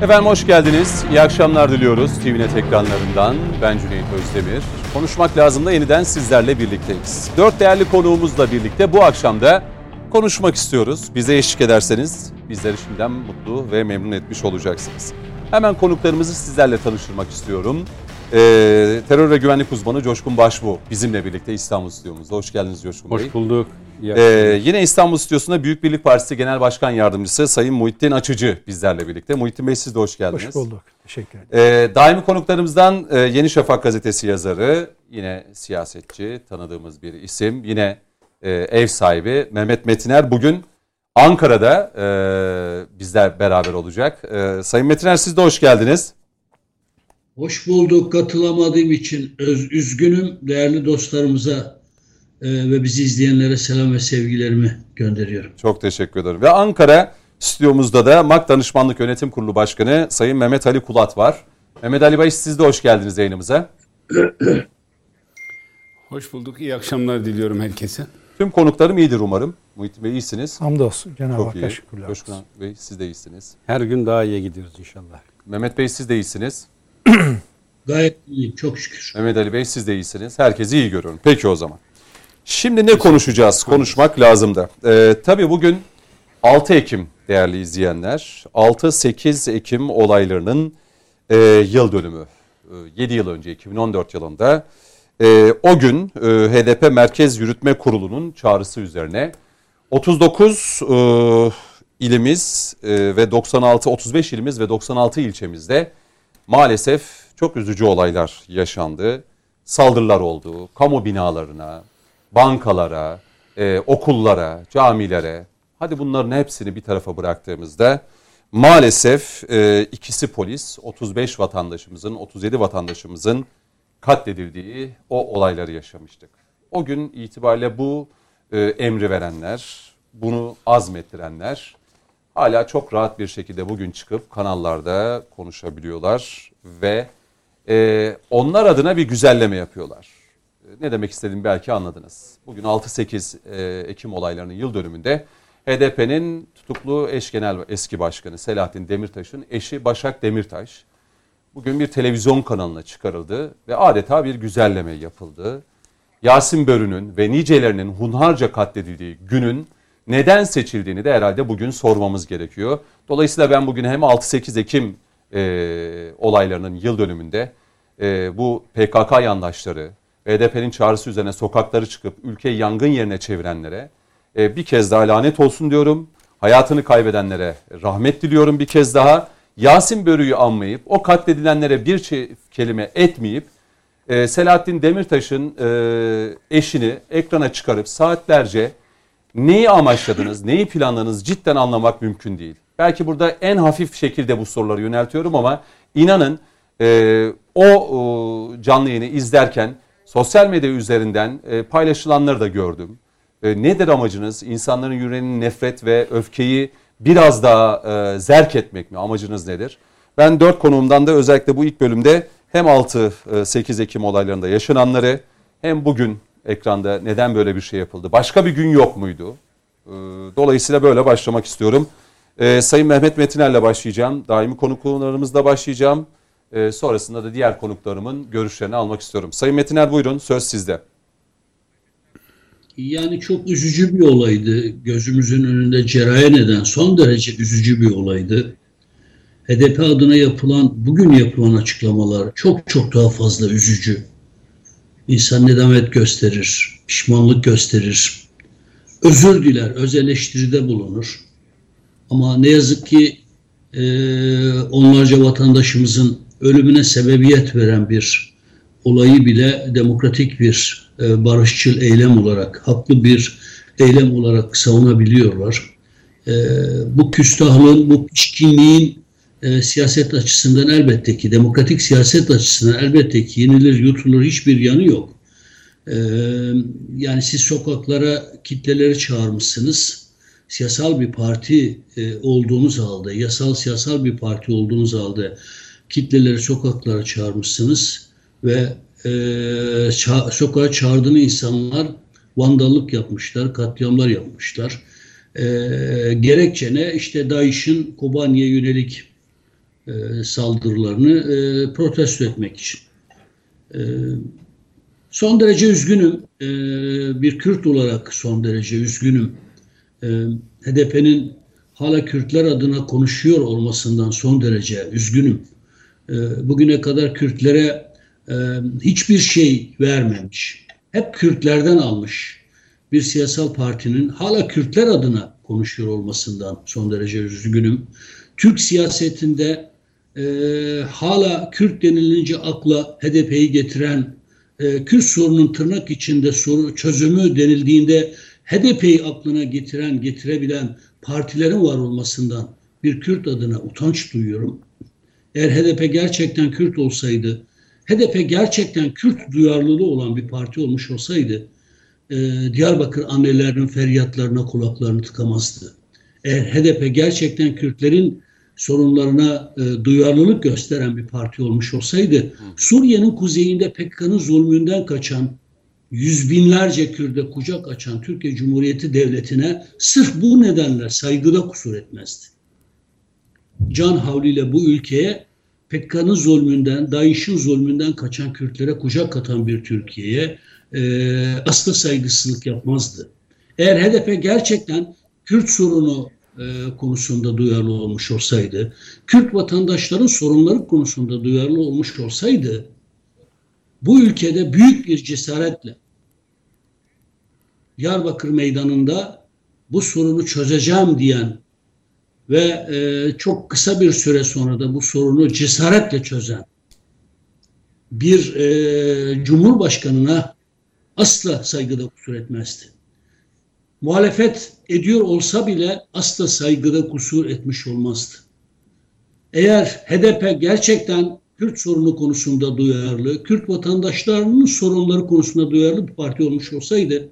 Efendim hoş geldiniz. İyi akşamlar diliyoruz TVNet ekranlarından. Ben Cüneyt Özdemir. Konuşmak lazım da yeniden sizlerle birlikteyiz. 4 değerli konuğumuzla birlikte bu akşam da konuşmak istiyoruz. Bize eşlik ederseniz bizleri şimdiden mutlu ve memnun etmiş olacaksınız. Hemen konuklarımızı sizlerle tanıştırmak istiyorum. Terör ve güvenlik uzmanı Coşkun Başbuğ bizimle birlikte İstanbul stüdyomuzda. Hoş geldiniz Coşkun Bey. Hoş bulduk. Yine İstanbul stüdyosunda Büyük Birlik Partisi Genel Başkan Yardımcısı Sayın Muhittin Açıcı bizlerle birlikte. Muhittin Bey siz de hoş geldiniz. Hoş bulduk. Teşekkür ederim. Daimi konuklarımızdan Yeni Şafak gazetesi yazarı, yine siyasetçi, tanıdığımız bir isim, yine ev sahibi Mehmet Metiner bugün Ankara'da bizler beraber olacak. Sayın Metiner siz de hoş geldiniz. Hoş bulduk. Katılamadığım için üzgünüm. Değerli dostlarımıza ve bizi izleyenlere selam ve sevgilerimi gönderiyorum. Çok teşekkür ederim. Ve Ankara stüdyomuzda da MAK Danışmanlık Yönetim Kurulu Başkanı Sayın Mehmet Ali Kulat var. Mehmet Ali Bey siz de hoş geldiniz yayınımıza. Hoş bulduk. İyi akşamlar diliyorum herkese. Tüm konuklarım iyidir umarım. Muhittin Bey iyisiniz. Hamdolsun. Cenab-ı Hakk'a iyi. şükürler. Coşkun Bey siz de iyisiniz. Her gün daha iyiye gidiyoruz inşallah. Mehmet Bey siz de iyisiniz. Gayet iyiyim. Çok şükür. Mehmet Ali Bey siz de iyisiniz. Herkesi iyi görüyorum. Peki o zaman. Şimdi ne konuşacağız? Konuşmak lazım da. Tabii bugün 6 Ekim değerli izleyenler. 6-8 Ekim olaylarının yıl dönümü. 7 yıl önce 2014 yılında o gün HDP Merkez Yürütme Kurulu'nun çağrısı üzerine 39 ilimiz ve 35 ilimiz ve 96 ilçemizde maalesef çok üzücü olaylar yaşandı. Saldırılar oldu. Kamu binalarına, bankalara, okullara, camilere. Hadi bunların hepsini bir tarafa bıraktığımızda maalesef ikisi polis, 35 vatandaşımızın, 37 vatandaşımızın katledildiği o olayları yaşamıştık. O gün itibariyle bu emri verenler, bunu azmettirenler hala çok rahat bir şekilde bugün çıkıp kanallarda konuşabiliyorlar ve onlar adına bir güzelleme yapıyorlar. Ne demek istediğimi belki anladınız. Bugün 6-8 Ekim olaylarının yıl dönümünde HDP'nin tutuklu eş genel eski başkanı Selahattin Demirtaş'ın eşi Başak Demirtaş bugün bir televizyon kanalına çıkarıldı ve adeta bir güzelleme yapıldı. Yasin Börü'nün ve nicelerinin hunharca katledildiği günün neden seçildiğini de herhalde bugün sormamız gerekiyor. Dolayısıyla ben bugün hem 6-8 Ekim olaylarının yıl dönümünde bu PKK yandaşları, HDP'nin çağrısı üzerine sokakları çıkıp ülkeyi yangın yerine çevirenlere bir kez daha lanet olsun diyorum. Hayatını kaybedenlere rahmet diliyorum bir kez daha. Yasin Börü'yü anmayıp o katledilenlere bir kelime etmeyip Selahattin Demirtaş'ın eşini ekrana çıkarıp saatlerce neyi amaçladınız, neyi planladınız cidden anlamak mümkün değil. Belki burada en hafif şekilde bu soruları yöneltiyorum ama inanın o canlı yayını izlerken sosyal medya üzerinden paylaşılanları da gördüm. Nedir amacınız? İnsanların yüreğinin nefret ve öfkeyi biraz daha zerk etmek mi? Amacınız nedir? Ben 4 konuğumdan da özellikle bu ilk bölümde hem 6-8 Ekim olaylarında yaşananları hem bugün ekranda neden böyle bir şey yapıldı? Başka bir gün yok muydu? Dolayısıyla böyle başlamak istiyorum. Sayın Mehmet Metiner'le başlayacağım. Daimi konuklarımızla başlayacağım. Sonrasında da diğer konuklarımın görüşlerini almak istiyorum. Sayın Metiner buyurun, söz sizde. Yani çok üzücü bir olaydı. Gözümüzün önünde cereyan eden son derece üzücü bir olaydı. HDP adına bugün yapılan açıklamalar çok daha fazla üzücü. İnsan nedamet gösterir, pişmanlık gösterir, özür diler, öz eleştiride bulunur. Ama ne yazık ki onlarca vatandaşımızın ölümüne sebebiyet veren bir olayı bile demokratik bir barışçıl eylem olarak, haklı bir eylem olarak savunabiliyorlar. Bu küstahlığın, bu pişkinliğin siyaset açısından elbette ki, demokratik siyaset açısından elbette ki yenilir, yutulur hiçbir yanı yok. Yani siz sokaklara kitleleri çağırmışsınız. Siyasal bir parti olduğunuz halde, siyasal bir parti olduğunuz halde kitleleri sokaklara çağırmışsınız ve sokağa çağırdığınız insanlar vandallık yapmışlar, katliamlar yapmışlar. Gerekçe ne? İşte DAEŞ'in Kobani'ye yönelik saldırılarını protesto etmek için. Son derece üzgünüm. Bir Kürt olarak son derece üzgünüm. HDP'nin hala Kürtler adına konuşuyor olmasından son derece üzgünüm. Bugüne kadar Kürtlere hiçbir şey vermemiş. Hep Kürtlerden almış bir siyasal partinin hala Kürtler adına konuşuyor olmasından son derece üzgünüm. Türk siyasetinde hala Kürt denilince akla HDP'yi getiren, Kürt sorunun tırnak içinde çözümü denildiğinde HDP'yi aklına getirebilen partilerin var olmasından bir Kürt adına utanç duyuyorum. Eğer HDP gerçekten Kürt olsaydı, HDP gerçekten Kürt duyarlılığı olan bir parti olmuş olsaydı, Diyarbakır annelerinin feryatlarına kulaklarını tıkamazdı. Eğer HDP gerçekten Kürtlerin sorunlarına duyarlılık gösteren bir parti olmuş olsaydı, Suriye'nin kuzeyinde PKK'nın zulmünden kaçan, yüz binlerce Kürt'e kucak açan Türkiye Cumhuriyeti Devleti'ne sırf bu nedenle saygıda kusur etmezdi. Can havliyle bu ülkeye PKK'nın zulmünden, DAEŞ'in zulmünden kaçan Kürtlere kucak atan bir Türkiye'ye asla saygısızlık yapmazdı. Eğer HDP gerçekten Kürt sorunu konusunda duyarlı olmuş olsaydı, Kürt vatandaşların sorunları konusunda duyarlı olmuş olsaydı, bu ülkede büyük bir cesaretle Diyarbakır meydanında bu sorunu çözeceğim diyen ve çok kısa bir süre sonra da bu sorunu cesaretle çözen bir Cumhurbaşkanına asla saygıda kusur etmezdi. Muhalefet ediyor olsa bile asla saygıda kusur etmiş olmazdı. Eğer HDP gerçekten Kürt sorunu konusunda duyarlı, Kürt vatandaşlarının sorunları konusunda duyarlı bir parti olmuş olsaydı,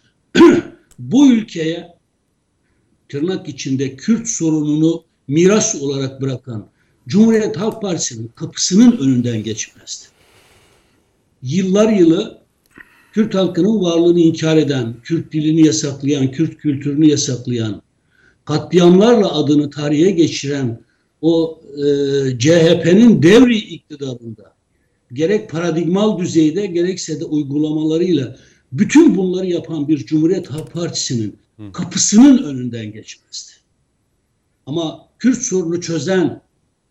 bu ülkeye tırnak içinde Kürt sorununu miras olarak bırakan Cumhuriyet Halk Partisi'nin kapısının önünden geçmezdi. Yıllar yılı Kürt halkının varlığını inkar eden, Kürt dilini yasaklayan, Kürt kültürünü yasaklayan, katliamlarla adını tarihe geçiren o CHP'nin devri iktidarında gerek paradigmal düzeyde gerekse de uygulamalarıyla bütün bunları yapan bir Cumhuriyet Halk Partisi'nin kapısının önünden geçmezdi. Ama Kürt sorunu çözen,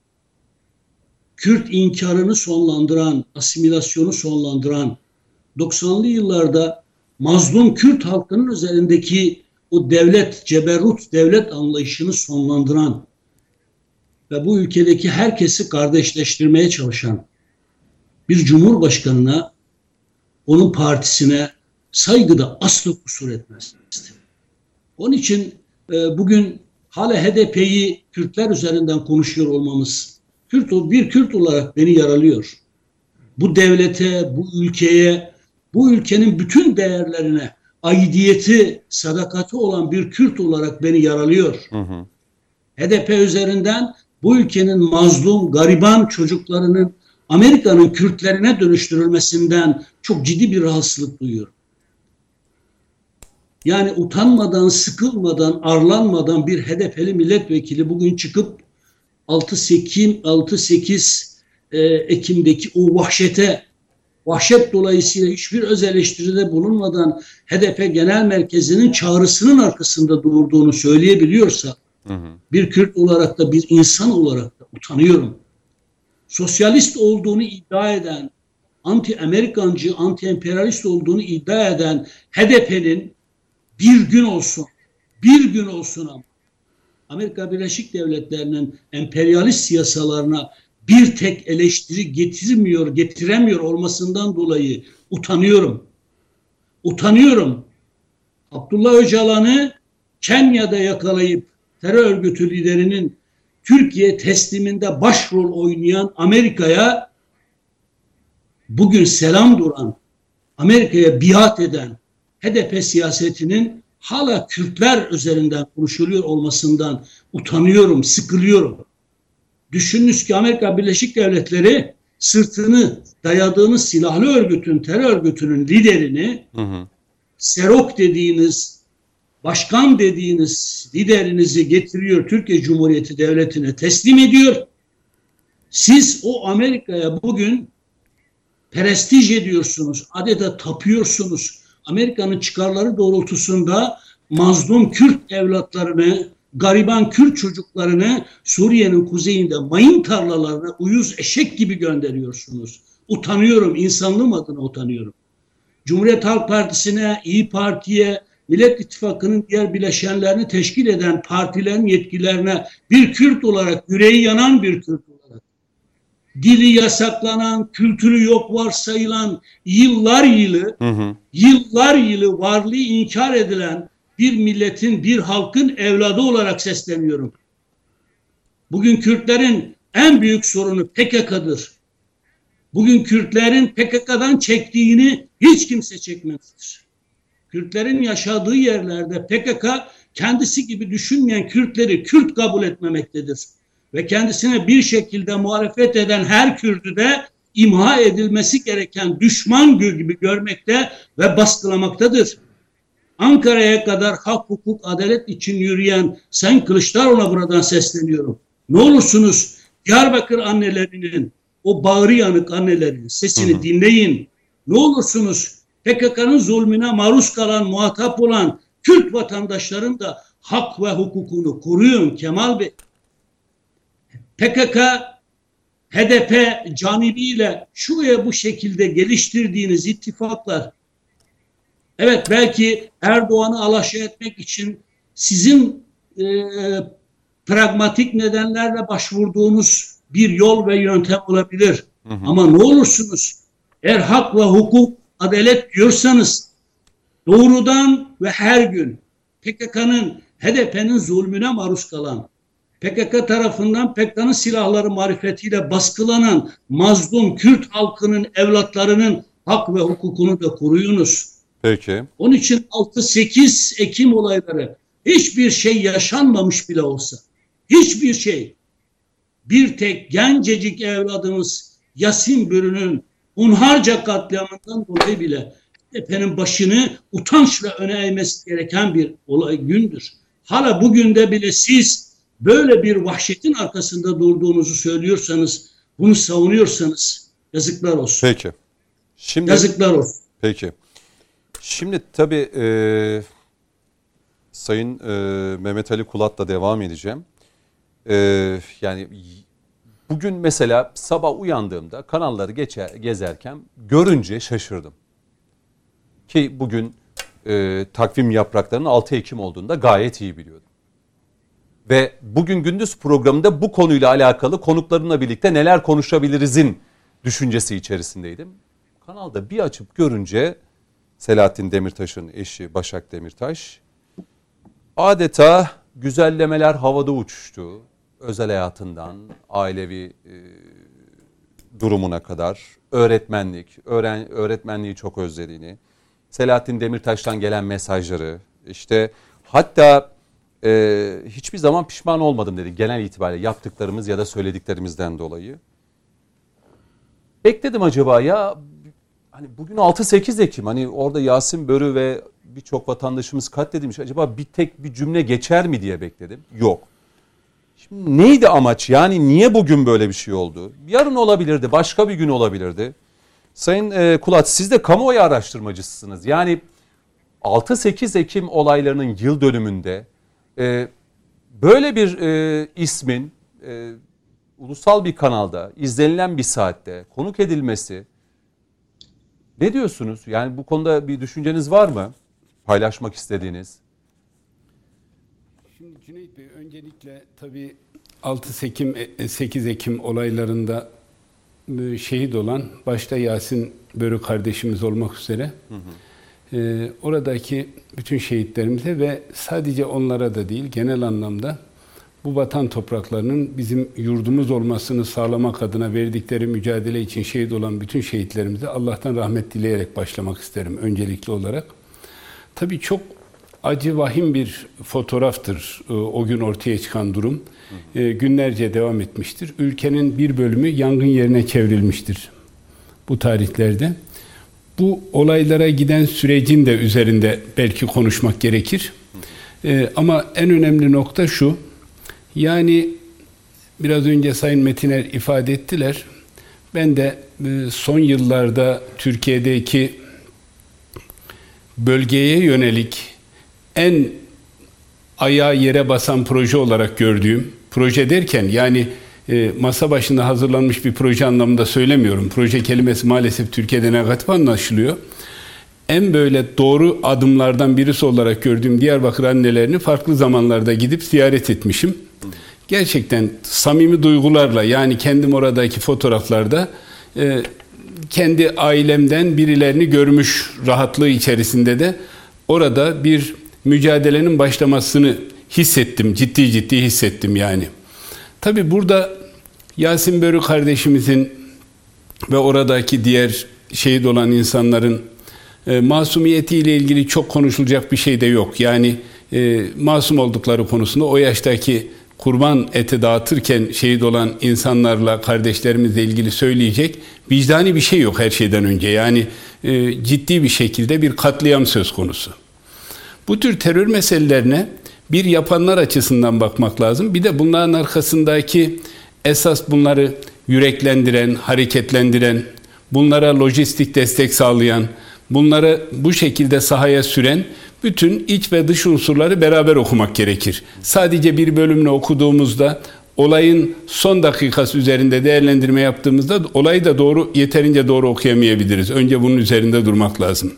Kürt inkarını sonlandıran, asimilasyonu sonlandıran, 90'lı yıllarda mazlum Kürt halkının üzerindeki o devlet, ceberrut devlet anlayışını sonlandıran ve bu ülkedeki herkesi kardeşleştirmeye çalışan bir cumhurbaşkanına, onun partisine saygıda asla kusur etmezdi. Onun için bugün hala HDP'yi Kürtler üzerinden konuşuyor olmamız, bir Kürt olarak beni yaralıyor. Bu devlete, bu ülkeye, bu ülkenin bütün değerlerine aidiyeti, sadakati olan bir Kürt olarak beni yaralıyor. HDP üzerinden bu ülkenin mazlum, gariban çocuklarının Amerika'nın Kürtlerine dönüştürülmesinden çok ciddi bir rahatsızlık duyuyorum. Yani utanmadan, sıkılmadan, arlanmadan bir HDP'li milletvekili bugün çıkıp 6-8 Ekim'deki o vahşet dolayısıyla hiçbir öz eleştiride bulunmadan HDP Genel Merkezi'nin çağrısının arkasında durduğunu söyleyebiliyorsa, bir Kürt olarak da bir insan olarak da utanıyorum. Sosyalist olduğunu iddia eden, anti-Amerikancı, anti-emperyalist olduğunu iddia eden HDP'nin bir gün olsun ama Amerika Birleşik Devletleri'nin emperyalist siyasalarına bir tek eleştiri getiremiyor olmasından dolayı utanıyorum. Abdullah Öcalan'ı Kenya'da yakalayıp terör örgütü liderinin Türkiye tesliminde başrol oynayan Amerika'ya bugün selam duran, Amerika'ya biat eden HDP siyasetinin hala Kürtler üzerinden konuşuluyor olmasından utanıyorum, sıkılıyorum. Düşününüz ki Amerika Birleşik Devletleri sırtını dayadığınız silahlı örgütün, terör örgütünün liderini Serok dediğiniz, başkan dediğiniz liderinizi getiriyor, Türkiye Cumhuriyeti Devleti'ne teslim ediyor Siz o Amerika'ya bugün prestij ediyorsunuz, adeta tapıyorsunuz. Amerika'nın çıkarları doğrultusunda mazlum Kürt evlatlarını, gariban Kürt çocuklarını Suriye'nin kuzeyinde mayın tarlalarına uyuz eşek gibi gönderiyorsunuz. Utanıyorum, insanlığım adına utanıyorum. Cumhuriyet Halk Partisi'ne, İYİ Parti'ye, Millet İttifakı'nın diğer bileşenlerini teşkil eden partilerin yetkilerine bir Kürt olarak, yüreği yanan bir Kürt olarak, dili yasaklanan, kültürü yok varsayılan, yıllar yılı varlığı inkar edilen bir milletin, bir halkın evladı olarak sesleniyorum. Bugün Kürtlerin en büyük sorunu PKK'dır. Bugün Kürtlerin PKK'dan çektiğini hiç kimse çekmezdir. Kürtlerin yaşadığı yerlerde PKK kendisi gibi düşünmeyen Kürtleri Kürt kabul etmemektedir. Ve kendisine bir şekilde muhalefet eden her Kürt'ü de imha edilmesi gereken düşman gibi görmekte ve baskılamaktadır. Ankara'ya kadar hak, hukuk, adalet için yürüyen Sayın Kılıçdaroğlu'na buradan sesleniyorum. Ne olursunuz Diyarbakır annelerinin, o bağrı yanık annelerin sesini dinleyin. Ne olursunuz PKK'nın zulmüne maruz kalan, muhatap olan Kürt vatandaşların da hak ve hukukunu koruyun Kemal Bey. PKK, HDP canibiyle şuraya bu şekilde geliştirdiğiniz ittifaklar, evet belki Erdoğan'ı alaşağı etmek için sizin pragmatik nedenlerle başvurduğunuz bir yol ve yöntem olabilir. Ama ne olursunuz eğer hak ve hukuk, adalet diyorsanız doğrudan ve her gün PKK'nın, HDP'nin zulmüne maruz kalan, PKK tarafından PKK'nın silahları marifetiyle baskılanan mazlum Kürt halkının evlatlarının hak ve hukukunu da koruyunuz. Peki. Onun için 6-8 Ekim olayları hiçbir şey yaşanmamış bile olsa, hiçbir şey, bir tek gencecik evladımız Yasin Börü'nün hunharca katliamından dolayı bile HDP'nin başını utançla öne eğmesi gereken bir olay gündür. Hala bugün de bile siz böyle bir vahşetin arkasında durduğunuzu söylüyorsanız, bunu savunuyorsanız yazıklar olsun. Peki. Şimdi, yazıklar olsun. Peki. Şimdi tabii Sayın Mehmet Ali Kulat'la devam edeceğim. Yani bugün mesela sabah uyandığımda kanalları gezerken görünce şaşırdım. Ki bugün takvim yapraklarının 6 Ekim olduğunu da gayet iyi biliyordum. Ve bugün gündüz programında bu konuyla alakalı konuklarımla birlikte neler konuşabilirizin düşüncesi içerisindeydim. Kanalda bir açıp görünce Selahattin Demirtaş'ın eşi Başak Demirtaş adeta güzellemeler havada uçuştu. Özel hayatından ailevi durumuna kadar öğretmenliği çok özlediğini, Selahattin Demirtaş'tan gelen mesajları, işte hatta hiçbir zaman pişman olmadım dedi genel itibariyle yaptıklarımız ya da söylediklerimizden dolayı. Bekledim acaba ya hani bugün 6-8 Ekim hani orada Yasin Börü ve birçok vatandaşımız katledilmiş, acaba bir tek bir cümle geçer mi diye bekledim. Yok. Şimdi neydi amaç? Yani niye bugün böyle bir şey oldu? Yarın olabilirdi, başka bir gün olabilirdi. Sayın Kulat, siz de kamuoyu araştırmacısınız. Yani 6-8 Ekim olaylarının yıl dönümünde böyle bir ismin ulusal bir kanalda, izlenilen bir saatte konuk edilmesi, ne diyorsunuz? Yani bu konuda bir düşünceniz var mı? Paylaşmak istediğiniz? Şimdi Cüneyt Bey, öncelikle tabii 8 Ekim olaylarında şehit olan başta Yasin Börü kardeşimiz olmak üzere oradaki bütün şehitlerimize ve sadece onlara da değil genel anlamda bu vatan topraklarının bizim yurdumuz olmasını sağlamak adına verdikleri mücadele için şehit olan bütün şehitlerimize Allah'tan rahmet dileyerek başlamak isterim öncelikli olarak. Tabii çok acı, vahim bir fotoğraftır o gün ortaya çıkan durum. Günlerce devam etmiştir. Ülkenin bir bölümü yangın yerine çevrilmiştir bu tarihlerde. Bu olaylara giden sürecin de üzerinde belki konuşmak gerekir. Ama en önemli nokta şu, yani biraz önce Sayın Metiner ifade ettiler. Ben de son yıllarda Türkiye'deki bölgeye yönelik en ayağı yere basan proje olarak gördüğüm, proje derken yani masa başında hazırlanmış bir proje anlamında söylemiyorum. Proje kelimesi maalesef Türkiye'de negatif anlaşılıyor. En böyle doğru adımlardan birisi olarak gördüğüm Diyarbakır annelerini farklı zamanlarda gidip ziyaret etmişim. Gerçekten samimi duygularla, yani kendim oradaki fotoğraflarda kendi ailemden birilerini görmüş rahatlığı içerisinde de orada bir mücadelenin başlamasını hissettim. Ciddi ciddi hissettim yani. Tabii burada Yasin Börü kardeşimizin ve oradaki diğer şehit olan insanların masumiyetiyle ilgili çok konuşulacak bir şey de yok. Yani masum oldukları konusunda o yaştaki kurban eti dağıtırken şehit olan insanlarla, kardeşlerimizle ilgili söyleyecek vicdani bir şey yok her şeyden önce. Yani ciddi bir şekilde bir katliam söz konusu. Bu tür terör meselelerine bir yapanlar açısından bakmak lazım. Bir de bunların arkasındaki esas bunları yüreklendiren, hareketlendiren, bunlara lojistik destek sağlayan, bunları bu şekilde sahaya süren bütün iç ve dış unsurları beraber okumak gerekir. Sadece bir bölümünü okuduğumuzda, olayın son dakikası üzerinde değerlendirme yaptığımızda olayı da yeterince doğru okuyamayabiliriz. Önce bunun üzerinde durmak lazım.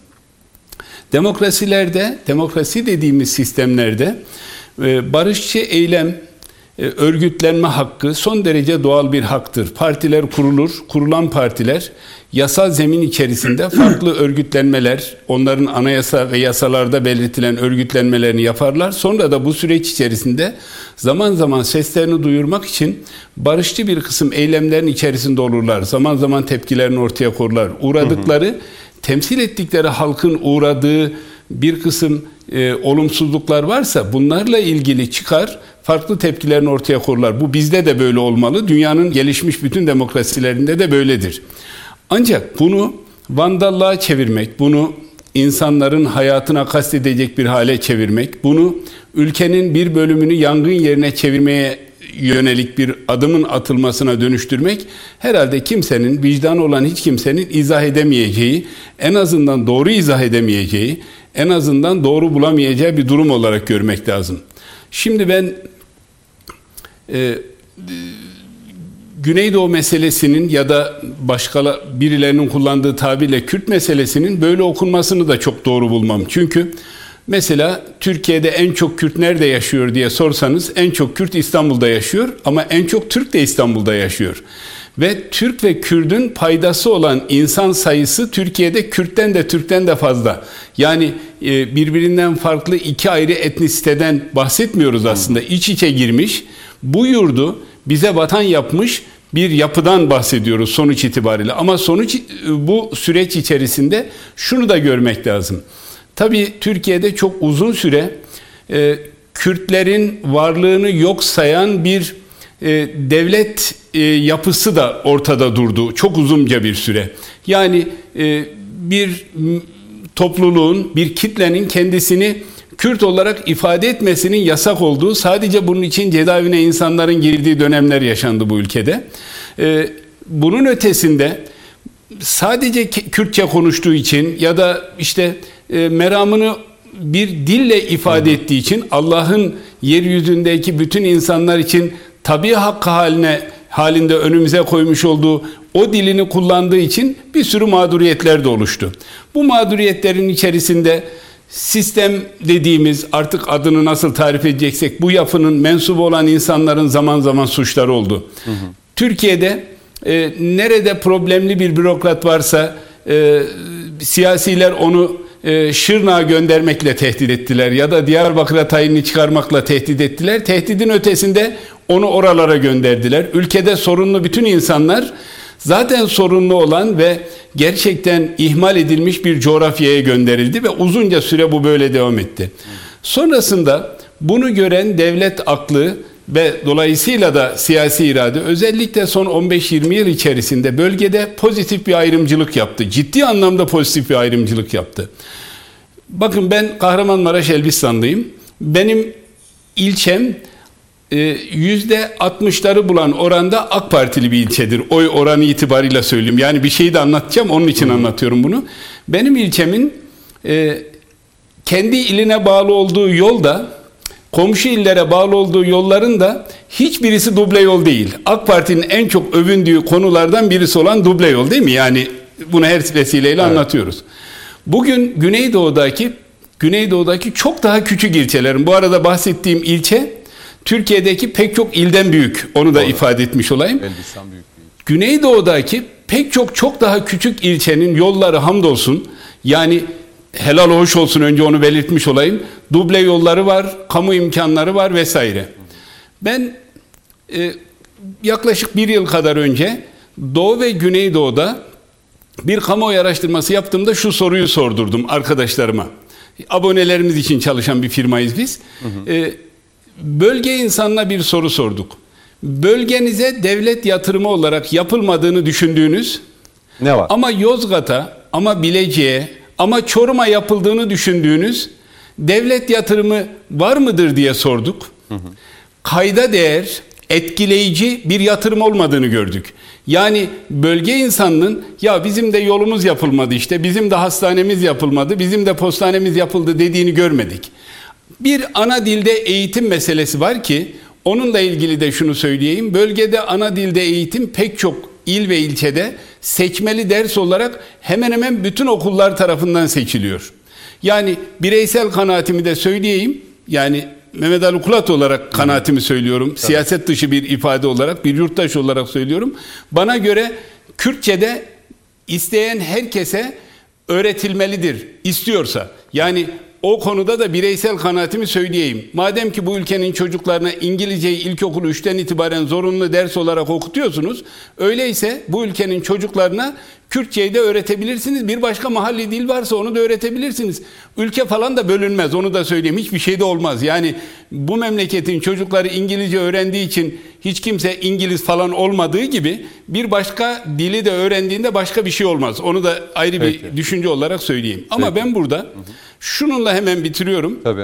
Demokrasi dediğimiz sistemlerde barışçı eylem, örgütlenme hakkı son derece doğal bir haktır. Partiler kurulur, kurulan partiler yasal zemin içerisinde farklı örgütlenmeler, onların anayasa ve yasalarda belirtilen örgütlenmelerini yaparlar. Sonra da bu süreç içerisinde zaman zaman seslerini duyurmak için barışçı bir kısım eylemlerin içerisinde olurlar. Zaman zaman tepkilerini ortaya koyarlar. Temsil ettikleri halkın uğradığı bir kısım olumsuzluklar varsa bunlarla ilgili çıkar, farklı tepkilerini ortaya koyarlar. Bu bizde de böyle olmalı. Dünyanın gelişmiş bütün demokrasilerinde de böyledir. Ancak bunu vandallığa çevirmek, bunu insanların hayatına kastedecek bir hale çevirmek, bunu ülkenin bir bölümünü yangın yerine çevirmeye yönelik bir adımın atılmasına dönüştürmek herhalde kimsenin, vicdanı olan hiç kimsenin izah edemeyeceği, en azından doğru izah edemeyeceği, en azından doğru bulamayacağı bir durum olarak görmek lazım. Şimdi ben Güneydoğu meselesinin ya da başka birilerinin kullandığı tabirle Kürt meselesinin böyle okunmasını da çok doğru bulmam. Çünkü mesela Türkiye'de en çok Kürt nerede yaşıyor diye sorsanız en çok Kürt İstanbul'da yaşıyor ama en çok Türk de İstanbul'da yaşıyor. Ve Türk ve Kürt'ün paydası olan insan sayısı Türkiye'de Kürt'ten de Türk'ten de fazla. Yani birbirinden farklı iki ayrı etnisiteden bahsetmiyoruz aslında. İç içe girmiş, bu yurdu bize vatan yapmış bir yapıdan bahsediyoruz sonuç itibariyle. Ama bu süreç içerisinde şunu da görmek lazım. Tabii Türkiye'de çok uzun süre Kürtlerin varlığını yok sayan bir devlet yapısı da ortada durdu. Çok uzunca bir süre. Yani bir topluluğun, bir kitlenin kendisini Kürt olarak ifade etmesinin yasak olduğu, sadece bunun için cezaevine insanların girdiği dönemler yaşandı bu ülkede. Bunun ötesinde sadece Kürtçe konuştuğu için ya da işte meramını bir dille ifade ettiği için Allah'ın yeryüzündeki bütün insanlar için tabii hakkı halinde önümüze koymuş olduğu o dilini kullandığı için bir sürü mağduriyetler de oluştu. Bu mağduriyetlerin içerisinde sistem dediğimiz, artık adını nasıl tarif edeceksek, bu yapının mensubu olan insanların zaman zaman suçları oldu. Hı hı. Türkiye'de nerede problemli bir bürokrat varsa siyasiler onu Şırnak'a göndermekle tehdit ettiler ya da Diyarbakır'a tayinini çıkarmakla tehdit ettiler. Tehdidin ötesinde onu oralara gönderdiler. Ülkede sorunlu bütün insanlar zaten sorunlu olan ve gerçekten ihmal edilmiş bir coğrafyaya gönderildi ve uzunca süre bu böyle devam etti. Sonrasında bunu gören devlet aklı ve dolayısıyla da siyasi irade özellikle son 15-20 yıl içerisinde bölgede pozitif bir ayrımcılık yaptı. Ciddi anlamda pozitif bir ayrımcılık yaptı. Bakın ben Kahramanmaraş Elbistanlıyım. Benim ilçem %60'ları bulan oranda AK Partili bir ilçedir. Oy oranı itibariyle söyleyeyim. Yani bir şeyi de anlatacağım, onun için anlatıyorum bunu. Benim ilçemin kendi iline bağlı olduğu yolda, komşu illere bağlı olduğu yolların da hiçbirisi duble yol değil. AK Parti'nin en çok övündüğü konulardan birisi olan duble yol, değil mi? Yani bunu her vesileyle anlatıyoruz. Bugün Güneydoğu'daki çok daha küçük ilçelerin, bu arada bahsettiğim ilçe Türkiye'deki pek çok ilden büyük. Onu da ifade etmiş olayım. Elbistan büyük bir ilçe. Güneydoğu'daki pek çok daha küçük ilçenin yolları hamdolsun, yani helal hoş olsun, önce onu belirtmiş olayım. Duble yolları var, kamu imkanları var vesaire. Ben yaklaşık 1 yıl kadar önce Doğu ve Güneydoğu'da bir kamuoyu araştırması yaptığımda şu soruyu sordurdum arkadaşlarıma. Abonelerimiz için çalışan bir firmayız biz. Bölge insanına bir soru sorduk. Bölgenize devlet yatırımı olarak yapılmadığını düşündüğünüz, ne var? Ama Yozgat'a, ama Bilecik'e, ama Çorum'a yapıldığını düşündüğünüz devlet yatırımı var mıdır diye sorduk. Kayda değer, etkileyici bir yatırım olmadığını gördük. Yani bölge insanının ya bizim de yolumuz yapılmadı işte, bizim de hastanemiz yapılmadı, bizim de postanemiz yapıldı dediğini görmedik. Bir ana dilde eğitim meselesi var ki onunla ilgili de şunu söyleyeyim. Bölgede ana dilde eğitim pek çok il ve ilçede seçmeli ders olarak hemen hemen bütün okullar tarafından seçiliyor. Yani bireysel kanaatimi de söyleyeyim. Yani Mehmet Ali Kulat olarak kanaatimi söylüyorum. Tabii. Siyaset dışı bir ifade olarak, bir yurttaş olarak söylüyorum. Bana göre Kürtçe'de isteyen herkese öğretilmelidir istiyorsa. Yani o konuda da bireysel kanaatimi söyleyeyim. Madem ki bu ülkenin çocuklarına İngilizceyi ilkokulu 3'ten itibaren zorunlu ders olarak okutuyorsunuz, öyleyse bu ülkenin çocuklarına Kürtçeyi de öğretebilirsiniz. Bir başka mahalli dil varsa onu da öğretebilirsiniz. Ülke falan da bölünmez, onu da söyleyeyim. Hiçbir şey de olmaz. Yani bu memleketin çocukları İngilizce öğrendiği için hiç kimse İngiliz falan olmadığı gibi bir başka dili de öğrendiğinde başka bir şey olmaz. Onu da ayrı bir düşünce olarak söyleyeyim. Ama ben burada şununla hemen bitiriyorum. Tabii.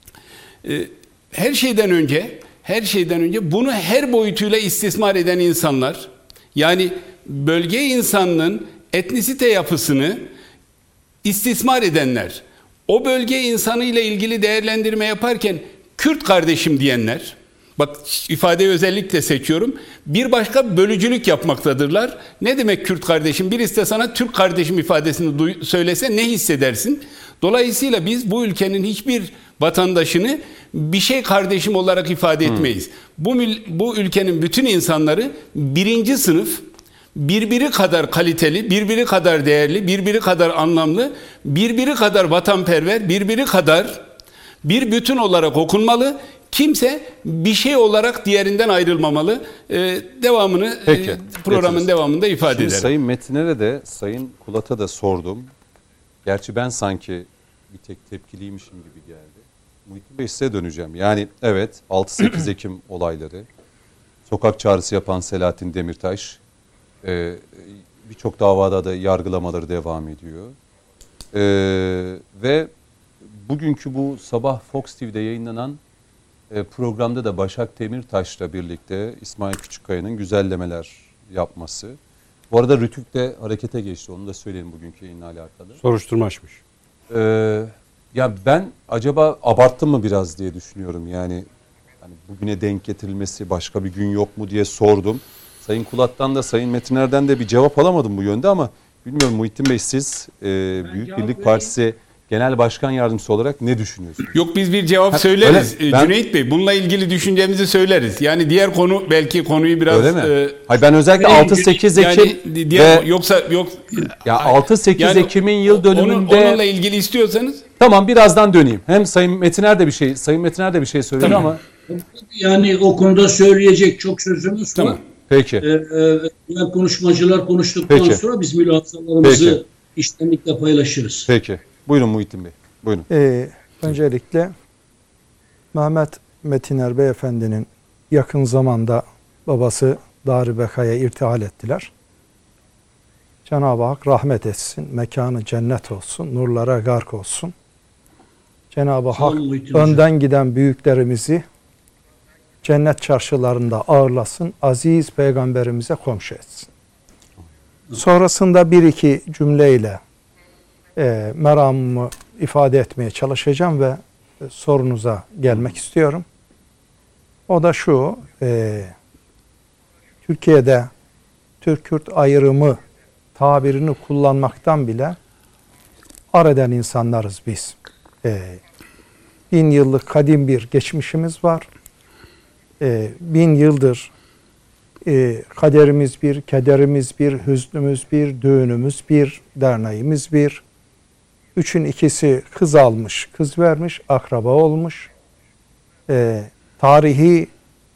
Her şeyden önce bunu her boyutuyla istismar eden insanlar, yani bölge insanının etnisite yapısını istismar edenler, o bölge insanı ile ilgili değerlendirme yaparken Kürt kardeşim diyenler, bak ifadeyi özellikle seçiyorum, bir başka bölücülük yapmaktadırlar. Ne demek Kürt kardeşim? Birisi de sana Türk kardeşim ifadesini söylese ne hissedersin? Dolayısıyla biz bu ülkenin hiçbir vatandaşını bir şey kardeşim olarak ifade etmeyiz. Bu ülkenin bütün insanları birinci sınıf, birbiri kadar kaliteli, birbiri kadar değerli, birbiri kadar anlamlı, birbiri kadar vatanperver, birbiri kadar bir bütün olarak okunmalı. Kimse bir şey olarak diğerinden ayrılmamalı. Devamını programın devamında ifade ederim. Sayın Metiner'e de Sayın Kulat'a da sordum. Gerçi ben sanki bir tek tepkiliymişim gibi geldi. Muhittin Bey, size döneceğim. Yani evet, 6-8 Ekim olayları, sokak çağrısı yapan Selahattin Demirtaş, birçok davada da yargılamaları devam ediyor. Ve bugünkü bu sabah Fox TV'de yayınlanan programda da Başak Demirtaş'la birlikte İsmail Küçükkaya'nın güzellemeler yapması. Bu arada Rütük de harekete geçti. Onu da söyleyelim bugünkü yayınla alakalı. Soruşturma açmış. Ya ben acaba abarttım mı biraz diye düşünüyorum. Yani bugüne denk getirilmesi, başka bir gün yok mu diye sordum. Sayın Kulat'tan da Sayın Metiner'den de bir cevap alamadım bu yönde ama bilmiyorum, Muhittin Bey, siz Büyük Birlik Partisi Genel Başkan Yardımcısı olarak ne düşünüyorsunuz? Yok, biz bir cevap söyleriz. Cüneyt Bey, bununla ilgili düşüncemizi söyleriz. Yani diğer konu, belki konuyu biraz... Öyle mi? Hayır, ben özellikle 6-8 Ekim yani ya 6-8 Ekim'in yıl dönümünde... Onunla ilgili istiyorsanız... Tamam, birazdan döneyim. Hem Sayın Metiner de bir şey söyledi ama... Yani o konuda söyleyecek çok sözümüz var. Tamam. Peki. Konuşmacılar konuştuktan sonra biz mülahazalarımızı içtenlikle paylaşırız. Peki. Buyurun Muhittin Bey. Buyurun. Öncelikle Mehmet Metiner Beyefendinin yakın zamanda babası Darübeka'ya irtihal ettiler. Cenab-ı Hak rahmet etsin, mekanı cennet olsun, nurlara gark olsun. Cenab-ı Hak önden giden büyüklerimizi cennet çarşılarında ağırlasın, aziz peygamberimize komşu etsin. Sonrasında bir iki cümleyle meramımı ifade etmeye çalışacağım ve sorunuza gelmek istiyorum. O da şu, Türkiye'de Türk-Kürt ayrımı tabirini kullanmaktan bile ar eden insanlarız biz. 1000 yıllık kadim bir geçmişimiz var. 1000 yıldır kaderimiz bir, kederimiz bir, hüznümüz bir, düğünümüz bir, derneğimiz bir. Üçün ikisi kız almış, kız vermiş, akraba olmuş. Tarihi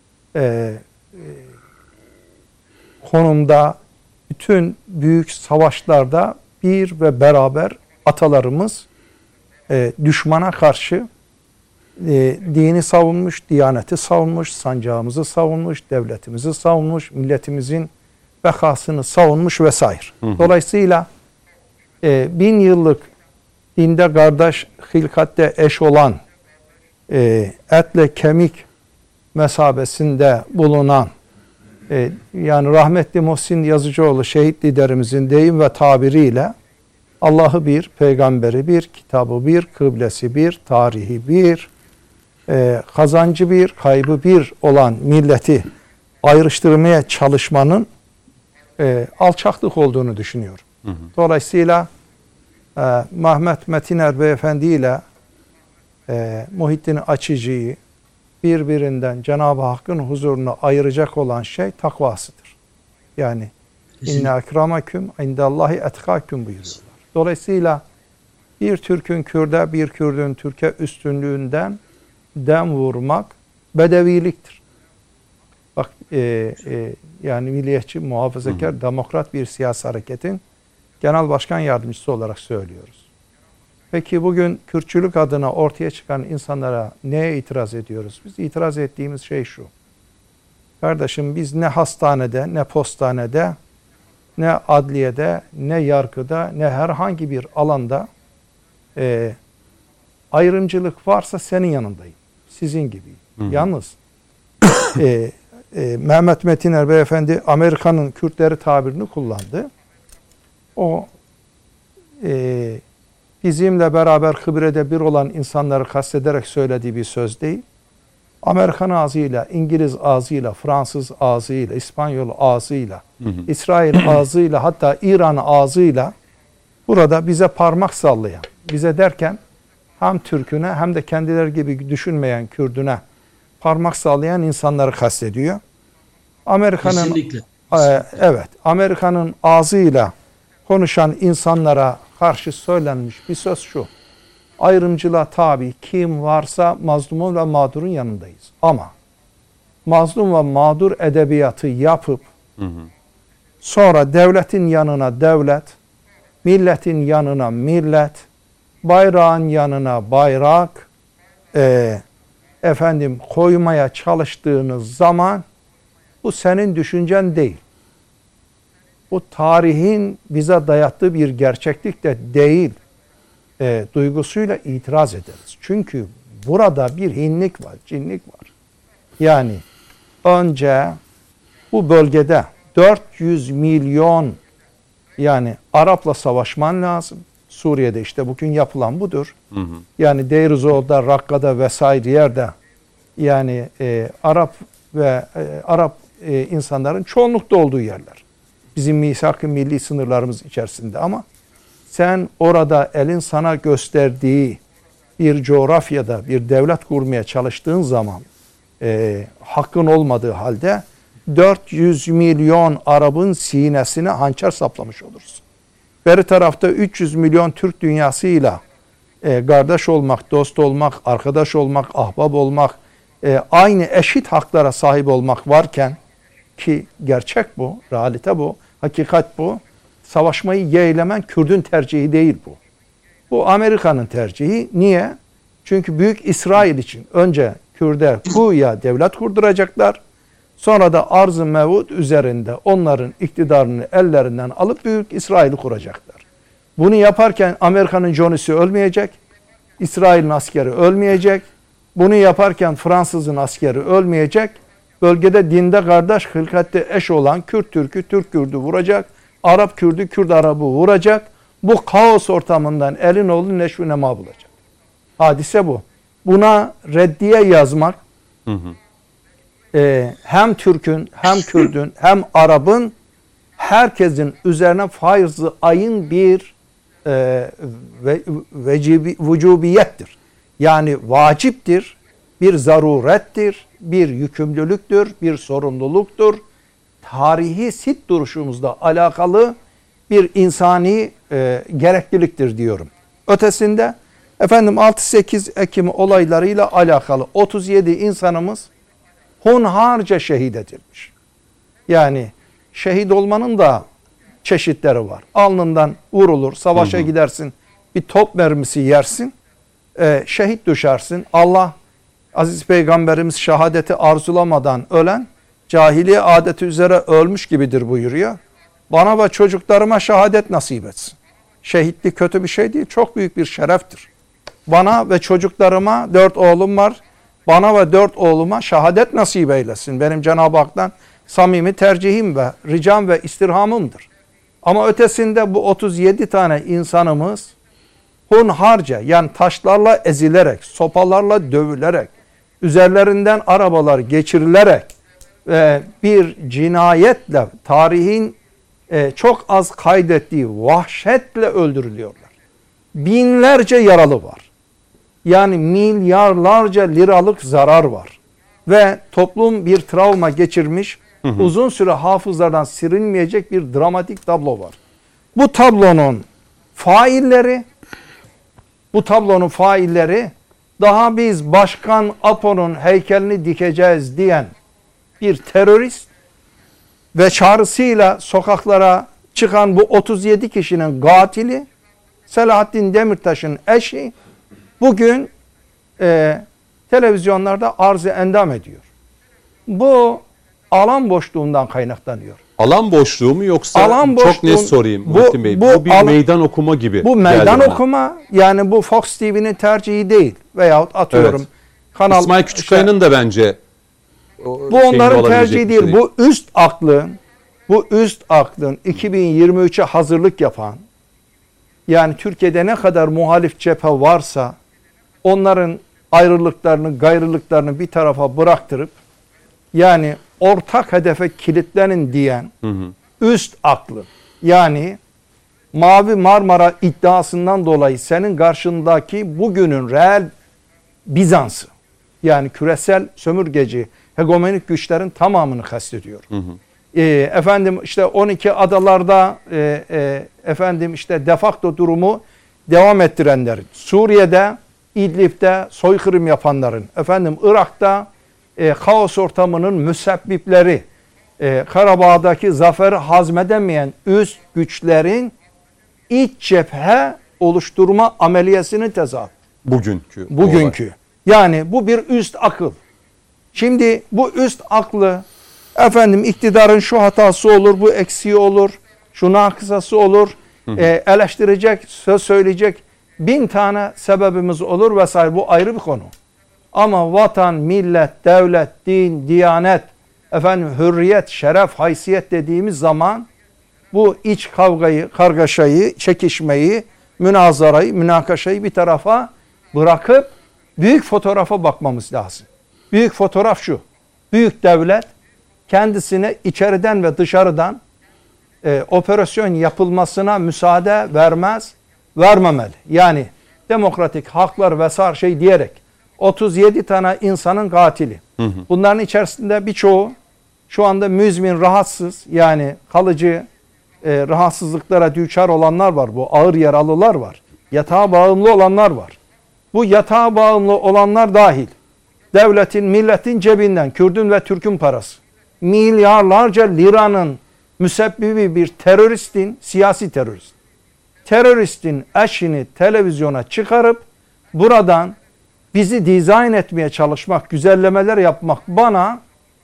konumda bütün büyük savaşlarda bir ve beraber atalarımız düşmana karşı dini savunmuş, diyaneti savunmuş, sancağımızı savunmuş, devletimizi savunmuş, milletimizin bekasını savunmuş vesaire. Dolayısıyla 1000 yıllık dinde kardeş, hilkatte eş olan, etle kemik mesabesinde bulunan, yani rahmetli Muhsin Yazıcıoğlu şehit liderimizin deyim ve tabiriyle Allah'ı bir, peygamberi bir, kitabı bir, kıblesi bir, tarihi bir, kazancı bir, kaybı bir olan milleti ayrıştırmaya çalışmanın alçaklık olduğunu düşünüyorum. Dolayısıyla Mehmet Metiner Beyefendi ile Muhittin Açıcı'yı birbirinden Cenab-ı Hakk'ın huzuruna ayıracak olan şey takvasıdır. Yani inne ekremeküm indallahi etkâküm buyuruyorlar. Dolayısıyla bir Türk'ün Kürt'e, bir Kürt'ün Türk'e üstünlüğünden dem vurmak bedeviliktir. Bak yani milliyetçi, muhafazakar, demokrat bir siyasi hareketin genel başkan yardımcısı olarak söylüyoruz. Peki bugün Kürtçülük adına ortaya çıkan insanlara neye itiraz ediyoruz? Biz itiraz ettiğimiz şey şu. Kardeşim biz ne hastanede, ne postanede, ne adliyede, ne yargıda, ne herhangi bir alanda ayrımcılık varsa senin yanındayım. Sizin gibiyim. Yalnız Mehmet Metiner Beyefendi Amerika'nın Kürtleri tabirini kullandı. O bizimle beraber Hıbre'de bir olan insanları kastederek söylediği bir söz değil. Amerikan ağzıyla, İngiliz ağzıyla, Fransız ağzıyla, İspanyol ağzıyla, İsrail ağzıyla, hatta İran ağzıyla burada bize parmak sallayan, bize derken hem Türk'üne hem de kendileri gibi düşünmeyen Kürdüne parmak sallayan insanları kastediyor. Amerika'nın evet, Amerika'nın ağzıyla konuşan insanlara karşı söylenmiş bir söz şu. Ayrımcılığa tabi kim varsa mazlumun ve mağdurun yanındayız. Ama mazlum ve mağdur edebiyatı yapıp sonra devletin yanına devlet, milletin yanına millet, bayrağın yanına bayrak koymaya çalıştığınız zaman bu senin düşüncen değil. Bu tarihin bize dayattığı bir gerçeklik de değil. Duygusuyla itiraz ederiz. Çünkü burada bir hinlik var, cinlik var. Yani önce bu bölgede 400 milyon yani Arap'la savaşman lazım. Suriye'de işte bugün yapılan budur. Yani Deir ez-Zor'da, Rakka'da vesaire yerde yani Arap ve Arap insanların çoğunlukta olduğu yerler. Bizim misak-ı milli sınırlarımız içerisinde ama sen orada elin sana gösterdiği bir coğrafyada bir devlet kurmaya çalıştığın zaman hakkın olmadığı halde 400 milyon Arap'ın sinesine hançer saplamış olursun. Beri tarafta 300 milyon Türk dünyasıyla kardeş olmak, dost olmak, arkadaş olmak, ahbap olmak, aynı eşit haklara sahip olmak varken ki gerçek bu, realite bu, hakikat bu. Savaşmayı yeğlemen Kürdün tercihi değil bu. Bu Amerika'nın tercihi. Niye? Çünkü Büyük İsrail için önce Kürt'e Ku'ya devlet kurduracaklar. Sonra da arz-ı mevud üzerinde onların iktidarını ellerinden alıp Büyük İsrail'i kuracaklar. Bunu yaparken Amerika'nın Johnny'si ölmeyecek. İsrail'in askeri ölmeyecek. Bunu yaparken Fransızın askeri ölmeyecek. Bölgede dinde kardeş, hılkatte eş olan Kürt Türk'ü, Türk Kürt'ü vuracak. Arap Kürt'ü, Kürt Arap'ı vuracak. Bu kaos ortamından elin oğlu neşvi nema bulacak. Hadise bu. Buna reddiye yazmak hem Türk'ün, hem Kürt'ün, hem Arap'ın herkesin üzerine farz-ı ayın bir vücubiyettir. Yani vaciptir, bir zarurettir, bir yükümlülüktür, bir sorumluluktur. Tarihi sit duruşumuzla alakalı bir insani gerekliliktir diyorum. Ötesinde efendim 6-8 Ekim olaylarıyla alakalı 37 insanımız hunharca şehit edilmiş. Yani şehit olmanın da çeşitleri var. Alnından vurulur, savaşa gidersin, bir top mermisi yersin, şehit düşersin. Allah, aziz peygamberimiz şehadeti arzulamadan ölen cahiliye adeti üzere ölmüş gibidir buyuruyor. Bana ve çocuklarıma şehadet nasip etsin. Şehitlik kötü bir şey değil, çok büyük bir şereftir. Bana ve çocuklarıma 4 oğlum var. Bana ve 4 oğluma şehadet nasip eylesin. Benim Cenab-ı Hak'tan samimi tercihim ve ricam ve istirhamımdır. Ama ötesinde bu 37 tane insanımız hunharca, yani taşlarla ezilerek, sopalarla dövülerek, üzerlerinden arabalar geçirilerek bir cinayetle, tarihin çok az kaydettiği vahşetle öldürülüyorlar. Binlerce yaralı var. Yani milyarlarca liralık zarar var. Ve toplum bir travma geçirmiş, uzun süre hafızlardan silinmeyecek bir dramatik tablo var. Bu tablonun failleri daha biz Başkan Apo'nun heykelini dikeceğiz diyen bir terörist ve çağrısıyla sokaklara çıkan bu 37 kişinin katili Selahattin Demirtaş'ın eşi bugün televizyonlarda arz-ı endam ediyor. Bu alan boşluğundan kaynaklanıyor. Alan boşluğu mu yoksa Alan çok net sorayım Muhittin Bey. Bu bir meydan okuma gibi. Bu meydan okuma, yani bu Fox TV'nin tercihi değil. Veyahut atıyorum evet. Kanal İsmail Küçükkaya'nın da bence bu onların tercihi değil. Şey. Bu üst aklın 2023'e hazırlık yapan, yani Türkiye'de ne kadar muhalif cephe varsa onların ayrılıklarını, gayrılıklarını bir tarafa bıraktırıp yani ortak hedefe kilitlenin diyen üst aklı, yani Mavi Marmara iddiasından dolayı senin karşındaki bugünün reel Bizans'ı, yani küresel sömürgeci hegemonik güçlerin tamamını kastediyor. Efendim işte 12 adalarda efendim işte de facto durumu devam ettirenlerin, Suriye'de, İdlib'de soykırım yapanların, efendim Irak'ta kaos ortamının müsebbipleri, Karabağ'daki zaferi hazmedemeyen üst güçlerin iç cephe oluşturma ameliyesini tezahür. Bugünkü. Yani bu bir üst akıl. Şimdi bu üst aklı efendim iktidarın şu hatası olur, bu eksiği olur, şu nakısası olur, eleştirecek, söz söyleyecek 1000 tane sebebimiz olur vesaire, bu ayrı bir konu. Ama vatan, millet, devlet, din, diyanet, efendim hürriyet, şeref, haysiyet dediğimiz zaman bu iç kavgayı, kargaşayı, çekişmeyi, münazarayı, münakaşayı bir tarafa bırakıp büyük fotoğrafa bakmamız lazım. Büyük fotoğraf şu: büyük devlet kendisine içeriden ve dışarıdan operasyon yapılmasına müsaade vermemeli. Yani demokratik haklar vesaire şey diyerek 37 tane insanın katili. Bunların içerisinde birçoğu şu anda müzmin, rahatsız, yani kalıcı rahatsızlıklara düçar olanlar var. Bu ağır yaralılar var. Yatağa bağımlı olanlar var. Bu yatağa bağımlı olanlar dahil devletin, milletin cebinden Kürdün ve Türk'ün parası, milyarlarca liranın müsebbibi bir teröristin, siyasi teröristin eşini televizyona çıkarıp buradan bizi dizayn etmeye çalışmak, güzellemeler yapmak bana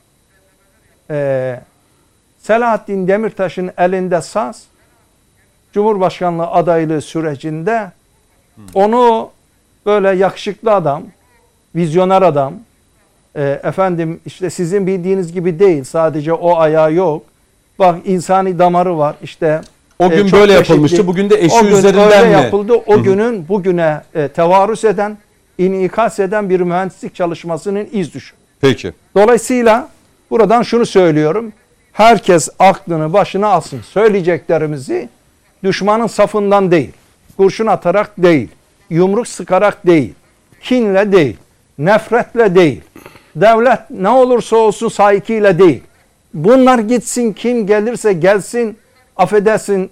Selahattin Demirtaş'ın elinde saz, Cumhurbaşkanlığı adaylığı sürecinde onu böyle yakışıklı adam, vizyoner adam. Efendim işte sizin bildiğiniz gibi değil. Sadece o ayağı yok. Bak insani damarı var. İşte o gün çok böyle çeşitli. yapılmıştı. Bugün de eşi o gün üzerinden öyle mi? yapıldı. O günün bugüne tevarüs eden, inikas eden bir mühendislik çalışmasının iz düşü. Peki. Dolayısıyla buradan şunu söylüyorum. Herkes aklını başına alsın. Söyleyeceklerimizi düşmanın safından değil, kurşun atarak değil, yumruk sıkarak değil, kinle değil, nefretle değil, devlet ne olursa olsun sahikiyle değil. Bunlar gitsin, kim gelirse gelsin, affedersin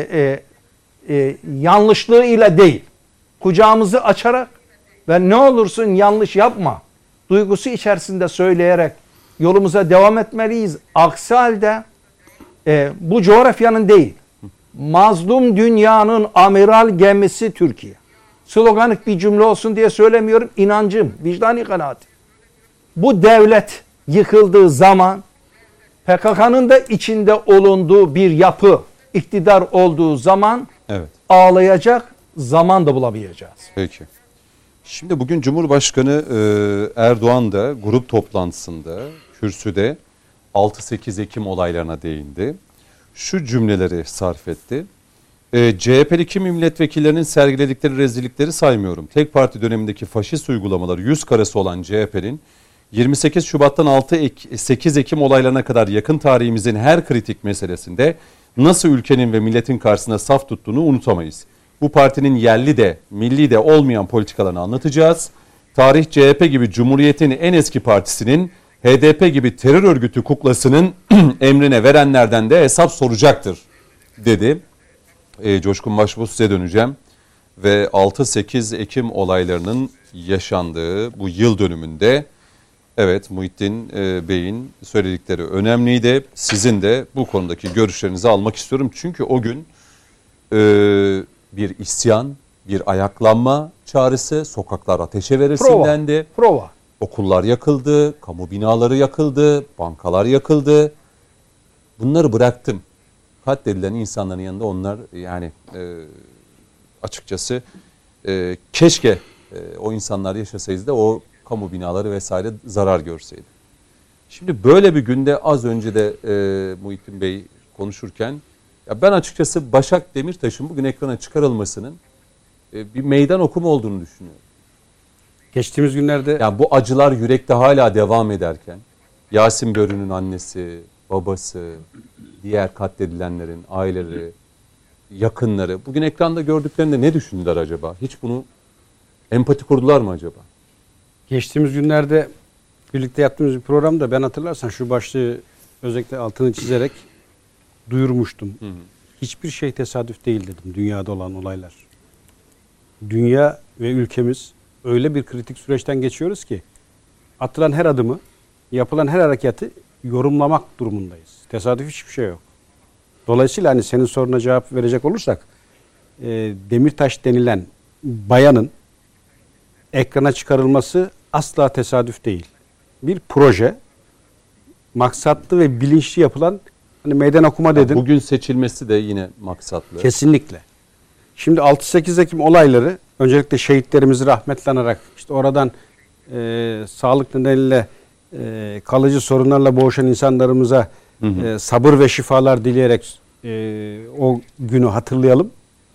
yanlışlığıyla değil. Kucağımızı açarak ve ne olursun yanlış yapma duygusu içerisinde söyleyerek yolumuza devam etmeliyiz. Aksi halde bu coğrafyanın değil, mazlum dünyanın amiral gemisi Türkiye. Sloganik bir cümle olsun diye söylemiyorum. İnancım, vicdani kanaatim. Bu devlet yıkıldığı zaman PKK'nın da içinde olunduğu bir yapı, iktidar olduğu zaman Evet. ağlayacak zaman da bulamayacağız. Peki. Şimdi bugün Cumhurbaşkanı Erdoğan da grup toplantısında, kürsüde 6-8 Ekim olaylarına değindi. Şu cümleleri sarf etti. CHP'li kimi milletvekillerinin sergiledikleri rezillikleri saymıyorum. Tek parti dönemindeki faşist uygulamaları yüz karası olan CHP'nin 28 Şubat'tan 8 Ekim olaylarına kadar yakın tarihimizin her kritik meselesinde nasıl ülkenin ve milletin karşısında saf tuttuğunu unutamayız. Bu partinin yerli de milli de olmayan politikalarını anlatacağız. Tarih CHP gibi Cumhuriyet'in en eski partisinin HDP gibi terör örgütü kuklasının emrine verenlerden de hesap soracaktır dedi. Coşkun Başbuğ, size döneceğim. Ve 6-8 Ekim olaylarının yaşandığı bu yıl dönümünde evet Muhittin Bey'in söyledikleri önemliydi. Sizin de bu konudaki görüşlerinizi almak istiyorum. Çünkü o gün bir isyan, bir ayaklanma çağrısı, sokaklar ateşe verilsin dendi. Prova. Okullar yakıldı, kamu binaları yakıldı, bankalar yakıldı. Bunları bıraktım. Katledilen insanların yanında onlar yani açıkçası keşke o insanlar yaşasaydı da o kamu binaları vesaire zarar görseydi. Şimdi böyle bir günde az önce de Muhittin Bey konuşurken ya ben açıkçası Başak Demirtaş'ın bugün ekrana çıkarılmasının bir meydan okuma olduğunu düşünüyorum. Geçtiğimiz günlerde Yani bu acılar yürekte hala devam ederken Yasin Börü'nün annesi, babası, diğer katledilenlerin aileleri, yakınları bugün ekranda gördüklerinde ne düşündüler acaba? Hiç bunu empati kurdular mı acaba? geçtiğimiz günlerde birlikte yaptığımız bir programda ben hatırlarsan şu başlığı özellikle altını çizerek duyurmuştum. Hı hı. Hiçbir şey tesadüf değil dedim dünyada olan olaylar. Dünya ve ülkemiz öyle bir kritik süreçten geçiyoruz ki atılan her adımı, yapılan her hareketi yorumlamak durumundayız. Tesadüf hiçbir şey yok. Dolayısıyla hani senin soruna cevap verecek olursak Demirtaş denilen bayanın ekrana çıkarılması asla tesadüf değil. Bir proje, maksatlı ve bilinçli yapılan hani meydan okuma dedin. Bugün seçilmesi de yine maksatlı. Kesinlikle. Şimdi 6-8 Ekim olayları öncelikle şehitlerimizi rahmetle anarak işte oradan sağlık nedeniyle kalıcı sorunlarla boğuşan insanlarımıza sabır ve şifalar dileyerek o günü hatırlayalım.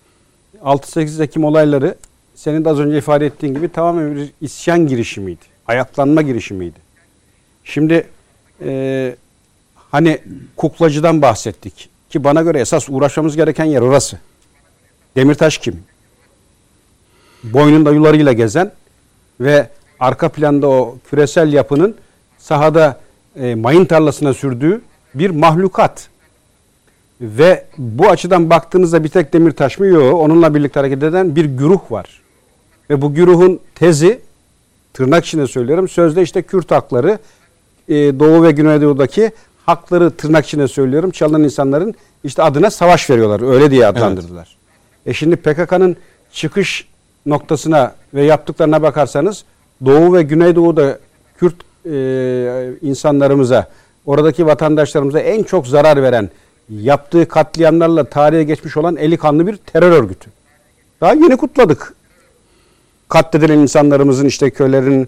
6-8 Ekim olayları senin de az önce ifade ettiğin gibi tamamen bir isyan girişimiydi. Ayaklanma girişimiydi. Şimdi hani kuklacıdan bahsettik ki bana göre esas uğraşmamız gereken yer orası. Demirtaş kim? Boynunda yularıyla gezen ve arka planda o küresel yapının sahada mayın tarlasına sürdüğü bir mahlukat. Ve bu açıdan baktığınızda bir tek Demirtaş mı? Yok. Onunla birlikte hareket eden bir güruh var. Ve bu güruhun tezi, tırnak içinde söylüyorum, sözde işte Kürt hakları, Doğu ve Güneydoğu'daki hakları tırnak içinde söylüyorum, çalınan insanların işte adına savaş veriyorlar. Öyle diye adlandırdılar. Evet. Şimdi PKK'nın çıkış noktasına ve yaptıklarına bakarsanız Doğu ve Güneydoğu'da Kürt insanlarımıza, oradaki vatandaşlarımıza en çok zarar veren, yaptığı katliamlarla tarihe geçmiş olan eli kanlı bir terör örgütü. Daha yeni kutladık. Katledilen insanlarımızın işte köylerin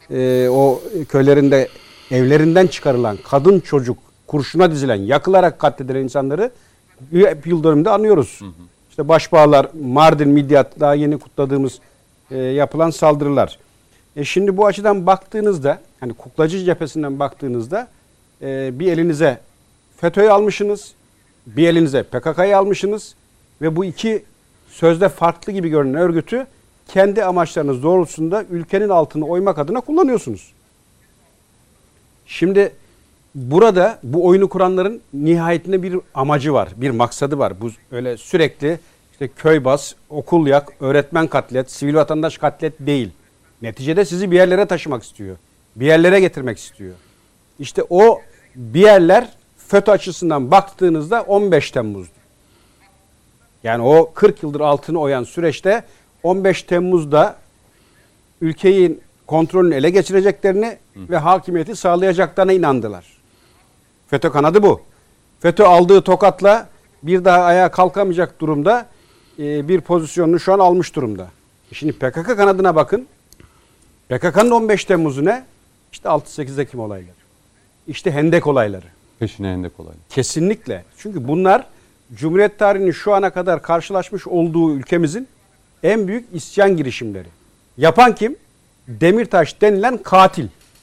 o köylerinde evlerinden çıkarılan kadın çocuk kurşuna dizilen, yakılarak katledilen insanları hep yıl dönümünde anıyoruz. İşte Başbağlar, Mardin, Midyat, daha yeni kutladığımız yapılan saldırılar. Şimdi bu açıdan baktığınızda, hani kuklacı cephesinden baktığınızda bir elinize FETÖ'yü almışsınız, bir elinize PKK'yı almışsınız ve bu iki sözde farklı gibi görünen örgütü kendi amaçlarınız doğrultusunda ülkenin altını oymak adına kullanıyorsunuz. Şimdi burada bu oyunu kuranların nihayetinde bir amacı var, bir maksadı var. Bu öyle sürekli işte köy bas, okul yak, öğretmen katlet, sivil vatandaş katlet değil. Neticede sizi bir yerlere taşımak istiyor. Bir yerlere getirmek istiyor. İşte o bir yerler FETÖ açısından baktığınızda 15 Temmuz'du. Yani o 40 yıldır altını oyan süreçte 15 Temmuz'da ülkeyi kontrolünü ele geçireceklerini ve hakimiyeti sağlayacaklarına inandılar. FETÖ kanadı bu. FETÖ aldığı tokatla bir daha ayağa kalkamayacak durumda bir pozisyonunu şu an almış durumda. Şimdi PKK kanadına bakın. PKK'nın 15 Temmuz'u ne? İşte 6-8 Ekim olayları. İşte Hendek olayları. Peşine Hendek olayları. Kesinlikle. Çünkü bunlar Cumhuriyet tarihinin şu ana kadar karşılaşmış olduğu ülkemizin en büyük isyan girişimleri. Yapan kim? Demirtaş denilen katil.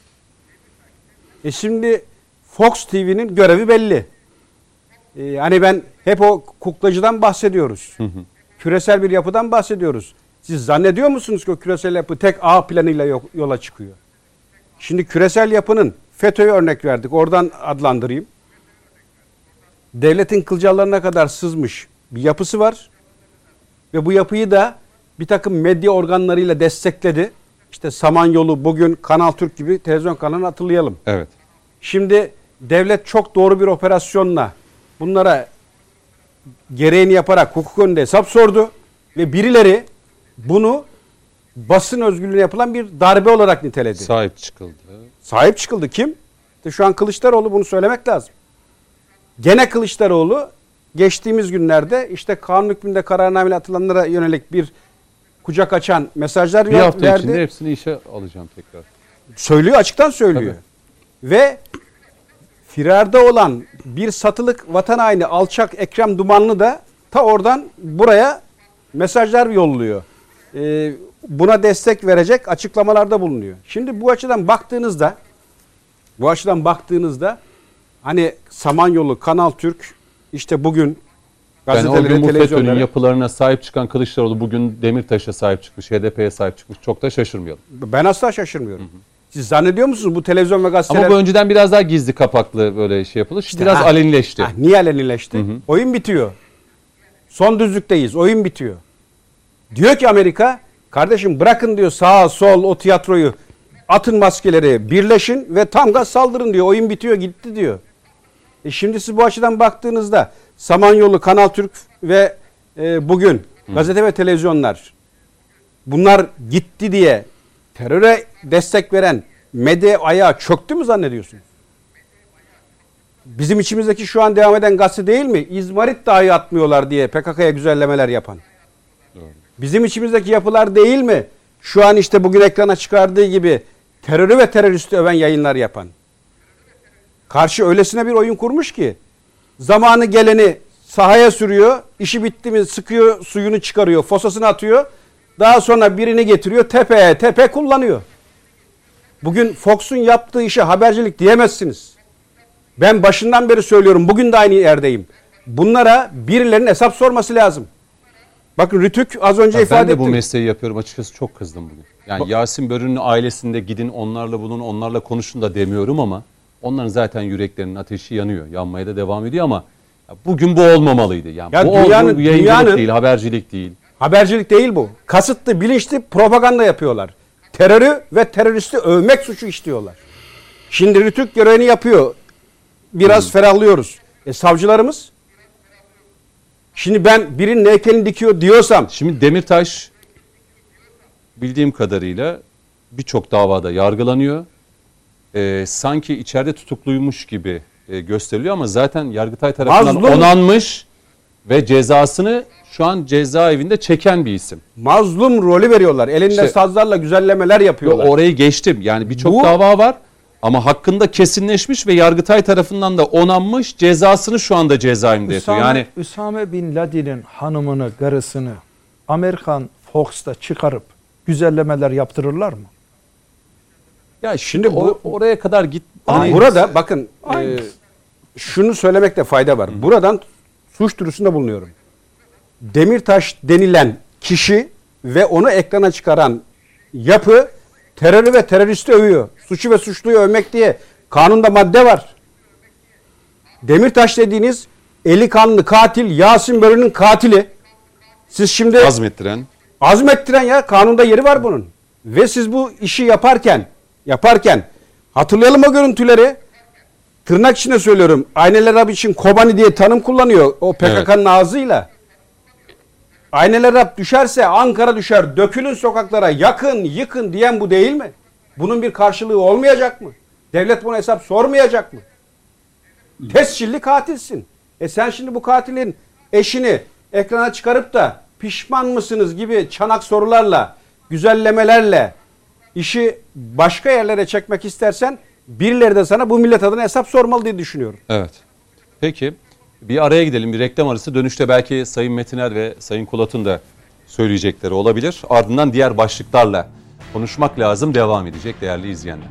Şimdi Fox TV'nin görevi belli. Hani ben hep o kuklacıdan bahsediyoruz. Küresel bir yapıdan bahsediyoruz. Siz zannediyor musunuz ki o küresel yapı tek A planıyla yola çıkıyor? Şimdi küresel yapının FETÖ'ye örnek verdik. Oradan adlandırayım. Devletin kılcallarına kadar sızmış bir yapısı var. Ve bu yapıyı da bir takım medya organlarıyla destekledi. İşte Samanyolu, bugün Kanal Türk gibi televizyon kanalını hatırlayalım. Evet. Şimdi devlet çok doğru bir operasyonla bunlara gereğini yaparak hukuk önünde hesap sordu. Ve birileri bunu basın özgürlüğüne yapılan bir darbe olarak niteledi. Sahip çıkıldı. Sahip çıkıldı. Kim? İşte şu an Kılıçdaroğlu, bunu söylemek lazım. Gene Kılıçdaroğlu geçtiğimiz günlerde işte kanun hükmünde kararnameyle atılanlara yönelik bir kucak açan mesajlar Bir hafta verdi. içinde hepsini işe alacağım tekrar. Söylüyor, açıktan söylüyor. Tabii. Ve firarda olan bir satılık vatan haini alçak Ekrem Dumanlı da ta oradan buraya mesajlar yolluyor. Buna destek verecek açıklamalarda bulunuyor. Şimdi bu açıdan baktığınızda hani Samanyolu, Kanal Türk, işte bugün Yani o gazeteleri, gün bu FETÖ'nün televizyonlara, yapılarına sahip çıkan Kılıçdaroğlu bugün Demirtaş'a sahip çıkmış, HDP'ye sahip çıkmış. Çok da şaşırmayalım. ben asla şaşırmıyorum. Siz zannediyor musunuz bu televizyon ve gazeteler... Ama bu önceden biraz daha gizli kapaklı böyle şey yapılır. Şimdi biraz alenileşti. Niye alenileşti? Oyun bitiyor. Son düzlükteyiz. Oyun bitiyor. Diyor ki Amerika, kardeşim bırakın diyor sağ sol o tiyatroyu, atın maskeleri, birleşin ve tam gaz saldırın diyor. Oyun bitiyor, gitti diyor. Şimdi siz bu açıdan baktığınızda Samanyolu, Kanal Türk ve bugün gazete ve televizyonlar, bunlar gitti diye teröre destek veren medya ayağı çöktü mü zannediyorsunuz? Bizim içimizdeki şu an devam eden gazete değil mi? İzmarit dahi atmıyorlar diye PKK'ya güzellemeler yapan. Doğru. Bizim içimizdeki yapılar değil mi? Şu an işte bugün ekrana çıkardığı gibi terörü ve teröristi öven yayınlar yapan. Karşı öylesine bir oyun kurmuş ki zamanı geleni sahaya sürüyor, işi bitti mi sıkıyor, suyunu çıkarıyor, fosasını atıyor. Daha sonra birini getiriyor, tepe kullanıyor. Bugün Fox'un yaptığı işe habercilik diyemezsiniz. Ben başından beri söylüyorum, bugün de aynı yerdeyim. Bunlara birilerinin hesap sorması lazım. Bakın Rütük az önce ifade etti. Ben de bu mesleği yapıyorum, açıkçası çok kızdım bugün. Yani Yasin Börü'nün ailesinde gidin onlarla bulun, onlarla konuşun da demiyorum ama onların zaten yüreklerinin ateşi yanıyor. Yanmaya da devam ediyor ama bugün bu olmamalıydı. Yani Ya bu yayıncılık değil, habercilik değil. Habercilik değil bu. Kasıtlı, bilinçli propaganda yapıyorlar. Terörü ve teröristi övmek suçu işliyorlar. Şimdi Rütük görevini yapıyor. Biraz ferahlıyoruz. Savcılarımız? Şimdi ben birinin heykelini dikiyor diyorsam... Şimdi Demirtaş bildiğim kadarıyla birçok davada yargılanıyor. Sanki içeride tutukluymuş gibi gösteriliyor ama zaten Yargıtay tarafından onanmış ve cezasını şu an cezaevinde çeken bir isim. Mazlum rolü veriyorlar. Elinde İşte- sazlarla güzellemeler yapıyorlar. Orayı geçtim. Yani birçok Bu- dava var ama hakkında kesinleşmiş ve Yargıtay tarafından da onanmış, cezasını şu anda cezaevinde yatıyor. Yani Üsame Bin Laden'in hanımını, karısını Amerikan Fox'ta çıkarıp güzellemeler yaptırırlar mı? ya şimdi bu- oraya kadar git. Hani- Burada bakın Aynısı. şunu söylemekte fayda var. Buradan suç duyurusunda bulunuyorum. Demirtaş denilen kişi ve onu ekrana çıkaran yapı terörü ve teröristi övüyor. Suçu ve suçluyu övmek diye kanunda madde var. Demirtaş dediğiniz eli kanlı katil, Yasin Börü'nün katili. Siz şimdi azmettiren ya, kanunda yeri var bunun. Ve siz bu işi yaparken hatırlayalım o görüntüleri. Tırnak içinde söylüyorum. Ayneler Rab için Kobani diye tanım kullanıyor o PKK'nın ağzıyla. Ayneler Rab düşerse Ankara düşer, dökülün sokaklara, yakın, yıkın diyen bu değil mi? Bunun bir karşılığı olmayacak mı? Devlet buna hesap sormayacak mı? Tescilli katilsin. Sen şimdi bu katilin eşini ekrana çıkarıp da pişman mısınız gibi çanak sorularla, güzellemelerle işi başka yerlere çekmek istersen birileri de sana bu millet adına hesap sormalı diye düşünüyorum. Evet. Peki bir araya gidelim, bir reklam arası. Dönüşte belki Sayın Metiner ve Sayın Kulat'ın da söyleyecekleri olabilir. Ardından diğer başlıklarla konuşmak lazım devam edecek değerli izleyenler.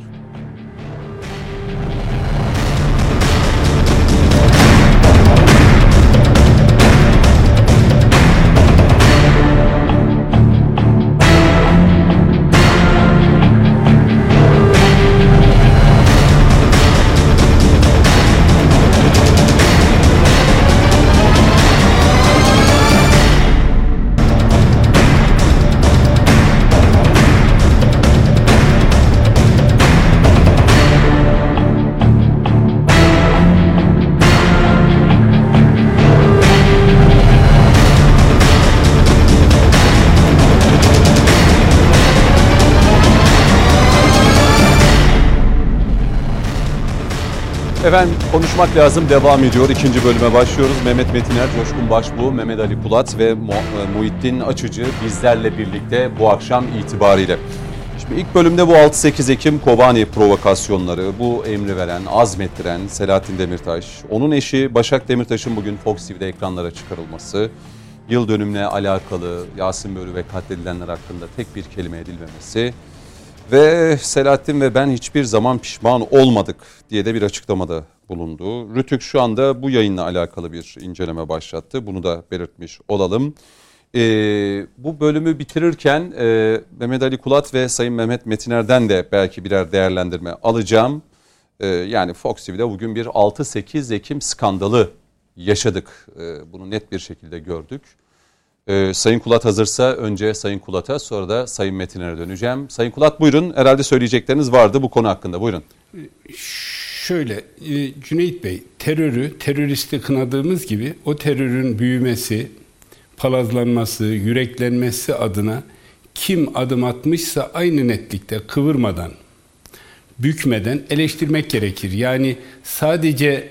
Efendim konuşmak lazım devam ediyor. İkinci bölüme başlıyoruz. Mehmet Metiner, Coşkun Başbuğ, Mehmet Ali Pulat ve Muhittin Açıcı bizlerle birlikte bu akşam itibariyle. Şimdi ilk bölümde bu 6-8 Ekim Kobani provokasyonları, bu emri veren, azmettiren Selahattin Demirtaş, onun eşi Başak Demirtaş'ın bugün Fox TV'de ekranlara çıkarılması, yıl dönümüne alakalı Yasin Börü ve katledilenler hakkında tek bir kelime edilmemesi ve Selahattin ve ben hiçbir zaman pişman olmadık diye de bir açıklamada bulundu. Rütük şu anda bu yayınla alakalı bir inceleme başlattı. Bunu da belirtmiş olalım. Bu bölümü bitirirken Mehmet Ali Kulat ve Sayın Mehmet Metiner'den de belki birer değerlendirme alacağım. Yani Fox TV'de bugün bir 6-8 Ekim skandalı yaşadık. Bunu net bir şekilde gördük. Sayın Kulat hazırsa önce Sayın Kulat'a, sonra da Sayın Metiner'e döneceğim. Sayın Kulat buyurun, herhalde söyleyecekleriniz vardı bu konu hakkında, buyurun. Şöyle Cüneyt Bey, teröristi kınadığımız gibi o terörün büyümesi, palazlanması, yüreklenmesi adına kim adım atmışsa aynı netlikte kıvırmadan, bükmeden eleştirmek gerekir. Yani sadece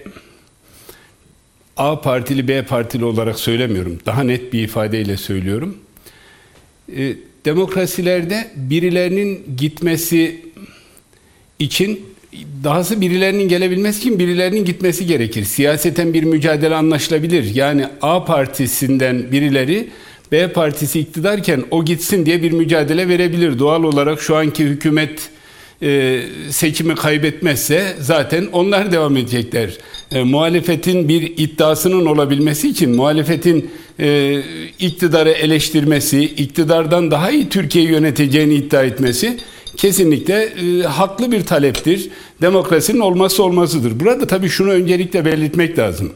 A partili, B partili olarak söylemiyorum. Daha net bir ifadeyle söylüyorum. Demokrasilerde birilerinin gitmesi için, dahası birilerinin gelebilmesi için birilerinin gitmesi gerekir. Siyaseten bir mücadele anlaşılabilir. Yani A partisinden birileri B partisi iktidarken o gitsin diye bir mücadele verebilir. Doğal olarak şu anki hükümet seçimi kaybetmezse zaten onlar devam edecekler. Muhalefetin bir iddiasının olabilmesi için muhalefetin iktidarı eleştirmesi, iktidardan daha iyi Türkiye'yi yöneteceğini iddia etmesi kesinlikle haklı bir taleptir. Demokrasinin olmazsa olmazıdır. Burada tabii şunu öncelikle belirtmek lazım.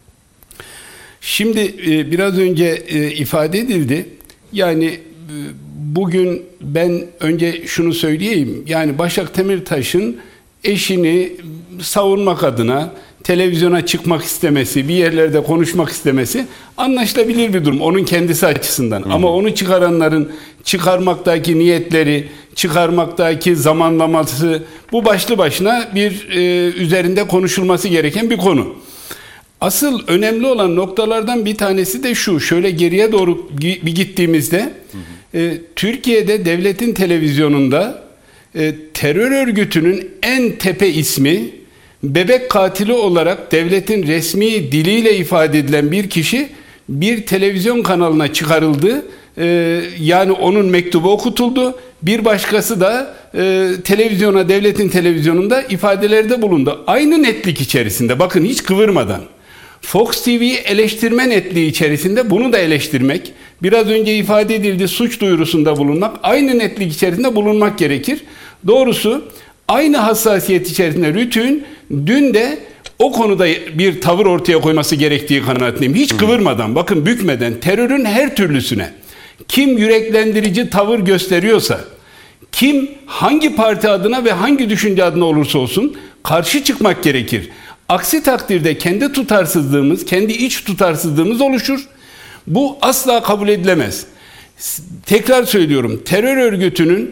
Şimdi biraz önce ifade edildi. Yani bugün ben önce şunu söyleyeyim. Yani Başak Demirtaş'ın eşini savunmak adına televizyona çıkmak istemesi, bir yerlerde konuşmak istemesi anlaşılabilir bir durum onun kendisi açısından. Ama onu çıkaranların çıkarmaktaki niyetleri, çıkarmaktaki zamanlaması bu başlı başına bir üzerinde konuşulması gereken bir konu. Asıl önemli olan noktalardan bir tanesi de şu. Şöyle geriye doğru bir gittiğimizde Türkiye'de devletin televizyonunda terör örgütünün en tepe ismi, bebek katili olarak devletin resmi diliyle ifade edilen bir kişi bir televizyon kanalına çıkarıldı. Yani onun mektubu okutuldu. Bir başkası da televizyona, devletin televizyonunda ifadelerde bulundu. Aynı netlik içerisinde, bakın hiç kıvırmadan. Fox TV'yi eleştirme netliği içerisinde bunu da eleştirmek, biraz önce ifade edildi suç duyurusunda bulunmak, aynı netlik içerisinde bulunmak gerekir. Doğrusu aynı hassasiyet içerisinde RTÜK'ün dün de o konuda bir tavır ortaya koyması gerektiği kanaatindeyim. Hiç kıvırmadan, bakın bükmeden, terörün her türlüsüne kim yüreklendirici tavır gösteriyorsa, kim hangi parti adına ve hangi düşünce adına olursa olsun karşı çıkmak gerekir. Aksi takdirde kendi tutarsızlığımız, kendi iç tutarsızlığımız oluşur. Bu asla kabul edilemez. Tekrar söylüyorum, terör örgütünün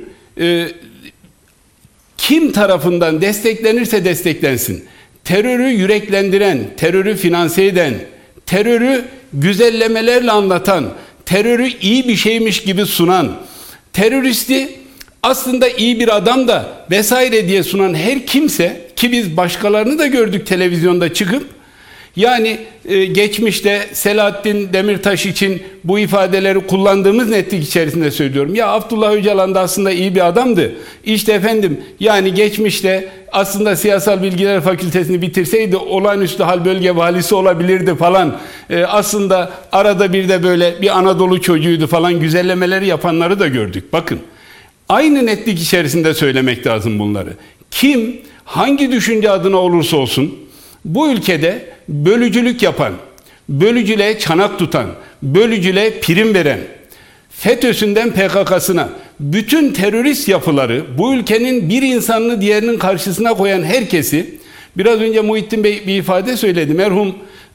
kim tarafından desteklenirse desteklensin, terörü yüreklendiren, terörü finanse eden, terörü güzellemelerle anlatan, terörü iyi bir şeymiş gibi sunan, teröristi aslında iyi bir adam da vesaire diye sunan her kimse, ki biz başkalarını da gördük televizyonda çıkıp, yani geçmişte Selahattin Demirtaş için bu ifadeleri kullandığımız netlik içerisinde söylüyorum. Ya Abdullah Öcalan da aslında iyi bir adamdı. İşte efendim, yani geçmişte aslında Siyasal Bilgiler Fakültesini bitirseydi olağanüstü hal bölge valisi olabilirdi falan. Aslında arada bir de böyle bir Anadolu çocuğuydu falan güzellemeleri yapanları da gördük. Bakın, aynı netlik içerisinde söylemek lazım bunları. Kim hangi düşünce adına olursa olsun bu ülkede bölücülük yapan, bölücülüğe çanak tutan, bölücülüğe prim veren, FETÖ'sünden PKK'sına bütün terörist yapıları, bu ülkenin bir insanını diğerinin karşısına koyan herkesi, biraz önce Muhittin Bey bir ifade söyledi. Merhum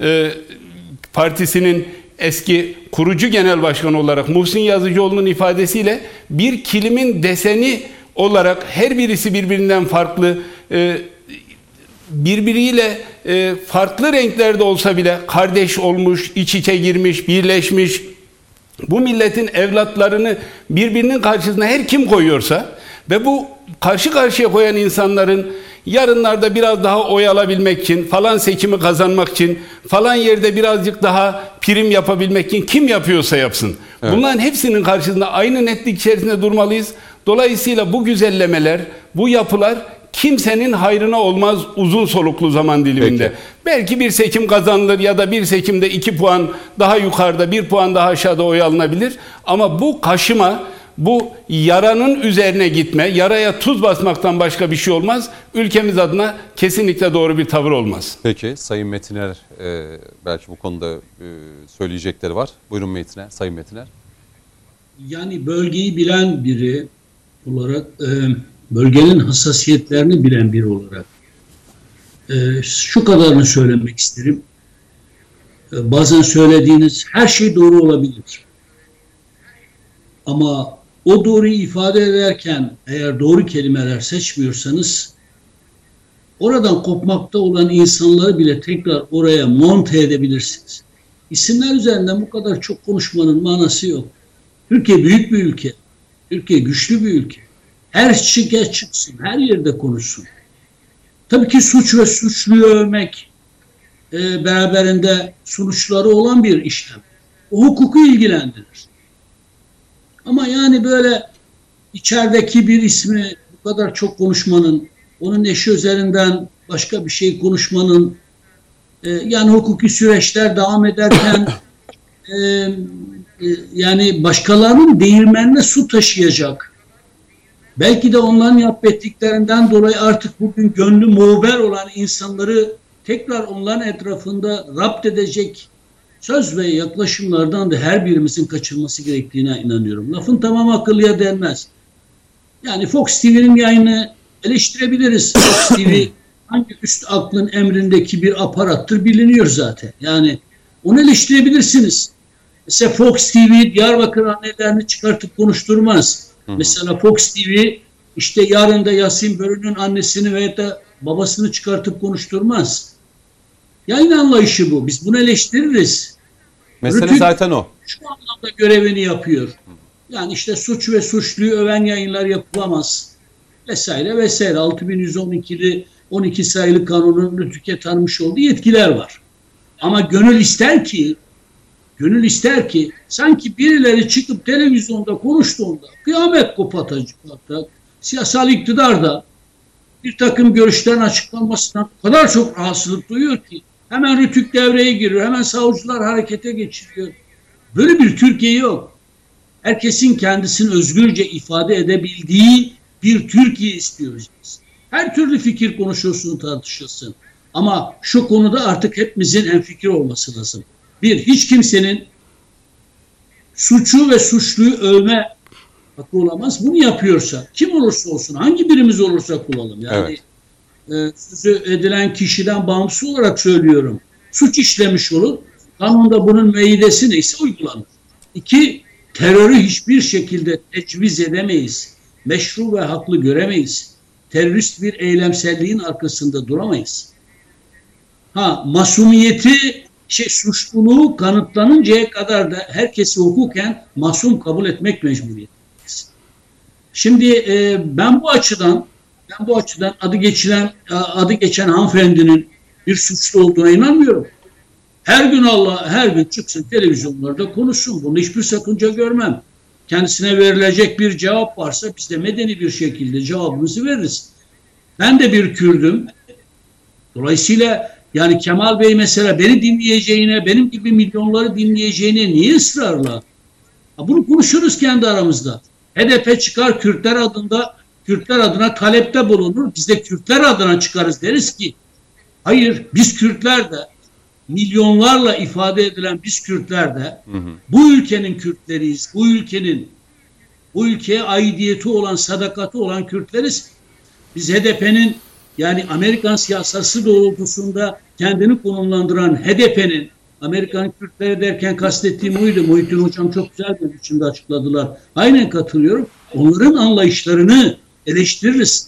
partisinin eski kurucu genel başkanı olarak Muhsin Yazıcıoğlu'nun ifadesiyle bir kilimin deseni olarak her birisi birbirinden farklı, birbiriyle farklı renklerde olsa bile kardeş olmuş, iç içe girmiş, birleşmiş, bu milletin evlatlarını birbirinin karşısına her kim koyuyorsa ve bu karşı karşıya koyan insanların yarınlarda biraz daha oy alabilmek için, falan seçimi kazanmak için, falan yerde birazcık daha prim yapabilmek için kim yapıyorsa yapsın. Evet. Bunların hepsinin karşısında aynı netlik içerisinde durmalıyız. Dolayısıyla bu güzellemeler, bu yapılar kimsenin hayrına olmaz uzun soluklu zaman diliminde. Peki. Belki bir seçim kazanılır ya da bir seçimde 2 puan daha yukarıda, 1 puan daha aşağıda oy alınabilir. Ama bu kaşıma, bu yaranın üzerine gitme, yaraya tuz basmaktan başka bir şey olmaz. Ülkemiz adına kesinlikle doğru bir tavır olmaz. Peki Sayın Metiner belki bu konuda söyleyecekleri var. Buyurun Metiner, Sayın Metiner. Yani bölgeyi bilen biri olarak, bölgenin hassasiyetlerini bilen biri olarak şu kadarını söylemek isterim. Bazen söylediğiniz her şey doğru olabilir. Ama o doğruyu ifade ederken eğer doğru kelimeler seçmiyorsanız oradan kopmakta olan insanları bile tekrar oraya monte edebilirsiniz. İsimler üzerinden bu kadar çok konuşmanın manası yok. Türkiye büyük bir ülke. Türkiye güçlü bir ülke. Her şirket çıksın, her yerde konuşsun. Tabii ki suç ve suçluyu övmek beraberinde sonuçları olan bir işlem. O hukuku ilgilendirir. Ama yani böyle içerideki bir ismi bu kadar çok konuşmanın, onun eşi üzerinden başka bir şey konuşmanın, yani hukuki süreçler devam ederken yani başkalarının değirmenine su taşıyacak, belki de onların yapıp ettiklerinden dolayı artık bugün gönlü muğber olan insanları tekrar onların etrafında rapt edecek söz ve yaklaşımlardan da her birimizin kaçınması gerektiğine inanıyorum. Lafın tamamı akıllıya denmez. Yani Fox TV'nin yayını eleştirebiliriz. Fox TV hangi üst aklın emrindeki bir aparattır biliniyor zaten. Yani onu eleştirebilirsiniz. Mesela Fox TV Diyarbakır annelerini çıkartıp konuşturmaz. Mesela Fox TV işte yarın da Yasin Börü'nün annesini veya da babasını çıkartıp konuşturmaz. Yayın anlayışı bu. Biz bunu eleştiririz. Mesele Rütük zaten o. şu anlamda görevini yapıyor. Yani işte suç ve suçluyu öven yayınlar yapılamaz. Vesaire vesaire. 6112'li 12 sayılı kanunun Rütük'e tanımış olduğu yetkiler var. Ama gönül ister ki sanki birileri çıkıp televizyonda konuştuğunda kıyamet kopatacak. Hatta siyasal iktidar da bir takım görüşlerin açıklanmasından o kadar çok rahatsızlık duyuyor ki hemen Rütük devreye giriyor. Hemen savcılar harekete geçiriyor. Böyle bir Türkiye yok. Herkesin kendisini özgürce ifade edebildiği bir Türkiye istiyoruz biz. Her türlü fikir konuşulsun, tartışılsın. Ama şu konuda artık hepimizin hemfikir olması lazım. Bir, hiç kimsenin suçu ve suçluyu övme hakkı olamaz. Bunu yapıyorsa, kim olursa olsun, hangi birimiz olursak olalım. Yani sözü edilen kişiden bağımsız olarak söylüyorum. Suç işlemiş olur. Kanunda bunun meydesi neyse uygulanır. İki, terörü hiçbir şekilde tecviz edemeyiz. Meşru ve haklı göremeyiz. Terörist bir eylemselliğin arkasında duramayız. Masumiyeti, suçluluğu kanıtlanıncaya kadar da herkesi hukuken masum kabul etmek mecburiyetindeyiz. Şimdi ben bu açıdan adı geçen hanımefendinin bir suçlu olduğuna inanmıyorum. Her gün çıksın televizyonlarda konuşsun. Bunu hiçbir sakınca görmem. Kendisine verilecek bir cevap varsa biz de medeni bir şekilde cevabımızı veririz. Ben de bir Kürdüm. Dolayısıyla yani Kemal Bey mesela beni dinleyeceğine, benim gibi milyonları dinleyeceğine niye ısrarla? Bunu konuşuruz kendi aramızda. HDP çıkar Kürtler adına talepte bulunur. Biz de Kürtler adına çıkarız, deriz ki hayır, biz Kürtler de, milyonlarla ifade edilen biz Kürtler de bu ülkenin Kürtleriyiz. Bu ülkeye aidiyeti olan, sadakati olan Kürtleriz. Biz HDP'nin, yani Amerikan siyasası doğrultusunda kendini konumlandıran HDP'nin, Amerikan Kürtleri derken kastettiğim oydu. Muhittin Hocam çok güzel bir biçimde açıkladılar. Aynen katılıyorum. Onların anlayışlarını eleştiririz.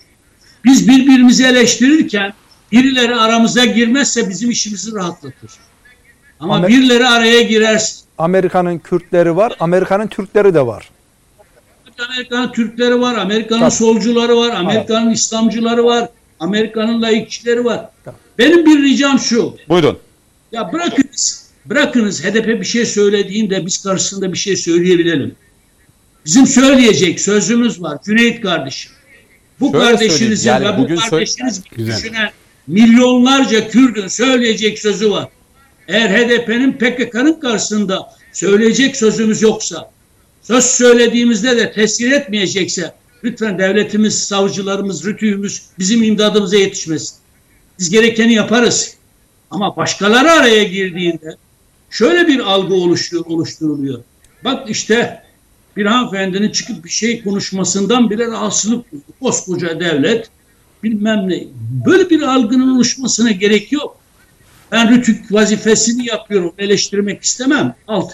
Biz birbirimizi eleştirirken birileri aramıza girmezse bizim işimizi rahatlatır. Ama birileri araya girerse. Amerika'nın Kürtleri var, Amerika'nın Türkleri de var. Amerika'nın Türkleri var, Amerika'nın solcuları var, Amerika'nın İslamcıları var, Amerika'nın laikçileri var. Benim bir ricam şu. Buyurun. Ya bırakınız HDP bir şey söylediğinde biz karşısında bir şey söyleyebilelim. Bizim söyleyecek sözümüz var Cüneyt kardeşim. Bu Şöyle kardeşinizin yani ve bu kardeşiniz gibi düşünen milyonlarca Kürdün söyleyecek sözü var. Eğer HDP'nin, PKK'nın karşısında söyleyecek sözümüz yoksa, söz söylediğimizde de tesir etmeyecekse lütfen devletimiz, savcılarımız, rütüğümüz bizim imdadımıza yetişmesin. Biz gerekeni yaparız. Ama başkaları araya girdiğinde şöyle bir algı oluşturuluyor. Bak işte bir hanımefendinin çıkıp bir şey konuşmasından bile rahatsızlık duydu. Koskoca devlet bilmem ne. Böyle bir algının oluşmasına gerek yok. Ben Rütük vazifesini yapıyorum. Eleştirmek istemem.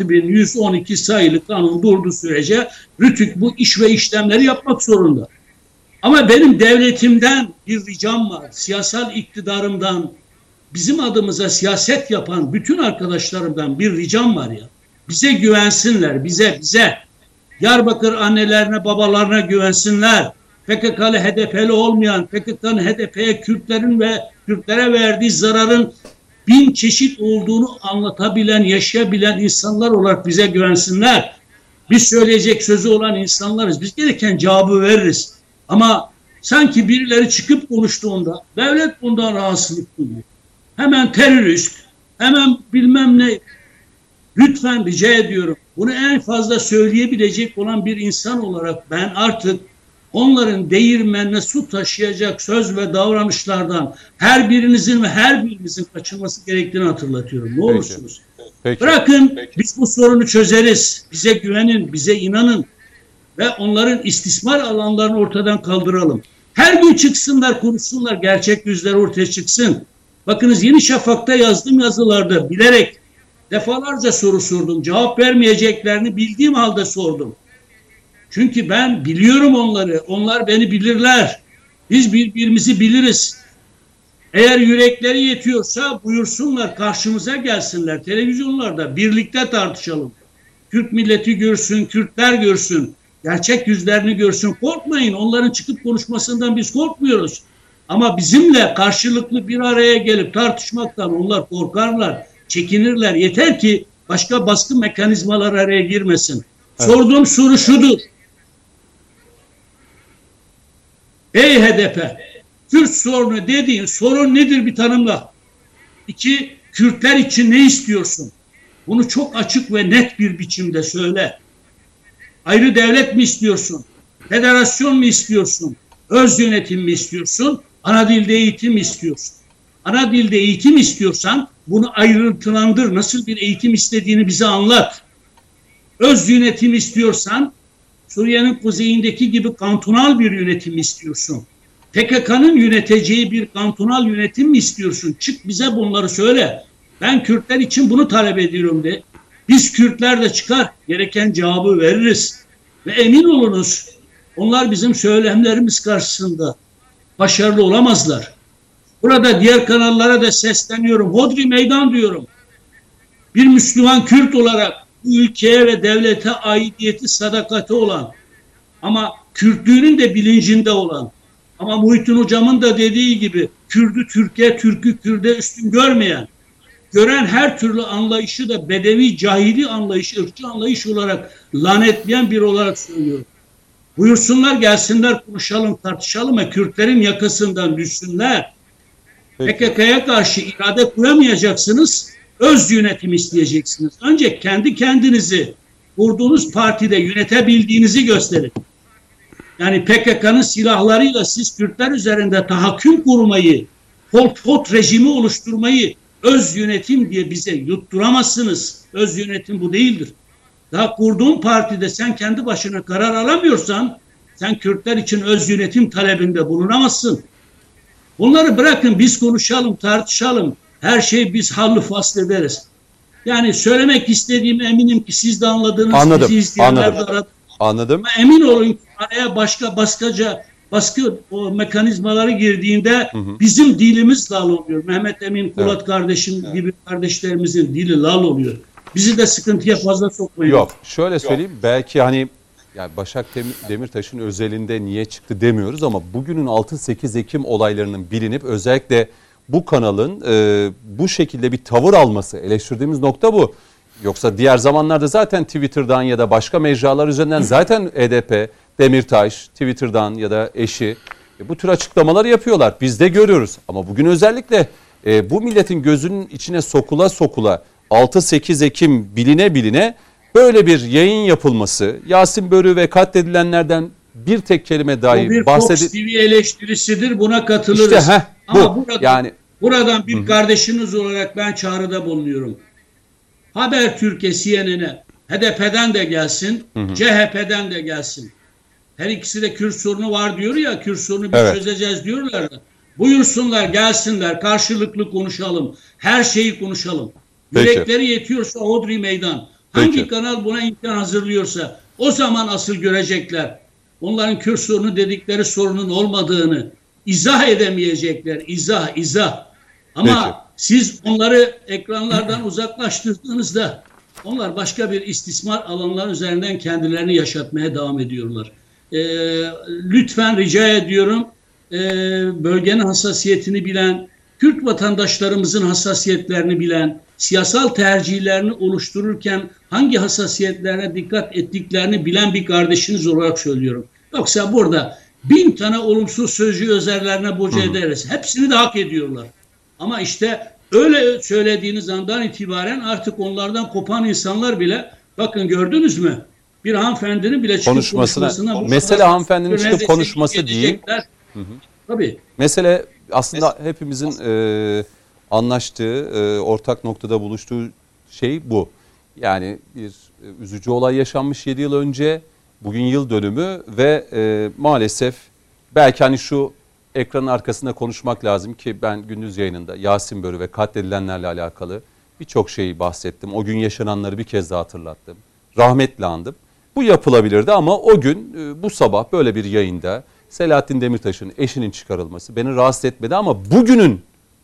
6112 sayılı kanun durduğu sürece Rütük bu iş ve işlemleri yapmak zorunda. Ama benim devletimden bir ricam var. Siyasal iktidarımdan, bizim adımıza siyaset yapan bütün arkadaşlarımdan bir ricam var ya. Bize güvensinler, bize. Diyarbakır annelerine, babalarına güvensinler. PKK'lı, HDP'li olmayan, PKK'nın HDP'ye, Kürtlerin ve Kürtlere verdiği zararın 1000 çeşit olduğunu anlatabilen, yaşayabilen insanlar olarak bize güvensinler. Biz söyleyecek sözü olan insanlarız. Biz gereken cevabı veririz. Ama sanki birileri çıkıp konuştuğunda devlet bundan rahatsızlık duyuyor. Hemen terörist, hemen bilmem ne. Lütfen rica ediyorum. Bunu en fazla söyleyebilecek olan bir insan olarak ben artık onların değirmenine su taşıyacak söz ve davranışlardan her birinizin ve her birimizin kaçınması gerektiğini hatırlatıyorum. Ne olursunuz. Peki. Bırakın biz bu sorunu çözeriz. Bize güvenin, bize inanın ve onların istismar alanlarını ortadan kaldıralım. Her gün çıksınlar, konuşsunlar, gerçek yüzleri ortaya çıksın. Bakınız Yeni Şafak'ta yazdığım yazılarda bilerek defalarca soru sordum. Cevap vermeyeceklerini bildiğim halde sordum. Çünkü ben biliyorum onları. Onlar beni bilirler. Biz birbirimizi biliriz. Eğer yürekleri yetiyorsa buyursunlar, karşımıza gelsinler. Televizyonlarda birlikte tartışalım. Kürt milleti görsün, Kürtler görsün. Gerçek yüzlerini görsün. Korkmayın. Onların çıkıp konuşmasından biz korkmuyoruz. Ama bizimle karşılıklı bir araya gelip tartışmaktan onlar korkarlar, çekinirler. Yeter ki başka baskı mekanizmalar araya girmesin. Evet. Sorduğum soru şudur. Ey HDP, Kürt sorunu dediğin sorun nedir bir tanımla. 2, Kürtler için ne istiyorsun? Bunu çok açık ve net bir biçimde söyle. Ayrı devlet mi istiyorsun? Federasyon mu istiyorsun? Öz yönetim mi istiyorsun? Ana dilde eğitim mi istiyorsun? Ana dilde eğitim istiyorsan bunu ayrıntılandır. Nasıl bir eğitim istediğini bize anlat. Öz yönetim istiyorsan Suriye'nin kuzeyindeki gibi kantonal bir yönetim istiyorsun? PKK'nın yöneteceği bir kantonal yönetim mi istiyorsun? Çık bize bunları söyle. Ben Kürtler için bunu talep ediyorum de. Biz Kürtler de çıkar. Gereken cevabı veririz. Ve emin olunuz onlar bizim söylemlerimiz karşısında başarılı olamazlar. Burada diğer kanallara da sesleniyorum. Hodri meydan diyorum. Bir Müslüman Kürt olarak bu ülkeye ve devlete aidiyeti, sadakati olan ama Kürtlüğünün de bilincinde olan ama Muhittin Hocam'ın da dediği gibi Kürdü Türkiye, Türk'ü Kürt'e üstün görmeyen, gören her türlü anlayışı da bedevi, cahili anlayış, ırkçı anlayış olarak lanetleyen biri olarak söylüyorum. Buyursunlar gelsinler konuşalım, tartışalım ve Kürtlerin yakasından düşsünler. PKK'ya karşı irade kuramayacaksınız, öz yönetim isteyeceksiniz. Önce kendi kendinizi kurduğunuz partide yönetebildiğinizi gösterin. Yani PKK'nın silahlarıyla siz Kürtler üzerinde tahakküm kurmayı, Pol Pot rejimi oluşturmayı öz yönetim diye bize yutturamazsınız. Öz yönetim bu değildir. Daha kurduğun partide sen kendi başına karar alamıyorsan sen Kürtler için öz yönetim talebinde bulunamazsın. Bunları bırakın biz konuşalım, tartışalım. Her şeyi biz hallı fasl ederiz. Yani söylemek istediğimi eminim ki siz de anladınız. Anladım, Bizi izleyenler de anladım. Ama emin olun ki araya başka baskı o mekanizmaları girdiğinde bizim dilimiz lal oluyor. Mehmet Emin Kulat kardeşim gibi kardeşlerimizin dili lal oluyor. Bizi de sıkıntıya fazla sokmayın. Yok, şöyle söyleyeyim. Belki hani yani Başak Demirtaş'ın özelinde niye çıktı demiyoruz ama bugünün 6-8 Ekim olaylarının bilinip özellikle bu kanalın bu şekilde bir tavır alması, eleştirdiğimiz nokta bu. Yoksa diğer zamanlarda zaten Twitter'dan ya da başka mecralar üzerinden zaten HDP, Demirtaş, Twitter'dan ya da eşi bu tür açıklamalar yapıyorlar. Biz de görüyoruz. Ama bugün özellikle bu milletin gözünün içine sokula sokula 6-8 Ekim biline biline böyle bir yayın yapılması, Yasin Börü ve katledilenlerden bir tek kelime dahi bu bir Fox TV eleştirisidir. Buna katılırız. İşte, ama buradan bir kardeşiniz olarak ben çağrıda bulunuyorum. Habertürk'e, CNN'e, HDP'den de gelsin, CHP'den de gelsin. Her ikisi de Kürt sorunu var diyor ya, Kürt sorunu biz çözeceğiz diyorlar da. Buyursunlar, gelsinler, karşılıklı konuşalım, her şeyi konuşalım. Yürekleri yetiyorsa hodri meydan. Hangi kanal buna imkan hazırlıyorsa o zaman asıl görecekler. Onların Kürt sorunu dedikleri sorunun olmadığını izah edemeyecekler. İzah. Ama siz onları ekranlardan uzaklaştırdığınızda onlar başka bir istismar alanlar üzerinden kendilerini yaşatmaya devam ediyorlar. Lütfen rica ediyorum bölgenin hassasiyetini bilen, Kürt vatandaşlarımızın hassasiyetlerini bilen, siyasal tercihlerini oluştururken hangi hassasiyetlerine dikkat ettiklerini bilen bir kardeşiniz olarak söylüyorum. Yoksa burada 1000 tane olumsuz sözcüğü üzerlerine boca ederiz. Hepsini de hak ediyorlar. Ama işte öyle söylediğiniz andan itibaren artık onlardan kopan insanlar bile bakın gördünüz mü? Bir hanımefendinin bile çıkıp konuşmasına mesele hanımefendinin çıkıp konuşması değil. Tabii. Mesele aslında hepimizin anlaştığı, ortak noktada buluştuğu şey bu. Yani bir üzücü olay yaşanmış 7 yıl önce, bugün yıl dönümü ve maalesef belki hani şu ekranın arkasında konuşmak lazım ki ben gündüz yayınında Yasin Börü ve katledilenlerle alakalı birçok şeyi bahsettim. O gün yaşananları bir kez daha hatırlattım. Rahmetle andım. Bu yapılabilirdi ama o gün bu sabah böyle bir yayında Selahattin Demirtaş'ın eşinin çıkarılması beni rahatsız etmedi ama bugünün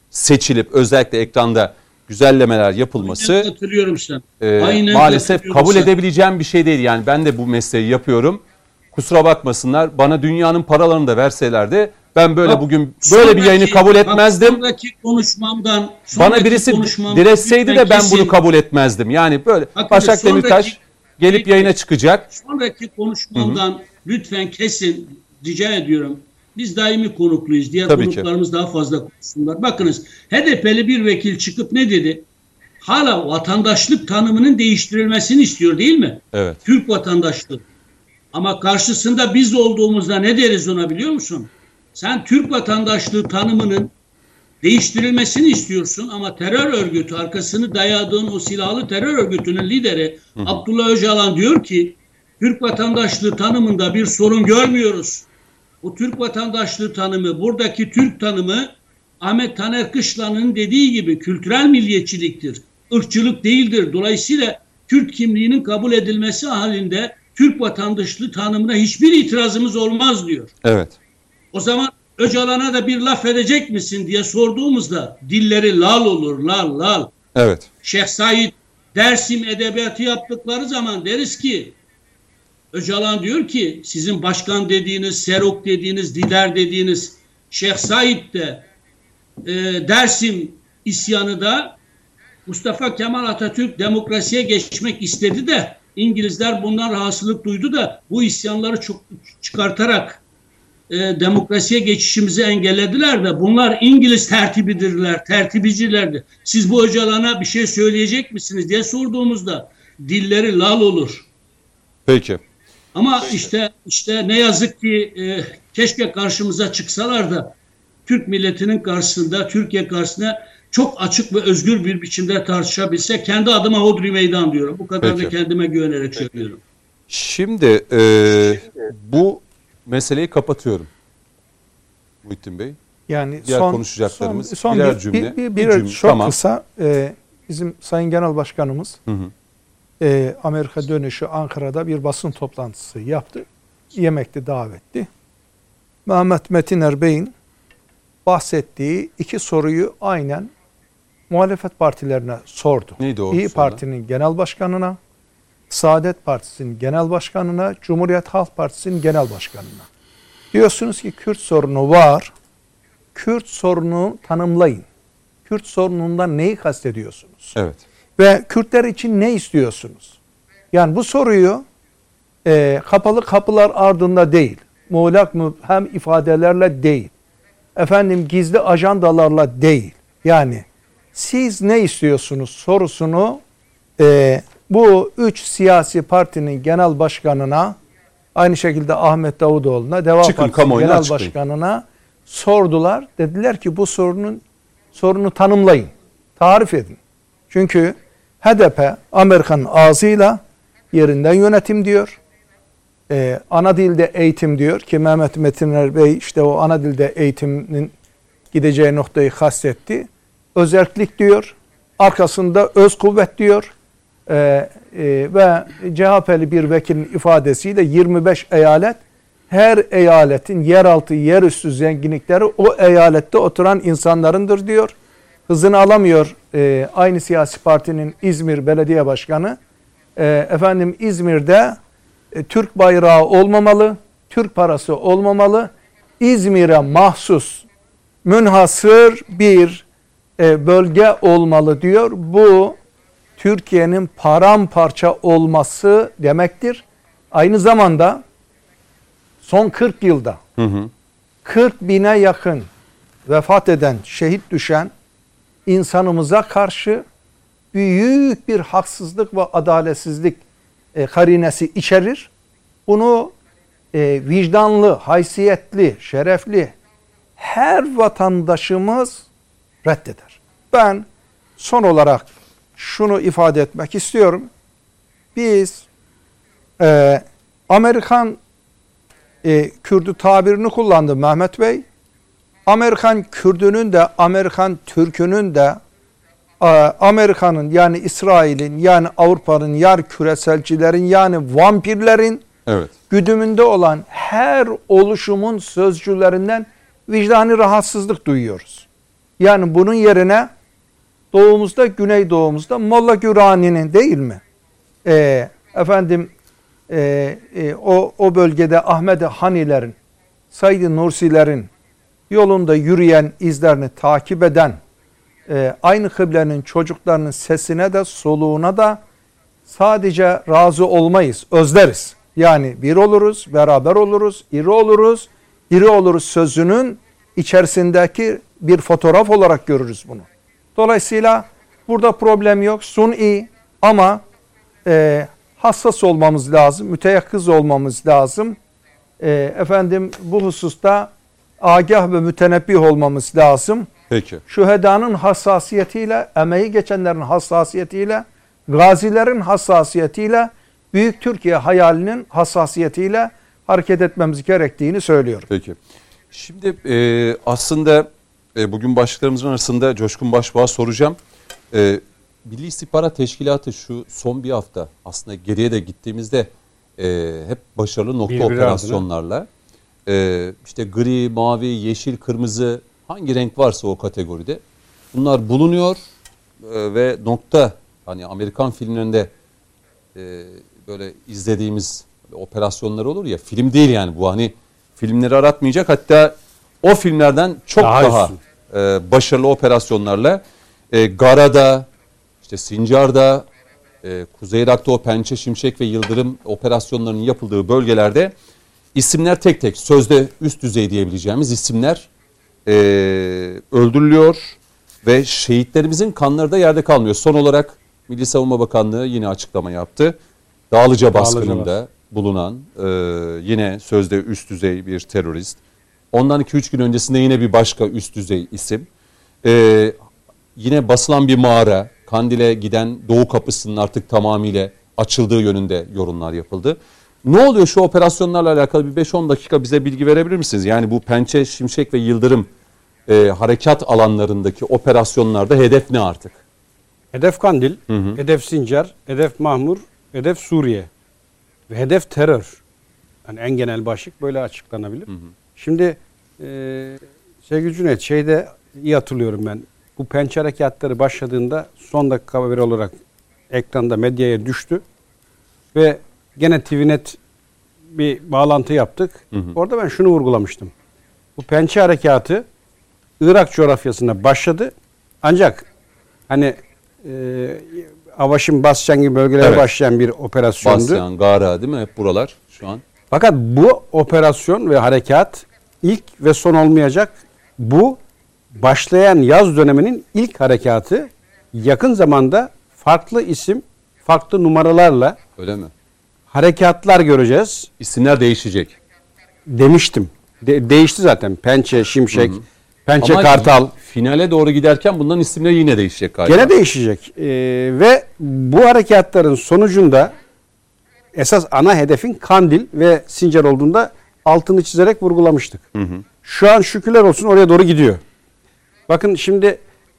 seçilip özellikle ekranda güzellemeler yapılması Aynen katılıyorum sana. Aynen maalesef katılıyorum kabul sana. edebileceğim bir şey değil. Yani ben de bu mesleği yapıyorum. Kusura bakmasınlar. Bana dünyanın paralarını da verseler de ben böyle Bak, bugün böyle bir yayını kabul etmezdim. Sonraki konuşmamdan Bana birisi diretseydi de ben bunu kabul etmezdim. Yani böyle Bakın, Başak sonraki- Demirtaş gelip yayına çıkacak. Sonraki konuşmamdan lütfen kesin, rica ediyorum. Biz daimi konukluyuz. Diğer Tabii ki. konuklarımız daha fazla konuşsunlar. Bakınız, HDP'li bir vekil çıkıp ne dedi? Hala vatandaşlık tanımının değiştirilmesini istiyor, değil mi? Evet. Türk vatandaşlığı. Ama karşısında biz olduğumuzda ne deriz ona, biliyor musun? Sen Türk vatandaşlığı tanımının değiştirilmesini istiyorsun ama terör örgütü, arkasını dayadığın o silahlı terör örgütünün lideri Abdullah Öcalan diyor ki Türk vatandaşlığı tanımında bir sorun görmüyoruz. O Türk vatandaşlığı tanımı, buradaki Türk tanımı Ahmet Taner Kışlan'ın dediği gibi kültürel milliyetçiliktir. Irkçılık değildir. Dolayısıyla Kürt kimliğinin kabul edilmesi halinde Türk vatandaşlığı tanımına hiçbir itirazımız olmaz diyor. Evet. O zaman Öcalan'a da bir laf edecek misin diye sorduğumuzda dilleri lal olur, lal. Evet. Şeyh Said Dersim edebiyatı yaptıkları zaman deriz ki Öcalan diyor ki sizin başkan dediğiniz, Serok dediğiniz, Dider dediğiniz Şeyh Said de Dersim isyanı da Mustafa Kemal Atatürk demokrasiye geçmek istedi de İngilizler bundan rahatsızlık duydu da bu isyanları çok çıkartarak demokrasiye geçişimizi engellediler de bunlar İngiliz tertibidirler, tertibicilerdi. Siz bu Öcalan'a bir şey söyleyecek misiniz diye sorduğumuzda dilleri lal olur. Peki. Ama işte ne yazık ki keşke karşımıza çıksalar da Türk milletinin karşısında, Türkiye karşısında çok açık ve özgür bir biçimde tartışabilse. Kendi adıma hodri meydan diyorum. Bu kadar Peki. da kendime güvenerek söylüyorum. Şimdi bu meseleyi kapatıyorum. Muhittin Bey. Yani Diğer konuşacaklarımız son birer bir cümle. bir Bir cümle, çok tamam. kısa bizim Sayın Genel Başkanımız Amerika dönüşü Ankara'da bir basın toplantısı yaptı. Yemekte davetti. Mehmet Metiner Bey'in bahsettiği iki soruyu aynen muhalefet partilerine sordu. Neydi o İyi sorular? Parti'nin genel başkanına, Saadet Partisi'nin genel başkanına, Cumhuriyet Halk Partisi'nin genel başkanına. Diyorsunuz ki Kürt sorunu var. Kürt sorunu tanımlayın. Kürt sorunundan neyi kastediyorsunuz? Evet. Ve Kürtler için ne istiyorsunuz? Yani bu soruyu kapalı kapılar ardında değil, muğlak hem ifadelerle değil, efendim gizli ajandalarla değil. Yani siz ne istiyorsunuz sorusunu bu üç siyasi partinin genel başkanına, aynı şekilde Ahmet Davutoğlu'na, Deva Çıkın, Partisi kamuoyuna genel açıklayın. başkanına sordular. Dediler ki bu sorunu tanımlayın, tarif edin. Çünkü HDP Amerika'nın ağzıyla yerinden yönetim diyor. Ana dilde eğitim diyor ki Mehmet Metiner Bey işte o ana dilde eğitimin gideceği noktayı kastetti. Özerklik diyor. Arkasında öz kuvvet diyor. Ve CHP'li bir vekilin ifadesiyle 25 eyalet, her eyaletin yeraltı, yerüstü zenginlikleri o eyalette oturan insanlarındır diyor. Hızını alamıyor aynı siyasi partinin İzmir Belediye Başkanı. Efendim İzmir'de Türk bayrağı olmamalı, Türk parası olmamalı. İzmir'e mahsus, münhasır bir bölge olmalı diyor. Bu Türkiye'nin paramparça olması demektir. Aynı zamanda son 40 yılda 40 bine yakın vefat eden, şehit düşen insanımıza karşı büyük bir haksızlık ve adaletsizlik karinesi içerir. Bunu vicdanlı, haysiyetli, şerefli her vatandaşımız reddeder. Ben son olarak şunu ifade etmek istiyorum. Biz Amerikan Kürdü tabirini kullandı Mehmet Bey. Amerikan Kürdünün de Amerikan Türkünün de Amerika'nın yani İsrail'in yani Avrupa'nın yani küreselcilerin yani vampirlerin Evet. güdümünde olan her oluşumun sözcülerinden vicdani rahatsızlık duyuyoruz. Yani bunun yerine doğumuzda, güneydoğumuzda Molla Gürani'nin değil mi? O bölgede Ahmet Hanilerin, Said-i Nursilerin yolunda yürüyen, izlerini takip eden, aynı kıblenin çocuklarının sesine de soluğuna da sadece razı olmayız, özleriz. Yani bir oluruz, beraber oluruz, iri oluruz, diri oluruz sözünün içerisindeki bir fotoğraf olarak görürüz bunu. Dolayısıyla burada problem yok, suni ama hassas olmamız lazım, müteyakkız olmamız lazım. Bu hususta agah ve mütenebbih olmamız lazım. Peki. Şühedanın hassasiyetiyle, emeği geçenlerin hassasiyetiyle, gazilerin hassasiyetiyle, Büyük Türkiye hayalinin hassasiyetiyle hareket etmemiz gerektiğini söylüyorum. Peki. Şimdi aslında bugün başlıklarımızın arasında Coşkun Başbuğ'a soracağım. Milli İstihbarat Teşkilatı şu son bir hafta aslında geriye de gittiğimizde hep başarılı nokta operasyonlarla işte gri, mavi, yeşil, kırmızı hangi renk varsa o kategoride bunlar bulunuyor ve nokta hani Amerikan filmlerinde böyle izlediğimiz operasyonlar olur ya, film değil yani bu, hani filmleri aratmayacak, hatta o filmlerden çok daha başarılı operasyonlarla Gara'da, işte Sincar'da, Kuzey Irak'ta o Pençe, Şimşek ve Yıldırım operasyonlarının yapıldığı bölgelerde isimler tek tek, sözde üst düzey diyebileceğimiz isimler öldürülüyor ve şehitlerimizin kanları da yerde kalmıyor. Son olarak Milli Savunma Bakanlığı yine açıklama yaptı. Dağlıca baskınında bulunan yine sözde üst düzey bir terörist. Ondan 2-3 gün öncesinde yine bir başka üst düzey isim. Yine basılan bir mağara, Kandil'e giden doğu kapısının artık tamamıyla açıldığı yönünde yorumlar yapıldı. Ne oluyor şu operasyonlarla alakalı bir 5-10 dakika bize bilgi verebilir misiniz? Yani bu Pençe, Şimşek ve Yıldırım harekat alanlarındaki operasyonlarda hedef ne artık? Hedef Kandil, hedef Sincar, hedef Mahmur, hedef Suriye ve hedef terör. Yani en genel başlık böyle açıklanabilir. Şimdi sevgili Cüneyt, iyi hatırlıyorum ben. Bu Pençe harekatları başladığında son dakika haberi olarak ekranda, medyaya düştü. Ve gene TVNet bir bağlantı yaptık. Orada ben şunu vurgulamıştım. Bu Pençe harekatı Irak coğrafyasında başladı. Ancak hani Avaşin, Bascan gibi bölgelere başlayan bir operasyondu. Bascan, Gara değil mi? Hep buralar şu an. Fakat bu operasyon ve harekat ilk ve son olmayacak. Bu başlayan yaz döneminin ilk harekatı, yakın zamanda farklı isim, farklı numaralarla Öyle mi? harekatlar göreceğiz. İsimler değişecek. Demiştim. Değişti zaten. Pençe, Şimşek, Pençe, Ama Kartal. finale doğru giderken bunların isimleri yine değişecek galiba. Gene değişecek. Ve bu harekatların sonucunda esas ana hedefin Kandil ve Sincar olduğunda altını çizerek vurgulamıştık. Şu an şükürler olsun oraya doğru gidiyor. Bakın şimdi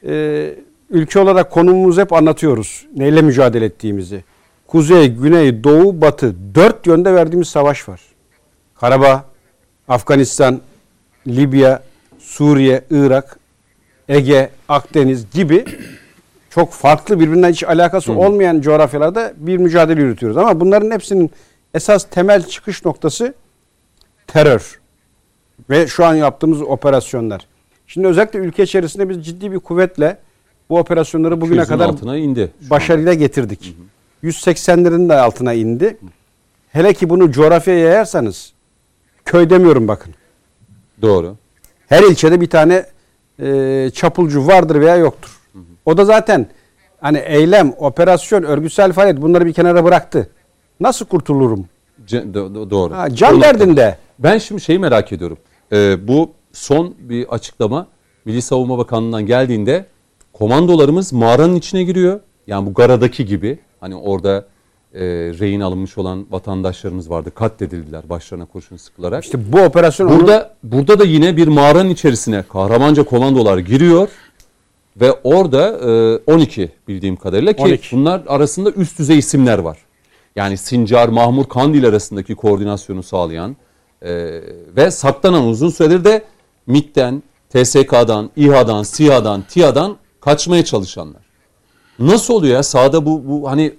ülke olarak konumumuzu hep anlatıyoruz. Neyle mücadele ettiğimizi. Kuzey, güney, doğu, batı 4 yönde verdiğimiz savaş var. Karabağ, Afganistan, Libya, Suriye, Irak, Ege, Akdeniz gibi çok farklı, birbirinden hiç alakası olmayan coğrafyalarda bir mücadele yürütüyoruz. Ama bunların hepsinin esas temel çıkış noktası terör ve şu an yaptığımız operasyonlar. Şimdi özellikle ülke içerisinde biz ciddi bir kuvvetle bu operasyonları bugüne kadar altına indi. Başarıyla getirdik. 180'lerin de altına indi. Hele ki bunu coğrafyaya yayarsanız, köy demiyorum bakın. Doğru. Her ilçede bir tane çapulcu vardır veya yoktur. O da zaten hani eylem, operasyon, örgütsel faaliyet bunları bir kenara bıraktı. Nasıl kurtulurum? Doğru. Can derdinde. Ben şimdi şeyi merak ediyorum. Bu son bir açıklama Milli Savunma Bakanlığı'ndan geldiğinde komandolarımız mağaranın içine giriyor. Yani bu Gara'daki gibi, hani orada rehin alınmış olan vatandaşlarımız vardı. Katledildiler başlarına kurşun sıkılarak. İşte bu operasyon burada da yine bir mağaranın içerisine kahramanca komandolar giriyor ve orada 12 bildiğim kadarıyla ki 12. Bunlar arasında üst düzey isimler var. Yani Sincar, Mahmur, Kandil arasındaki koordinasyonu sağlayan ve saklanan, uzun süredir de MİT'ten, TSK'dan, İHA'dan, SİHA'dan, TİHA'dan kaçmaya çalışanlar. Nasıl oluyor ya sahada bu hani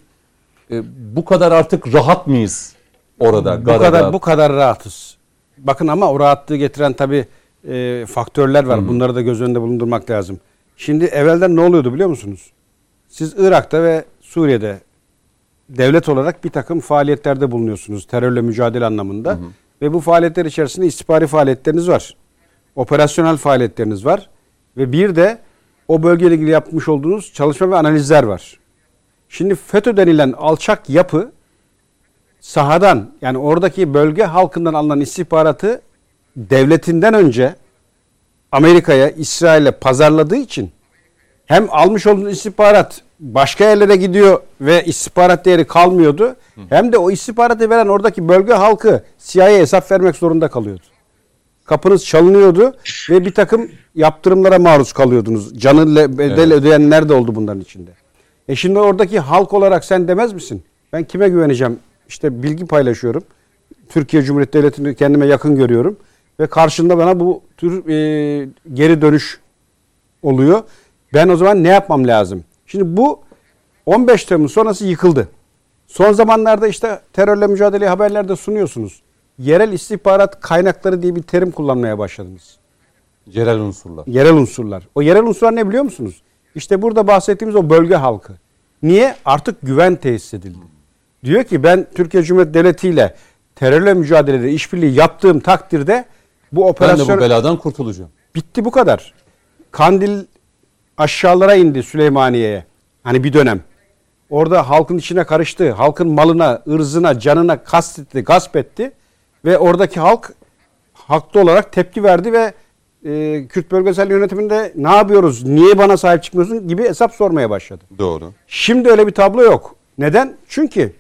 bu kadar artık rahat mıyız orada? Bu kadar rahatız. Bakın ama o rahatlığı getiren tabii faktörler var. Bunları da göz önünde bulundurmak lazım. Şimdi evvelden ne oluyordu biliyor musunuz? Siz Irak'ta ve Suriye'de devlet olarak bir takım faaliyetlerde bulunuyorsunuz. Terörle mücadele anlamında. Ve bu faaliyetler içerisinde istihbari faaliyetleriniz var. Operasyonel faaliyetleriniz var. Ve bir de o bölgeyle ilgili yapmış olduğunuz çalışma ve analizler var. Şimdi FETÖ denilen alçak yapı sahadan, yani oradaki bölge halkından alınan istihbaratı devletinden önce Amerika'ya, İsrail'e pazarladığı için hem almış olduğu istihbarat başka yerlere gidiyor ve istihbarat değeri kalmıyordu. Hem de o istihbaratı veren oradaki bölge halkı CIA'ya hesap vermek zorunda kalıyordu. Kapınız çalınıyordu ve bir takım yaptırımlara maruz kalıyordunuz. Canıyla bedel ödeyenler de oldu bunların içinde. Şimdi oradaki halk olarak sen demez misin? Ben kime güveneceğim? İşte bilgi paylaşıyorum. Türkiye Cumhuriyeti Devleti'ni kendime yakın görüyorum. Ve karşında bana bu tür geri dönüş oluyor. Ben o zaman ne yapmam lazım? Şimdi bu 15 Temmuz sonrası yıkıldı. Son zamanlarda işte terörle mücadeleyi haberlerde sunuyorsunuz. Yerel istihbarat kaynakları diye bir terim kullanmaya başladınız. Yerel unsurlar. Yerel unsurlar. O yerel unsurlar ne biliyor musunuz? İşte burada bahsettiğimiz o bölge halkı. Niye? Artık güven tesis edildi. Diyor ki ben Türkiye Cumhuriyeti Devleti ile terörle mücadelede işbirliği yaptığım takdirde bu operasyon... Ben de bu beladan kurtulacağım. Bitti bu kadar. Kandil aşağılara indi Süleymaniye'ye. Hani bir dönem. Orada halkın içine karıştı. Halkın malına, ırzına, canına kastetti, gasp etti. Ve oradaki halk haklı olarak tepki verdi ve Kürt bölgesel yönetiminde ne yapıyoruz, niye bana sahip çıkmıyorsun gibi hesap sormaya başladı. Doğru. Şimdi öyle bir tablo yok. Neden? Çünkü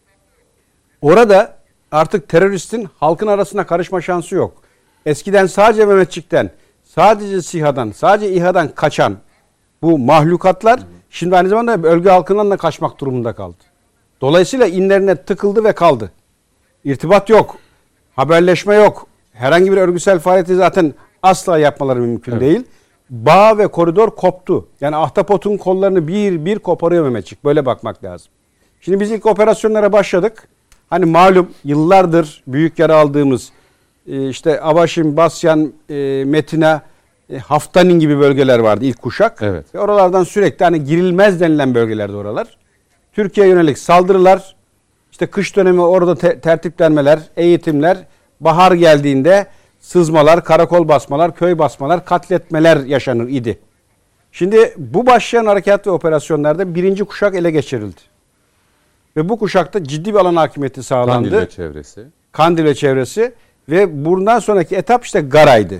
orada artık teröristin halkın arasına karışma şansı yok. Eskiden sadece Mehmetçik'ten, sadece SİHA'dan, sadece İHA'dan kaçan bu mahlukatlar şimdi aynı zamanda bölge halkından da kaçmak durumunda kaldı. Dolayısıyla inlerine tıkıldı ve kaldı. İrtibat yok. Haberleşme yok. Herhangi bir örgütsel faaliyeti zaten asla yapmaları mümkün değil. Bağ ve koridor koptu. Yani ahtapotun kollarını bir bir koparıyor Mehmetçik. Böyle bakmak lazım. Şimdi biz ilk operasyonlara başladık. Hani malum yıllardır büyük yara aldığımız işte Avaşin, Basyan, Metina, Haftanin gibi bölgeler vardı ilk kuşak. Evet. Ve oralardan sürekli hani girilmez denilen bölgelerdi oralar. Türkiye'ye yönelik saldırılar, işte kış dönemi orada tertiplenmeler, eğitimler, bahar geldiğinde sızmalar, karakol basmalar, köy basmalar, katletmeler yaşanır idi. Şimdi bu başlayan harekat ve operasyonlarda birinci kuşak ele geçirildi. Ve bu kuşakta ciddi bir alan hakimiyeti sağlandı. Kandil ve çevresi. Kandil ve çevresi. Ve bundan sonraki etap işte Gara'ydı.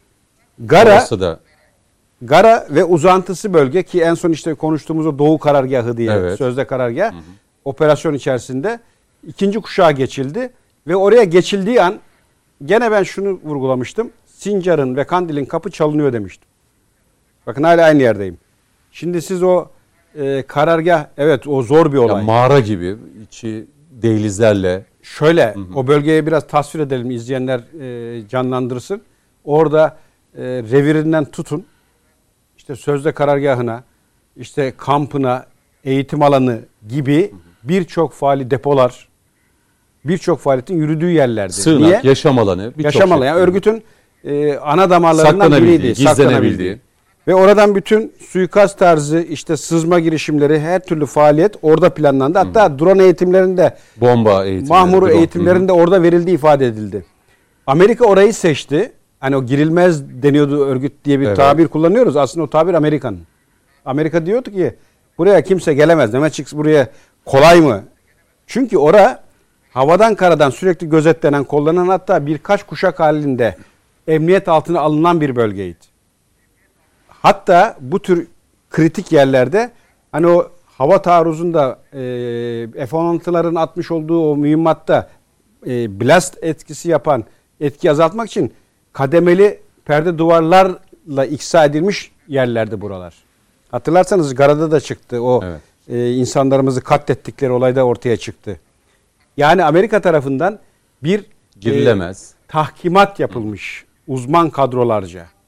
Gara ve uzantısı bölge ki en son işte konuştuğumuz o Doğu Karargahı diye sözde karargah operasyon içerisinde ikinci kuşağa geçildi. Ve oraya geçildiği an gene ben şunu vurgulamıştım. Sincar'ın ve Kandil'in kapı çalınıyor demiştim. Bakın hala aynı yerdeyim. Şimdi siz o karargah evet o zor bir olay. Ya mağara gibi içi dehlizlerle. Şöyle o bölgeye biraz tasvir edelim izleyenler canlandırsın. Orada revirinden tutun işte sözde karargahına işte kampına eğitim alanı gibi birçok faali depolar birçok faaliyetin yürüdüğü yerlerdi. Sığınak, niye? yaşam alanı. Yaşam alanı. Yani örgütün ana damarlarından biriydi. Gizlenebildiği. Ve oradan bütün suikast tarzı işte sızma girişimleri her türlü faaliyet orada planlandı. Hatta drone eğitimlerinde bomba eğitimleri. mahmur eğitimlerinde orada verildiği ifade edildi. Amerika orayı seçti. Hani o girilmez deniyordu örgüt diye bir tabir kullanıyoruz. Aslında o tabir Amerika'nın. Amerika diyordu ki buraya kimse gelemez. Mehmetçik buraya kolay mı? Çünkü orada havadan karadan sürekli gözetlenen, kollanan hatta birkaç kuşak halinde emniyet altına alınan bir bölgeydi. Hatta bu tür kritik yerlerde hani o hava taarruzunda F-16'ların atmış olduğu o mühimmatta blast etkisi yapan etki azaltmak için kademeli perde duvarlarla iksa edilmiş yerlerdi buralar. Hatırlarsanız Gara'da da çıktı o insanlarımızı katlettikleri olayda ortaya çıktı. Yani Amerika tarafından bir girilemez tahkimat yapılmış uzman kadrolarca.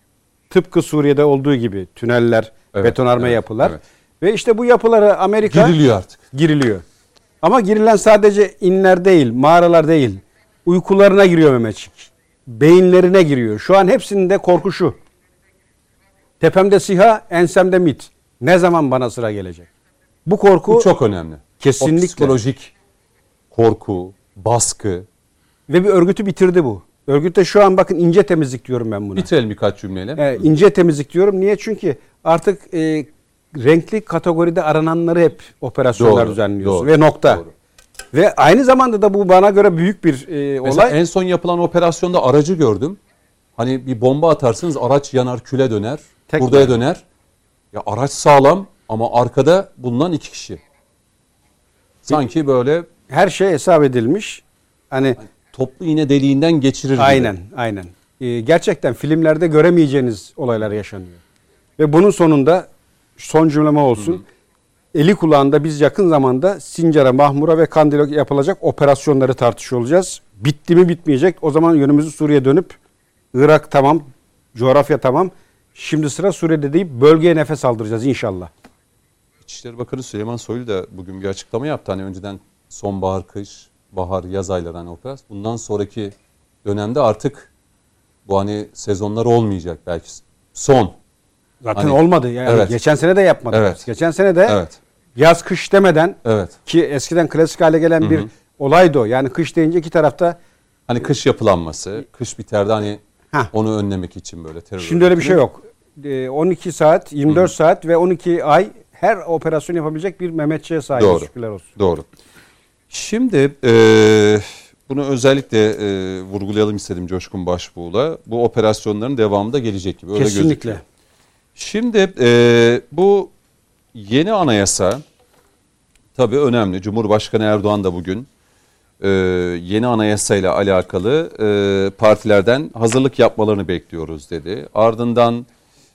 Tıpkı Suriye'de olduğu gibi tüneller, Evet, betonarme evet, yapılar. evet. Ve işte bu yapılara Amerika Giriliyor artık. giriliyor. Ama girilen sadece inler değil, mağaralar değil. Uykularına giriyor Mehmetçik. Beyinlerine giriyor. Şu an hepsinin de korku şu. Tepemde SİHA, ensemde MİT. Ne zaman bana sıra gelecek? Bu korku Bu çok önemli. kesinlikle. O psikolojik korku, baskı. Ve bir örgütü bitirdi bu. Örgütte şu an bakın ince temizlik diyorum ben buna. Bitirelim birkaç cümleyle. İnce temizlik diyorum. Niye? Çünkü artık renkli kategoride arananları hep operasyonlar Doğru, düzenliyorsun. doğru, Ve nokta. doğru. Ve aynı zamanda da bu bana göre büyük bir Mesela olay. en son yapılan operasyonda aracı gördüm. Hani bir bomba atarsınız, araç yanar, küle döner, Tek hurdaya yani. döner. Ya araç sağlam ama arkada bulunan 2 kişi. Sanki böyle Her şey hesap edilmiş. Hani toplu iğne deliğinden geçirir gibi. aynen. Gerçekten filmlerde göremeyeceğiniz olaylar yaşanıyor. Ve bunun sonunda son cümleme olsun. Eli kulağında biz yakın zamanda Sincar'a, Mahmur'a ve Kandil'e yapılacak operasyonları tartışıyor olacağız. Bitti mi bitmeyecek. O zaman yönümüzü Suriye'ye dönüp Irak tamam, coğrafya tamam. Şimdi sıra Suriye'de deyip bölgeye nefes aldıracağız inşallah. İçişleri Bakanı Süleyman Soylu da bugün bir açıklama yaptı. Hani önceden sonbahar, kış, bahar, yaz ayları hani operasyon. Bundan sonraki dönemde artık bu hani sezonlar olmayacak belki. Son. Zaten Hani- olmadı. Yani Evet. geçen sene de yapmadık. Evet. Biz. Geçen sene de Evet. yaz kış demeden Evet. ki eskiden klasik hale gelen bir olaydı o. Yani kış deyince iki tarafta Hani kış yapılanması, kış biterde hani Heh. onu önlemek için böyle terör. şimdi öyle bir şey örgütünün- yok. 12 saat, 24 saat ve 12 ay her operasyon yapabilecek bir Mehmetçiğe sahip. Doğru. Şükürler olsun. Doğru. Şimdi bunu özellikle vurgulayalım istedim Coşkun Başbuğ'la. Bu operasyonların devamı da gelecek gibi. Öyle Kesinlikle. gözüküyor. Şimdi bu yeni anayasa tabii önemli. Cumhurbaşkanı Erdoğan da bugün yeni anayasayla alakalı partilerden hazırlık yapmalarını bekliyoruz dedi. Ardından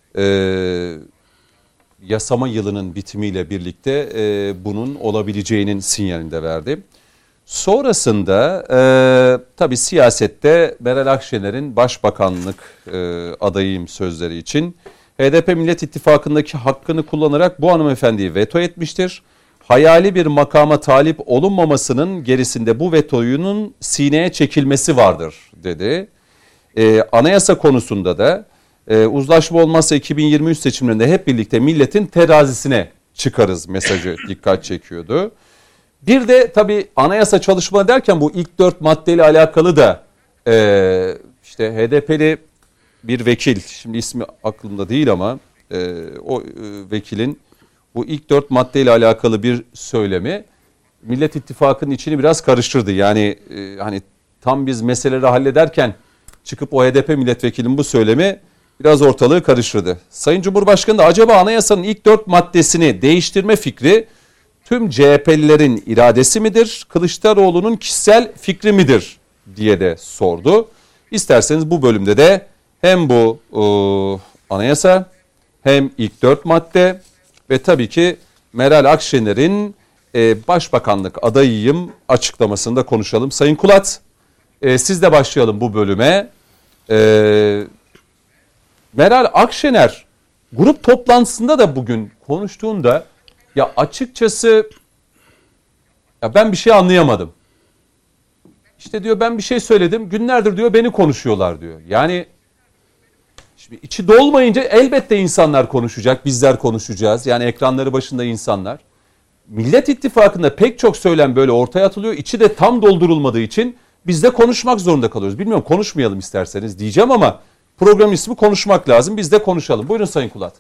yasama yılının bitimiyle birlikte bunun olabileceğinin sinyalini de verdi. Sonrasında tabii siyasette Meral Akşener'in başbakanlık adayıyım sözleri için HDP Millet İttifakı'ndaki hakkını kullanarak bu hanımefendiyi veto etmiştir. Hayali bir makama talip olunmamasının gerisinde bu vetoyunun sineye çekilmesi vardır dedi. Anayasa konusunda da uzlaşma olmazsa 2023 seçimlerinde hep birlikte milletin terazisine çıkarız mesajı dikkat çekiyordu. Bir de tabii anayasa çalışma derken bu ilk 4 maddeyle alakalı da işte HDP'li bir vekil, şimdi ismi aklımda değil ama o vekilin bu ilk 4 maddeyle alakalı bir söylemi Millet İttifakı'nın içini biraz karıştırdı. Yani hani tam biz meseleleri hallederken çıkıp o HDP milletvekilinin bu söylemi biraz ortalığı karıştırdı. Sayın Cumhurbaşkanı da acaba anayasanın ilk 4 maddesini değiştirme fikri tüm CHP'lilerin iradesi midir, Kılıçdaroğlu'nun kişisel fikri midir diye de sordu. İsterseniz bu bölümde de hem bu anayasa hem ilk 4 madde ve tabii ki Meral Akşener'in başbakanlık adayıyım açıklamasında konuşalım. Sayın Kulat, sizle başlayalım bu bölüme. Meral Akşener grup toplantısında da bugün konuştuğunda ya açıkçası ya ben bir şey anlayamadım. İşte diyor ben bir şey söyledim günlerdir diyor beni konuşuyorlar diyor. Yani şimdi içi dolmayınca elbette insanlar konuşacak, bizler konuşacağız. Yani ekranları başında insanlar. Millet İttifakı'nda pek çok söylem böyle ortaya atılıyor. İçi de tam doldurulmadığı için biz de konuşmak zorunda kalıyoruz. Bilmiyorum konuşmayalım isterseniz diyeceğim ama program ismi konuşmak lazım. Biz de konuşalım. Buyurun Sayın Kulat.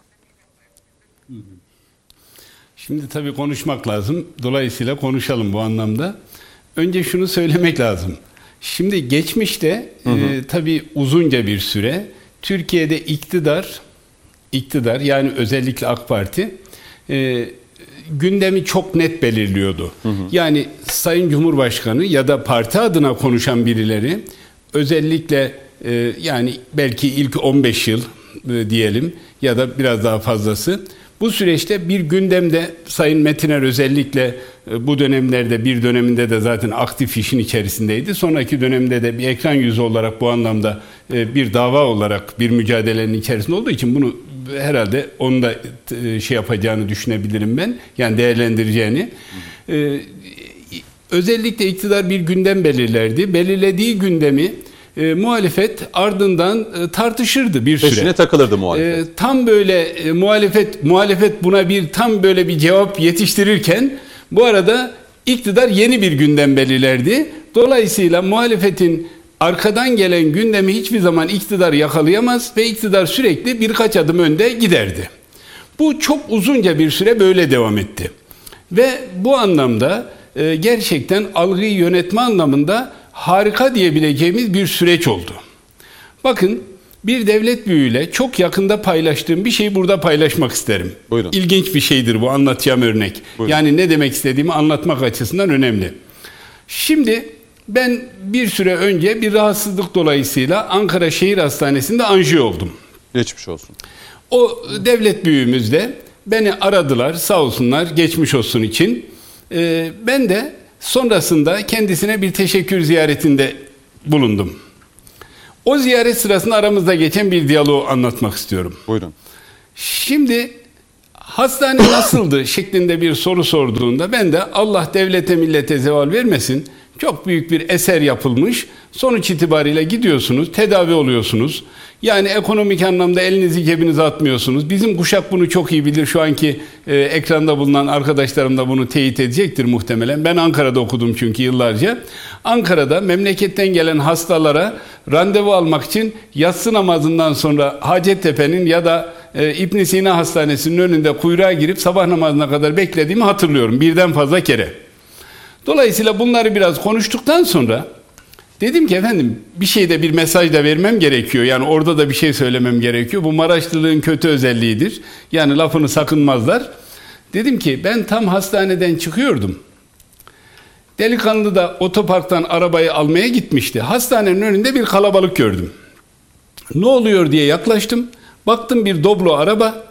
Şimdi tabii konuşmak lazım. Dolayısıyla konuşalım bu anlamda. Önce şunu söylemek lazım. Şimdi geçmişte tabii uzunca bir süre Türkiye'de iktidar yani özellikle AK Parti gündemi çok net belirliyordu. Yani Sayın Cumhurbaşkanı ya da parti adına konuşan birileri özellikle yani belki ilk 15 yıl diyelim ya da biraz daha fazlası Bu süreçte bir gündemde Sayın Metiner özellikle bu dönemlerde bir döneminde de zaten aktif işin içerisindeydi. Sonraki dönemde de bir ekran yüzü olarak bu anlamda bir dava olarak bir mücadelenin içerisinde olduğu için bunu herhalde onu da şey yapacağını düşünebilirim ben. Yani değerlendireceğini. Özellikle iktidar bir gündem belirlerdi. Belirlediği gündemi muhalefet ardından tartışırdı bir süre. Peşine takılırdı muhalefet. Tam böyle muhalefet buna tam böyle bir cevap yetiştirirken bu arada iktidar yeni bir gündem belirlerdi. Dolayısıyla muhalefetin arkadan gelen gündemi hiçbir zaman iktidar yakalayamaz ve iktidar sürekli birkaç adım önde giderdi. Bu çok uzunca bir süre böyle devam etti. Ve bu anlamda gerçekten algıyı yönetme anlamında harika diyebileceğimiz bir süreç oldu. Bakın, bir devlet büyüğüyle çok yakında paylaştığım bir şeyi burada paylaşmak isterim. Buyurun. İlginç bir şeydir bu anlatacağım örnek. Buyurun. Yani ne demek istediğimi anlatmak açısından önemli. Şimdi ben bir süre önce bir rahatsızlık dolayısıyla Ankara Şehir Hastanesi'nde anjiyo oldum. Geçmiş olsun. O devlet büyüğümüz de beni aradılar, sağ olsunlar, geçmiş olsun için. Ben de sonrasında kendisine bir teşekkür ziyaretinde bulundum. O ziyaret sırasında aramızda geçen bir diyaloğu anlatmak istiyorum. Buyurun. Şimdi hastane nasıldı şeklinde bir soru sorduğunda ben de Allah devlete millete zeval vermesin, çok büyük bir eser yapılmış. Sonuç itibariyle gidiyorsunuz, tedavi oluyorsunuz. Yani ekonomik anlamda elinizi cebinize atmıyorsunuz. Bizim kuşak bunu çok iyi bilir. Şu anki ekranda bulunan arkadaşlarım da bunu teyit edecektir muhtemelen. Ben Ankara'da okudum çünkü yıllarca. Ankara'da memleketten gelen hastalara randevu almak için yatsı namazından sonra Hacettepe'nin ya da İbn Sina Hastanesi'nin önünde kuyruğa girip sabah namazına kadar beklediğimi hatırlıyorum. Birden fazla kere. Dolayısıyla bunları biraz konuştuktan sonra dedim ki efendim bir şeyde bir mesaj da vermem gerekiyor. Yani orada da bir şey söylemem gerekiyor. Bu Maraşlılığın kötü özelliğidir. Yani lafını sakınmazlar. Dedim ki ben tam hastaneden çıkıyordum. Delikanlı da otoparktan arabayı almaya gitmişti. Hastanenin önünde bir kalabalık gördüm. Ne oluyor diye yaklaştım. Baktım bir Doblo araba.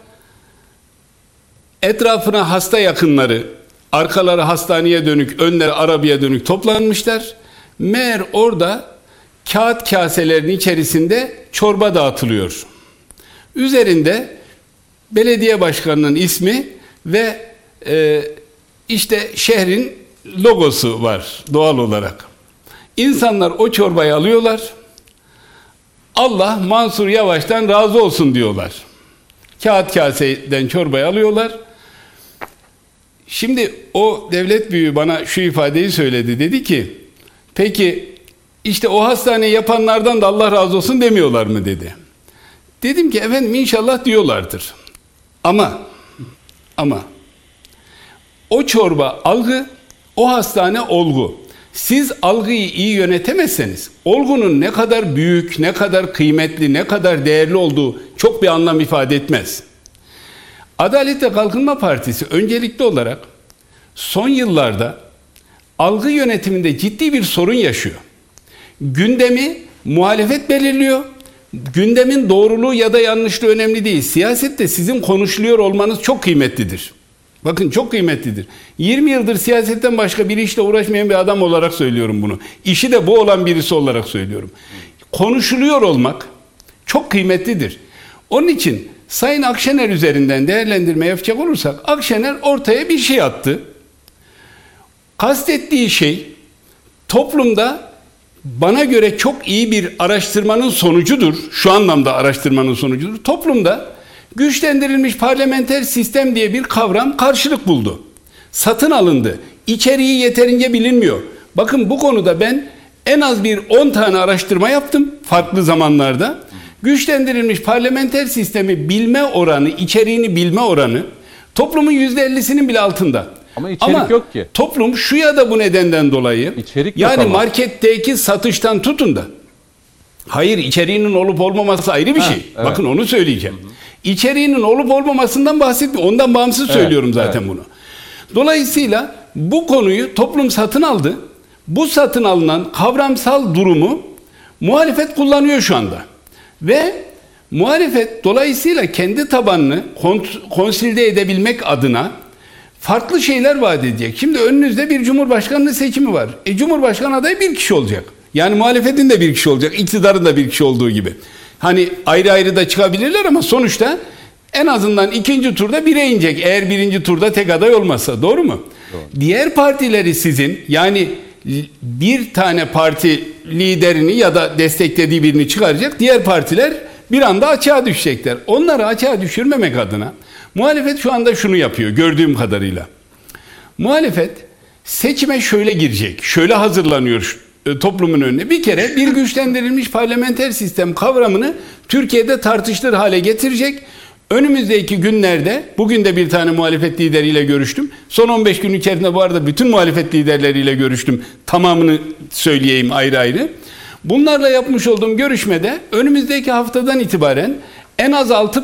Etrafına hasta yakınları, arkaları hastaneye dönük, önleri arabaya dönük toplanmışlar. Meğer orada kağıt kaselerin içerisinde çorba dağıtılıyor. Üzerinde belediye başkanının ismi ve işte şehrin logosu var doğal olarak. İnsanlar o çorbayı alıyorlar. Allah Mansur Yavaş'tan razı olsun diyorlar. Kağıt kaseden çorbayı alıyorlar. Şimdi o devlet büyüğü bana şu ifadeyi söyledi. Dedi ki, peki işte o hastaneyi yapanlardan da Allah razı olsun demiyorlar mı dedi. Dedim ki efendim inşallah diyorlardır. Ama o çorba algı, o hastane olgu. Siz algıyı iyi yönetemezseniz olgunun ne kadar büyük, ne kadar kıymetli, ne kadar değerli olduğu çok bir anlam ifade etmez. Adalet ve Kalkınma Partisi öncelikli olarak son yıllarda algı yönetiminde ciddi bir sorun yaşıyor. Gündemi muhalefet belirliyor. Gündemin doğruluğu ya da yanlışlığı önemli değil. Siyasette sizin konuşuluyor olmanız çok kıymetlidir. Bakın çok kıymetlidir. 20 yıldır siyasetten başka bir işle uğraşmayan bir adam olarak söylüyorum bunu. İşi de bu olan birisi olarak söylüyorum. Konuşuluyor olmak çok kıymetlidir. Onun için Sayın Akşener üzerinden değerlendirme yapacak olursak Akşener ortaya bir şey attı. Kastettiği şey toplumda bana göre çok iyi bir araştırmanın sonucudur. Şu anlamda araştırmanın sonucudur. Toplumda güçlendirilmiş parlamenter sistem diye bir kavram karşılık buldu. Satın alındı. İçeriği yeterince bilinmiyor. Bakın bu konuda ben en az bir 10 tane araştırma yaptım farklı zamanlarda. Güçlendirilmiş parlamenter sistemi bilme oranı, içeriğini bilme oranı toplumun %50'sinin bile altında. Ama içerik yok ki. Toplum şu ya da bu nedenden dolayı İçerik yok yani ama. marketteki satıştan tutun da hayır içeriğinin olup olmaması ayrı bir şey. Evet. Bakın onu söyleyeceğim. İçeriğinin olup olmamasından bahsetmiyorum. Ondan bağımsız söylüyorum zaten bunu. Dolayısıyla bu konuyu toplum satın aldı. Bu satın alınan kavramsal durumu muhalefet kullanıyor şu anda. Ve Muhalefet dolayısıyla kendi tabanını konsolide edebilmek adına farklı şeyler vaat edecek. Şimdi önünüzde bir cumhurbaşkanlığı seçimi var. Cumhurbaşkanı adayı bir kişi olacak. Yani muhalefetin de bir kişi olacak, iktidarın da bir kişi olduğu gibi. Hani ayrı ayrı da çıkabilirler ama sonuçta en azından ikinci turda bire inecek. Eğer birinci turda tek aday olmazsa. Doğru mu? Doğru. Diğer partileri sizin, yani bir tane parti liderini ya da desteklediği birini çıkaracak. Diğer partiler bir anda açığa düşecekler. Onları açığa düşürmemek adına muhalefet şu anda şunu yapıyor gördüğüm kadarıyla. Muhalefet seçime şöyle girecek, şöyle hazırlanıyor toplumun önüne. Bir kere bir güçlendirilmiş parlamenter sistem kavramını Türkiye'de tartışılır hale getirecek. Önümüzdeki günlerde, bugün de bir tane muhalefet lideriyle görüştüm. Son 15 gün içerisinde bu arada bütün muhalefet liderleriyle görüştüm. Tamamını söyleyeyim ayrı ayrı. Bunlarla yapmış olduğum görüşmede önümüzdeki haftadan itibaren en az 6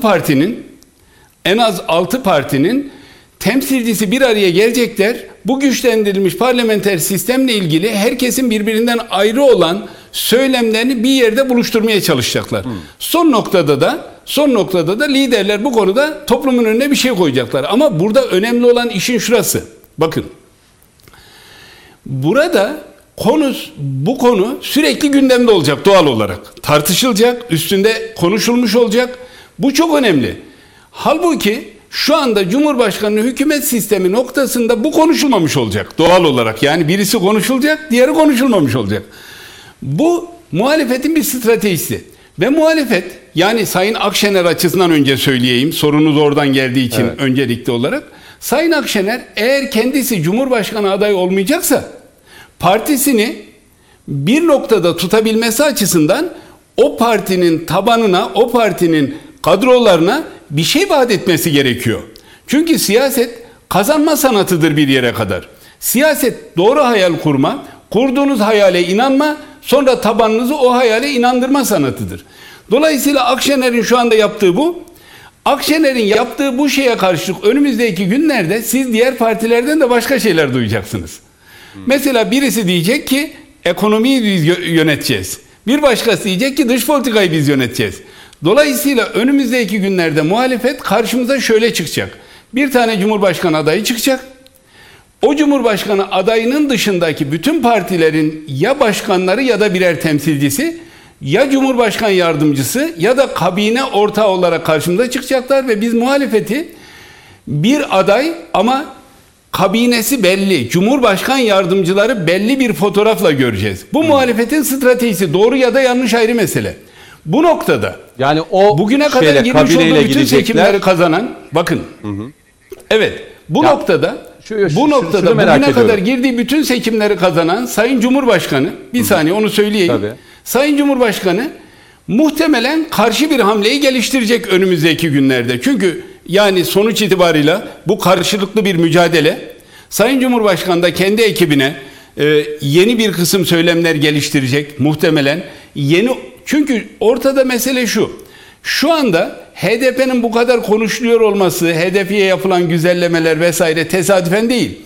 partinin temsilcisi bir araya gelecekler. Bu güçlendirilmiş parlamenter sistemle ilgili herkesin birbirinden ayrı olan söylemlerini bir yerde buluşturmaya çalışacaklar. Son noktada da liderler bu konuda toplumun önüne bir şey koyacaklar. Ama burada önemli olan işin şurası. Bakın. Burada bu konu sürekli gündemde olacak doğal olarak. Tartışılacak, üstünde konuşulmuş olacak. Bu çok önemli. Halbuki şu anda Cumhurbaşkanlığı hükümet sistemi noktasında bu konuşulmamış olacak doğal olarak. Yani birisi konuşulacak, diğeri konuşulmamış olacak. Bu muhalefetin bir stratejisi. Ve muhalefet, yani Sayın Akşener açısından önce söyleyeyim, sorunuz oradan geldiği için öncelikli olarak. Sayın Akşener eğer kendisi Cumhurbaşkanı adayı olmayacaksa partisini bir noktada tutabilmesi açısından o partinin tabanına, o partinin kadrolarına bir şey vaat etmesi gerekiyor. Çünkü siyaset kazanma sanatıdır bir yere kadar. Siyaset doğru hayal kurma, kurduğunuz hayale inanma, sonra tabanınızı o hayale inandırma sanatıdır. Dolayısıyla Akşener'in şu anda yaptığı bu. Akşener'in yaptığı bu şeye karşılık önümüzdeki günlerde siz diğer partilerden de başka şeyler duyacaksınız. Mesela birisi diyecek ki ekonomiyi biz yöneteceğiz. Bir başkası diyecek ki dış politikayı biz yöneteceğiz. Dolayısıyla önümüzdeki günlerde muhalefet karşımıza şöyle çıkacak. Bir tane Cumhurbaşkanı adayı çıkacak. O Cumhurbaşkanı adayının dışındaki bütün partilerin ya başkanları ya da birer temsilcisi, ya Cumhurbaşkanı yardımcısı ya da kabine ortağı olarak karşımıza çıkacaklar ve biz muhalefeti bir aday ama kabinesi belli, Cumhurbaşkanı yardımcıları belli bir fotoğrafla göreceğiz. Bu muhalefetin stratejisi, doğru ya da yanlış ayrı mesele. Bu noktada yani o bugüne kadar girmiş olduğu bütün seçimleri kazanan, bakın. Evet, bu noktada bugüne kadar girdiği bütün seçimleri kazanan Sayın Cumhurbaşkanı, bir saniye onu söyleyeyim. Tabii. Sayın Cumhurbaşkanı muhtemelen karşı bir hamleyi geliştirecek önümüzdeki günlerde. Çünkü yani sonuç itibarıyla bu karşılıklı bir mücadele. Sayın Cumhurbaşkanı da kendi ekibine yeni bir kısım söylemler geliştirecek muhtemelen. Çünkü ortada mesele şu. Şu anda HDP'nin bu kadar konuşuluyor olması, HDP'ye yapılan güzellemeler vesaire tesadüfen değil.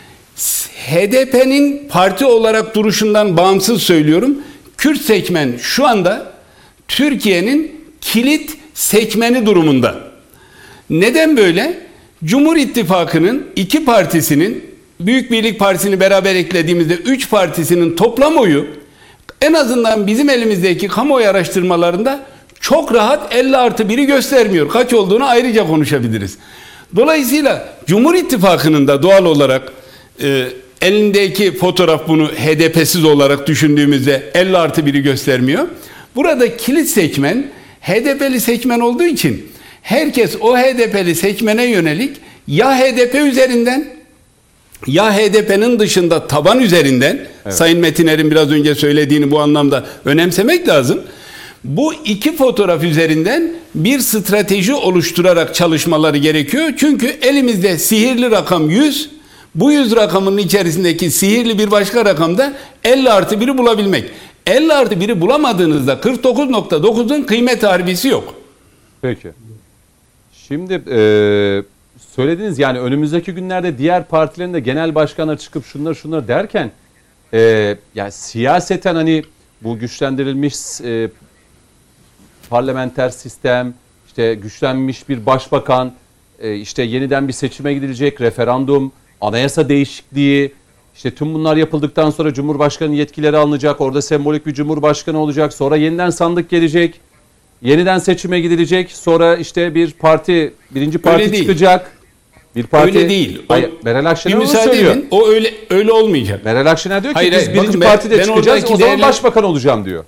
HDP'nin parti olarak duruşundan bağımsız söylüyorum. Kürt seçmen şu anda Türkiye'nin kilit seçmeni durumunda. Neden böyle? Cumhur İttifakı'nın iki partisinin, Büyük Birlik Partisi'ni beraber eklediğimizde 3 partisinin toplam oyu en azından bizim elimizdeki kamuoyu araştırmalarında çok rahat 50+1'i göstermiyor. Kaç olduğunu ayrıca konuşabiliriz. Dolayısıyla Cumhur İttifakı'nın da doğal olarak elindeki fotoğraf bunu HDP'siz olarak düşündüğümüzde 50+1'i göstermiyor. Burada kilit seçmen HDP'li seçmen olduğu için herkes o HDP'li seçmene yönelik ya HDP üzerinden ya HDP'nin dışında taban üzerinden, Sayın Metiner'in biraz önce söylediğini bu anlamda önemsemek lazım. Bu iki fotoğraf üzerinden bir strateji oluşturarak çalışmaları gerekiyor. Çünkü elimizde sihirli rakam 100, bu 100 rakamının içerisindeki sihirli bir başka rakamda 50+1'i bulabilmek. 50+1'i bulamadığınızda 49.9'un kıymet harbisi yok. Peki. Şimdi söylediğiniz yani önümüzdeki günlerde diğer partilerin de genel başkanları çıkıp şunları derken yani siyaseten hani bu güçlendirilmiş parlamenter sistem, işte güçlenmiş bir başbakan, işte yeniden bir seçime gidilecek, referandum, anayasa değişikliği, işte tüm bunlar yapıldıktan sonra Cumhurbaşkanı yetkileri alınacak, orada sembolik bir Cumhurbaşkanı olacak, sonra yeniden sandık gelecek, yeniden seçime gidilecek, sonra işte birinci parti çıkacak. Bir parti öyle değil. Hayır, Meral Akşener onu müsaade söylüyor. edin. O öyle olmayacak. Meral Akşener diyor ki Hayır, biz birinci bakın partide ben çıkacağız, oradaki o zaman değerler- başbakan olacağım diyor.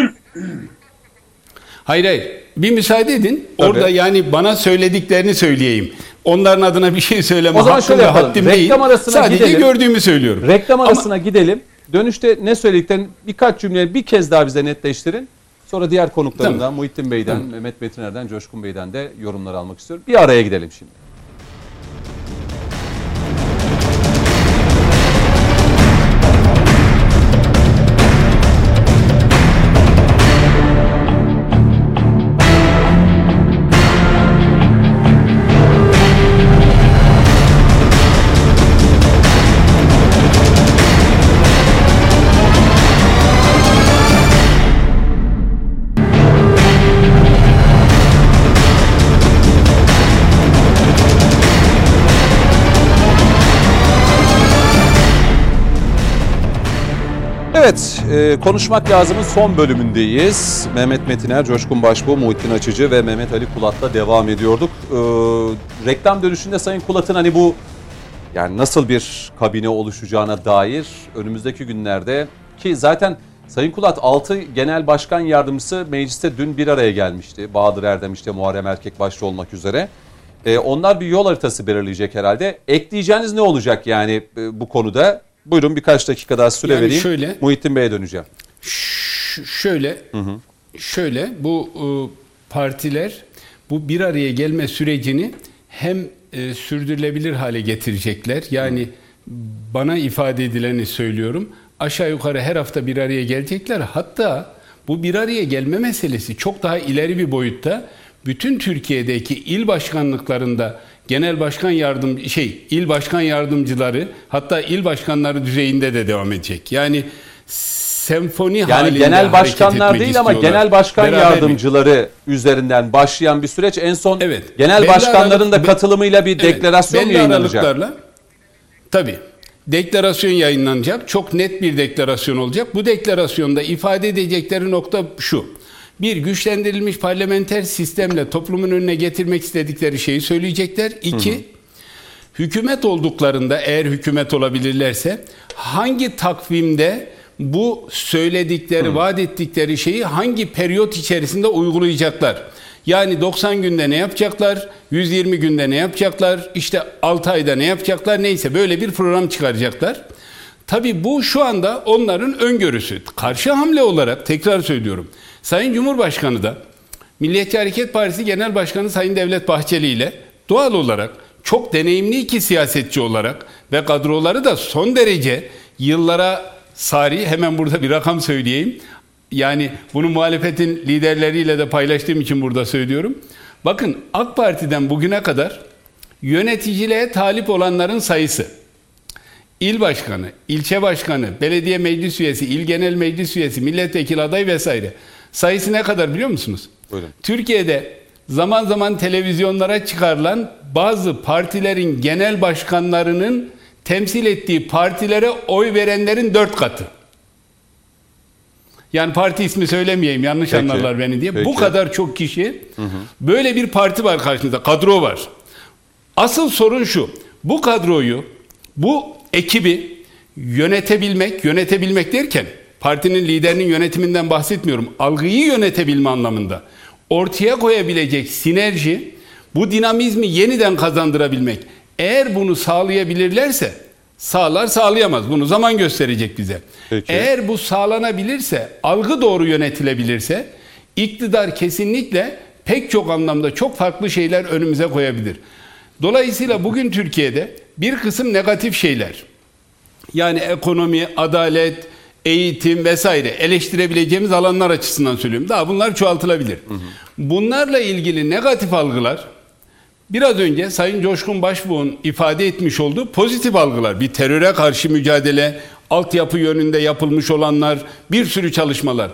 Hayır. Bir müsaade edin. Tabii. Orada yani bana söylediklerini söyleyeyim. Onların adına bir şey söyleme O zaman hakkım şöyle ve yapalım. haddim Reklam değil. arasına Sadece gidelim. gördüğümü söylüyorum. Reklam arasına gidelim. Dönüşte ne söylediklerini birkaç cümle bir kez daha bize netleştirin. Sonra diğer konuklarından, Tamam. Muhittin Bey'den, Mehmet Metiner'den, Coşkun Bey'den de yorumlar almak istiyorum. Bir araya gidelim şimdi. Evet, konuşmak lazımın son bölümündeyiz. Mehmet Metiner, Coşkun Başbuğ, Muhittin Açıcı ve Mehmet Ali Kulat'la devam ediyorduk. Reklam dönüşünde Sayın Kulat'ın hani bu yani nasıl bir kabine oluşacağına dair önümüzdeki günlerde ki zaten Sayın Kulat 6 Genel Başkan Yardımcısı mecliste dün bir araya gelmişti. Bahadır Erdem işte Muharrem Erkek başta olmak üzere. Onlar bir yol haritası belirleyecek herhalde. Ekleyeceğiniz ne olacak yani bu konuda? Buyurun birkaç dakika daha süre Yani vereyim. şöyle- Muhittin Bey'e döneceğim. Şöyle bu partiler bu bir araya gelme sürecini hem sürdürülebilir hale getirecekler. Yani bana ifade edileni söylüyorum. Aşağı yukarı her hafta bir araya gelecekler. Hatta bu bir araya gelme meselesi çok daha ileri bir boyutta. Bütün Türkiye'deki il başkanlıklarında genel başkan il başkan yardımcıları hatta il başkanları düzeyinde de devam edecek. Yani senfoni halinde Yani genel hareket başkanlar etmek değil ama istiyorlar. genel başkan Beraber yardımcıları üzerinden başlayan bir süreç en son Evet. genel Belli başkanların da aralık- katılımıyla bir Evet, deklarasyon mu belli yayınlanacak? aralıklarla, tabii. Deklarasyon yayınlanacak. Çok net bir deklarasyon olacak. Bu deklarasyonda ifade edecekleri nokta şu. Bir, güçlendirilmiş parlamenter sistemle toplumun önüne getirmek istedikleri şeyi söyleyecekler. İki, hükümet olduklarında eğer hükümet olabilirlerse hangi takvimde bu söyledikleri, vaat ettikleri şeyi hangi periyot içerisinde uygulayacaklar? Yani 90 günde ne yapacaklar, 120 günde ne yapacaklar, işte 6 ayda ne yapacaklar, neyse böyle bir program çıkaracaklar. Tabii bu şu anda onların öngörüsü. Karşı hamle olarak tekrar söylüyorum. Sayın Cumhurbaşkanı da Milliyetçi Hareket Partisi Genel Başkanı Sayın Devlet Bahçeli ile doğal olarak çok deneyimli iki siyasetçi olarak ve kadroları da son derece yıllara sari, hemen burada bir rakam söyleyeyim. Yani bunu muhalefetin liderleriyle de paylaştığım için burada söylüyorum. Bakın AK Parti'den bugüne kadar yöneticiliğe talip olanların sayısı, İl başkanı, ilçe başkanı, belediye meclis üyesi, il genel meclis üyesi, milletvekili adayı vesaire sayısı ne kadar biliyor musunuz? Buyurun. Türkiye'de zaman zaman televizyonlara çıkarılan bazı partilerin genel başkanlarının temsil ettiği partilere oy verenlerin 4 katı. Yani parti ismi söylemeyeyim, yanlış Peki. anlarlar beni diye. Peki. Bu kadar çok kişi, böyle bir parti var karşınızda, kadro var. Asıl sorun şu, bu kadroyu, bu ekibi yönetebilmek derken partinin liderinin yönetiminden bahsetmiyorum. Algıyı yönetebilme anlamında ortaya koyabilecek sinerji, bu dinamizmi yeniden kazandırabilmek. Eğer bunu sağlayabilirlerse sağlayamaz. Bunu zaman gösterecek bize. Peki. Eğer bu sağlanabilirse, algı doğru yönetilebilirse iktidar kesinlikle pek çok anlamda çok farklı şeyler önümüze koyabilir. Dolayısıyla bugün Türkiye'de bir kısım negatif şeyler, yani ekonomi, adalet, eğitim vesaire eleştirebileceğimiz alanlar açısından söylüyorum. Daha bunlar çoğaltılabilir. Bunlarla ilgili negatif algılar, biraz önce Sayın Coşkun Başbuğ'un ifade etmiş olduğu pozitif algılar, bir teröre karşı mücadele, altyapı yönünde yapılmış olanlar, bir sürü çalışmalar.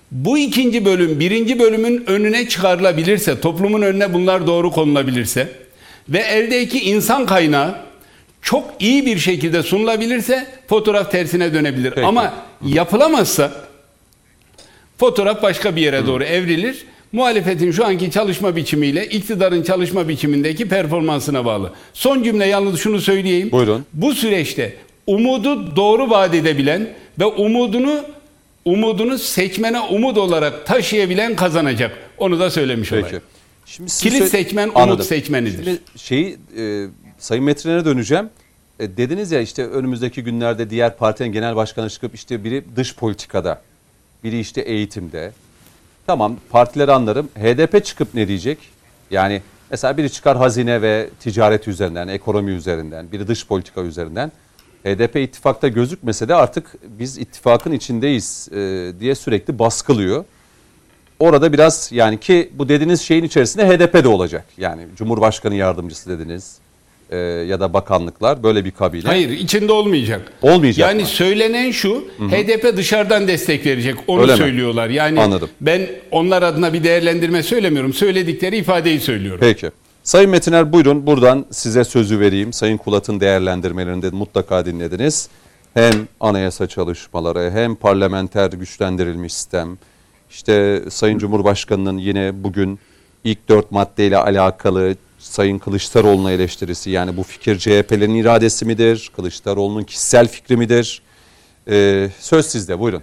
Bu ikinci bölüm, birinci bölümün önüne çıkarılabilirse, toplumun önüne bunlar doğru konulabilirse ve eldeki insan kaynağı çok iyi bir şekilde sunulabilirse fotoğraf tersine dönebilir. Peki. Ama yapılamazsa fotoğraf başka bir yere doğru evrilir. Muhalefetin şu anki çalışma biçimiyle iktidarın çalışma biçimindeki performansına bağlı. Son cümle yalnız şunu söyleyeyim. Buyurun. Bu süreçte umudu doğru vaat edebilen ve umudunu seçmene umut olarak taşıyabilen kazanacak. Onu da söylemiş Peki. olayım. Şimdi Kilit seçmen umut seçmenidir. Şimdi Sayın Metin'e döneceğim. Dediniz ya işte önümüzdeki günlerde diğer partinin genel başkanı çıkıp işte biri dış politikada, biri işte eğitimde. Tamam, partileri anlarım. HDP çıkıp ne diyecek? Yani mesela biri çıkar hazine ve ticaret üzerinden, ekonomi üzerinden, biri dış politika üzerinden. HDP ittifakta gözükmese de artık biz ittifakın içindeyiz diye sürekli baskılıyor. Orada biraz yani ki bu dediğiniz şeyin içerisinde HDP de olacak. Yani Cumhurbaşkanı yardımcısı dediniz ya da bakanlıklar böyle bir kabile. Hayır, içinde olmayacak. Olmayacak Yani mı? söylenen şu, HDP dışarıdan destek verecek. Onu Öyle mi? söylüyorlar. Yani Anladım. ben onlar adına bir değerlendirme söylemiyorum. Söyledikleri ifadeyi söylüyorum. Peki. Sayın Metiner buyurun buradan size sözü vereyim. Sayın Kulat'ın değerlendirmelerini de mutlaka dinlediniz. Hem anayasa çalışmaları hem parlamenter güçlendirilmiş sistem. İşte Sayın Cumhurbaşkanı'nın yine bugün ilk 4 maddeyle alakalı Sayın Kılıçdaroğlu'na eleştirisi. Yani bu fikir CHP'lerin iradesi midir? Kılıçdaroğlu'nun kişisel fikri midir? Söz sizde buyurun.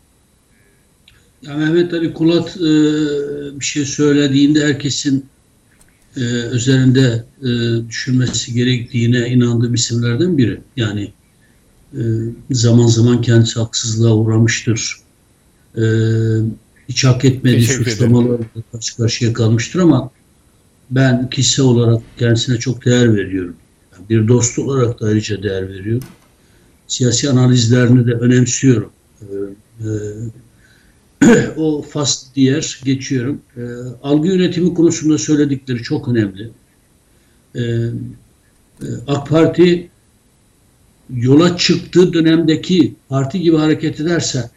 Ya Mehmet Ali Kulat bir şey söylediğinde herkesin üzerinde düşünmesi gerektiğine inandığım isimlerden biri. Yani zaman zaman kendisi haksızlığa uğramıştır. Hiç hak etmediği suçlamalarla karşı karşıya kalmıştır ama ben kişisel olarak kendisine çok değer veriyorum. Bir dost olarak da ayrıca değer veriyorum. Siyasi analizlerini de önemsiyorum. O fasl diğer geçiyorum. Algı yönetimi konusunda söyledikleri çok önemli. AK Parti yola çıktığı dönemdeki parti gibi hareket ederse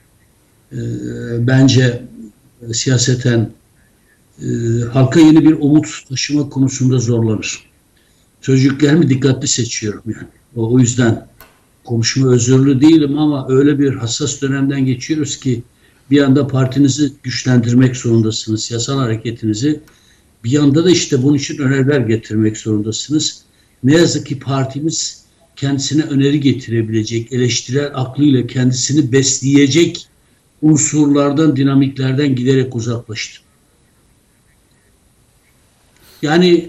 bence siyaseten halka yeni bir umut taşıma konusunda zorlanır. Sözcüklerimi dikkatli seçiyorum yani. O yüzden konuşma özürlü değilim ama öyle bir hassas dönemden geçiyoruz ki bir yanda partinizi güçlendirmek zorundasınız, siyasal hareketinizi. Bir yanda da işte bunun için öneriler getirmek zorundasınız. Ne yazık ki partimiz kendisine öneri getirebilecek, eleştirel aklıyla kendisini besleyecek unsurlardan, dinamiklerden giderek uzaklaştı. Yani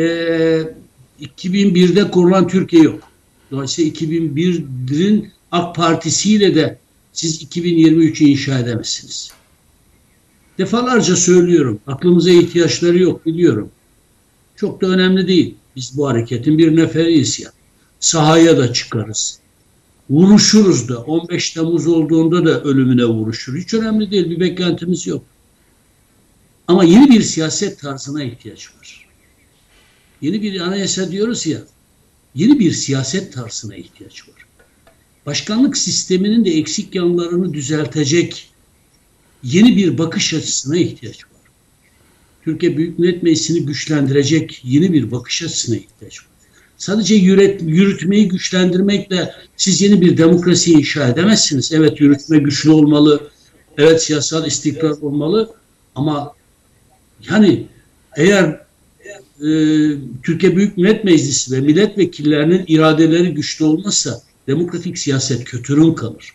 2001'de kurulan Türkiye yok. Dolayısıyla 2001'in AK Partisi'yle de siz 2023'ü inşa edemezsiniz. Defalarca söylüyorum. Aklımıza ihtiyaçları yok biliyorum. Çok da önemli değil. Biz bu hareketin bir neferiyiz ya. Sahaya da çıkarız. Vuruşuruz da. 15 Temmuz olduğunda da ölümüne vuruşur. Hiç önemli değil. Bir beklentimiz yok. Ama yeni bir siyaset tarzına ihtiyaç var. Yeni bir anayasa diyoruz ya. Yeni bir siyaset tarzına ihtiyaç var. Başkanlık sisteminin de eksik yanlarını düzeltecek yeni bir bakış açısına ihtiyaç var. Türkiye Büyük Millet Meclisi'ni güçlendirecek yeni bir bakış açısına ihtiyaç var. Sadece yürütmeyi güçlendirmekle siz yeni bir demokrasi inşa edemezsiniz. Evet, yürütme güçlü olmalı. Evet, siyasal istikrar olmalı. Ama yani eğer Türkiye Büyük Millet Meclisi ve milletvekillerinin iradeleri güçlü olmazsa demokratik siyaset kötürüm kalır.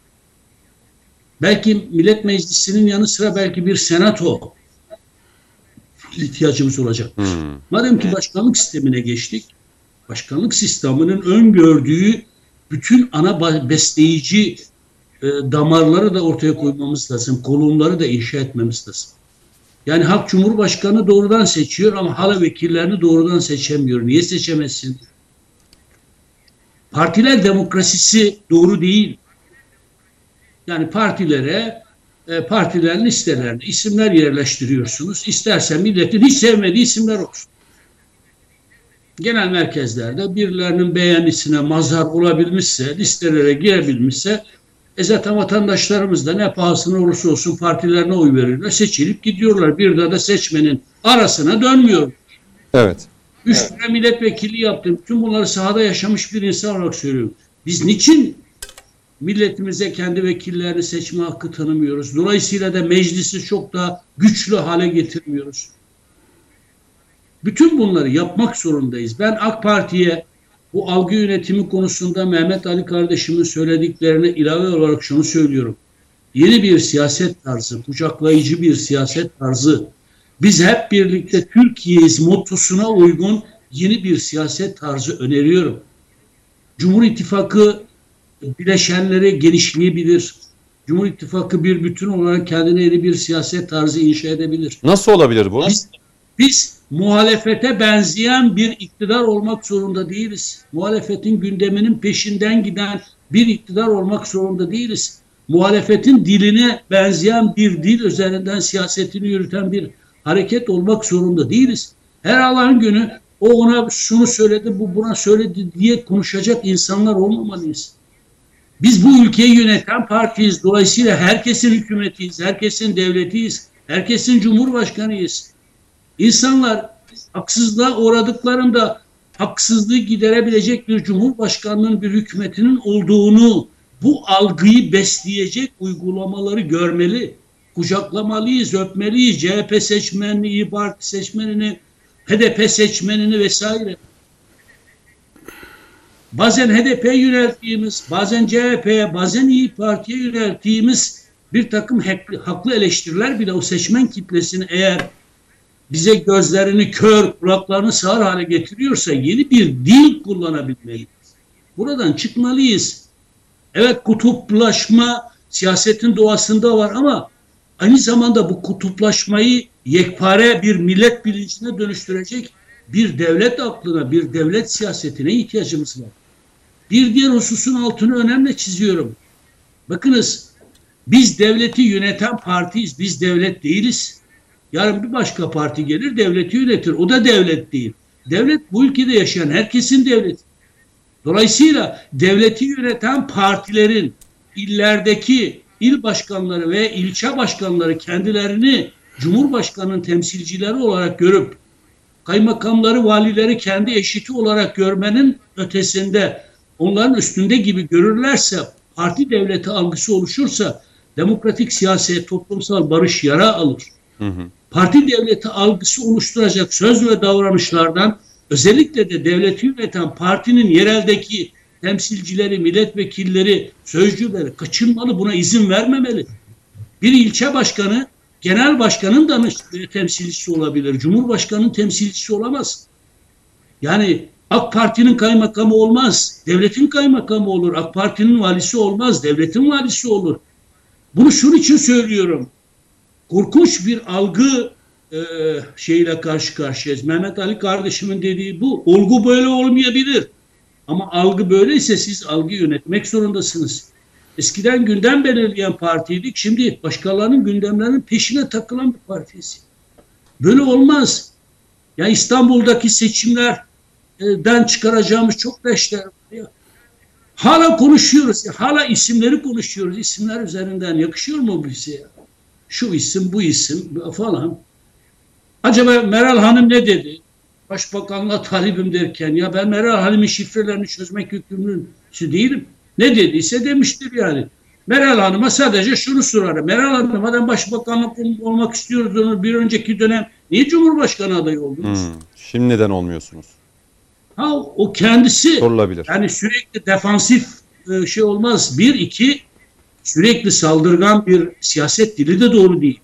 Belki Millet Meclisi'nin yanı sıra belki bir senato ihtiyacımız olacak. Madem ki başkanlık sistemine geçtik, başkanlık sisteminin öngördüğü bütün ana besleyici damarları da ortaya koymamız lazım. Kolonları da inşa etmemiz lazım. Yani halk Cumhurbaşkanı doğrudan seçiyor ama hala vekillerini doğrudan seçemiyor. Niye seçemezsin? Partiler demokrasisi doğru değil. Yani partilere, partilerin listelerine isimler yerleştiriyorsunuz. İsterse milletin hiç sevmediği isimler olsun. Genel merkezlerde birilerinin beğenisine mazhar olabilmişse, listelere girebilmişse Zaten vatandaşlarımız da ne pahasına olursa olsun partilerine oy verirler, seçilip gidiyorlar. Bir daha da seçmenin arasına dönmüyor. Evet. 3 tane milletvekili yaptım. Tüm bunları sahada yaşamış bir insan olarak söylüyorum. Biz niçin milletimize kendi vekillerini seçme hakkı tanımıyoruz? Dolayısıyla da meclisi çok daha güçlü hale getirmiyoruz. Bütün bunları yapmak zorundayız. Ben AK Parti'ye bu algı yönetimi konusunda Mehmet Ali kardeşimin söylediklerine ilave olarak şunu söylüyorum. Yeni bir siyaset tarzı, kucaklayıcı bir siyaset tarzı, biz hep birlikte Türkiye'yiz mottosuna uygun yeni bir siyaset tarzı öneriyorum. Cumhur İttifakı bileşenleri genişleyebilir. Cumhur İttifakı bir bütün olarak kendine yeni bir siyaset tarzı inşa edebilir. Nasıl olabilir bu? Biz muhalefete benzeyen bir iktidar olmak zorunda değiliz. Muhalefetin gündeminin peşinden giden bir iktidar olmak zorunda değiliz. Muhalefetin diline benzeyen bir dil üzerinden siyasetini yürüten bir hareket olmak zorunda değiliz. Her Allah'ın günü o ona şunu söyledi, bu buna söyledi diye konuşacak insanlar olmamalıyız. Biz bu ülkeyi yöneten partiyiz. Dolayısıyla herkesin hükümetiyiz, herkesin devletiyiz, herkesin cumhurbaşkanıyız. İnsanlar haksızlığa uğradıklarında haksızlığı giderebilecek bir cumhurbaşkanının, bir hükümetinin olduğunu, bu algıyı besleyecek uygulamaları görmeli. Kucaklamalıyız, öpmeliyiz. CHP seçmenini, İYİ Parti seçmenini, HDP seçmenini vesaire. Bazen HDP'ye yönelttiğimiz, bazen CHP'ye, bazen İYİ Parti'ye yönelttiğimiz bir takım haklı eleştiriler bile o seçmen kitlesini eğer bize gözlerini kör, kulaklarını sağır hale getiriyorsa yeni bir dil kullanabilmeliyiz. Buradan çıkmalıyız. Evet, kutuplaşma siyasetin doğasında var ama aynı zamanda bu kutuplaşmayı yekpare bir millet bilincine dönüştürecek bir devlet aklına, bir devlet siyasetine ihtiyacımız var. Bir diğer hususun altını önemli çiziyorum. Bakınız, biz devleti yöneten partiyiz, biz devlet değiliz. Yarın bir başka parti gelir devleti yönetir. O da devlet değil. Devlet bu ülkede yaşayan herkesin devleti. Dolayısıyla devleti yöneten partilerin illerdeki il başkanları ve ilçe başkanları kendilerini Cumhurbaşkanı'nın temsilcileri olarak görüp kaymakamları, valileri kendi eşiti olarak görmenin ötesinde onların üstünde gibi görürlerse, parti devleti algısı oluşursa demokratik siyaset, toplumsal barış yara alır. Parti devleti algısı oluşturacak söz ve davranışlardan özellikle de devleti yöneten partinin yereldeki temsilcileri, milletvekilleri, sözcüleri kaçınmalı, buna izin vermemeli. Bir ilçe başkanı genel başkanın temsilcisi olabilir. Cumhurbaşkanının temsilcisi olamaz. Yani AK Parti'nin kaymakamı olmaz. Devletin kaymakamı olur. AK Parti'nin valisi olmaz. Devletin valisi olur. Bunu şunun için söylüyorum. Korkunç bir algı şeyle karşı karşıyayız. Mehmet Ali kardeşimin dediği bu. Olgu böyle olmayabilir. Ama algı böyleyse siz algı yönetmek zorundasınız. Eskiden gündem belirleyen partiydik. Şimdi başkalarının gündemlerinin peşine takılan bir partiyiz. Böyle olmaz. Ya İstanbul'daki seçimlerden çıkaracağımız çok dersler var ya. Hala konuşuyoruz. Hala isimleri konuşuyoruz. İsimler üzerinden yakışıyor mu bize ya? Şu isim, bu isim falan. Acaba Meral Hanım ne dedi? Başbakanlığa talibim derken ya ben Meral Hanım'ın şifrelerini çözmek yükümlüsü değilim. Ne dediyse demiştir yani. Meral Hanım'a sadece şunu sorarım. Meral Hanım, madem başbakanlık olmak istiyordunuz bir önceki dönem niye Cumhurbaşkanı adayı oldunuz? Şimdi neden olmuyorsunuz? Ha, o kendisi sorulabilir. Yani sürekli defansif şey olmaz. Bir, iki, sürekli saldırgan bir siyaset dili de doğru değil.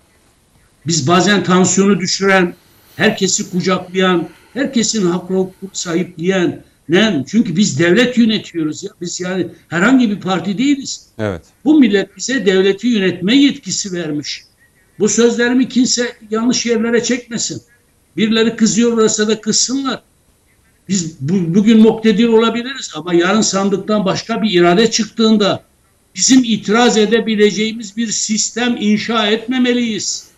Biz bazen tansiyonu düşüren, herkesi kucaklayan, herkesin hak hukuk sahipleyen, çünkü biz devlet yönetiyoruz ya. Biz yani herhangi bir parti değiliz. Evet. Bu millet bize devleti yönetme yetkisi vermiş. Bu sözlerimi kimse yanlış yerlere çekmesin. Birileri kızıyorlarsa da kızsınlar. Biz bugün muktedir olabiliriz ama yarın sandıktan başka bir irade çıktığında bizim itiraz edebileceğimiz bir sistem inşa etmemeliyiz.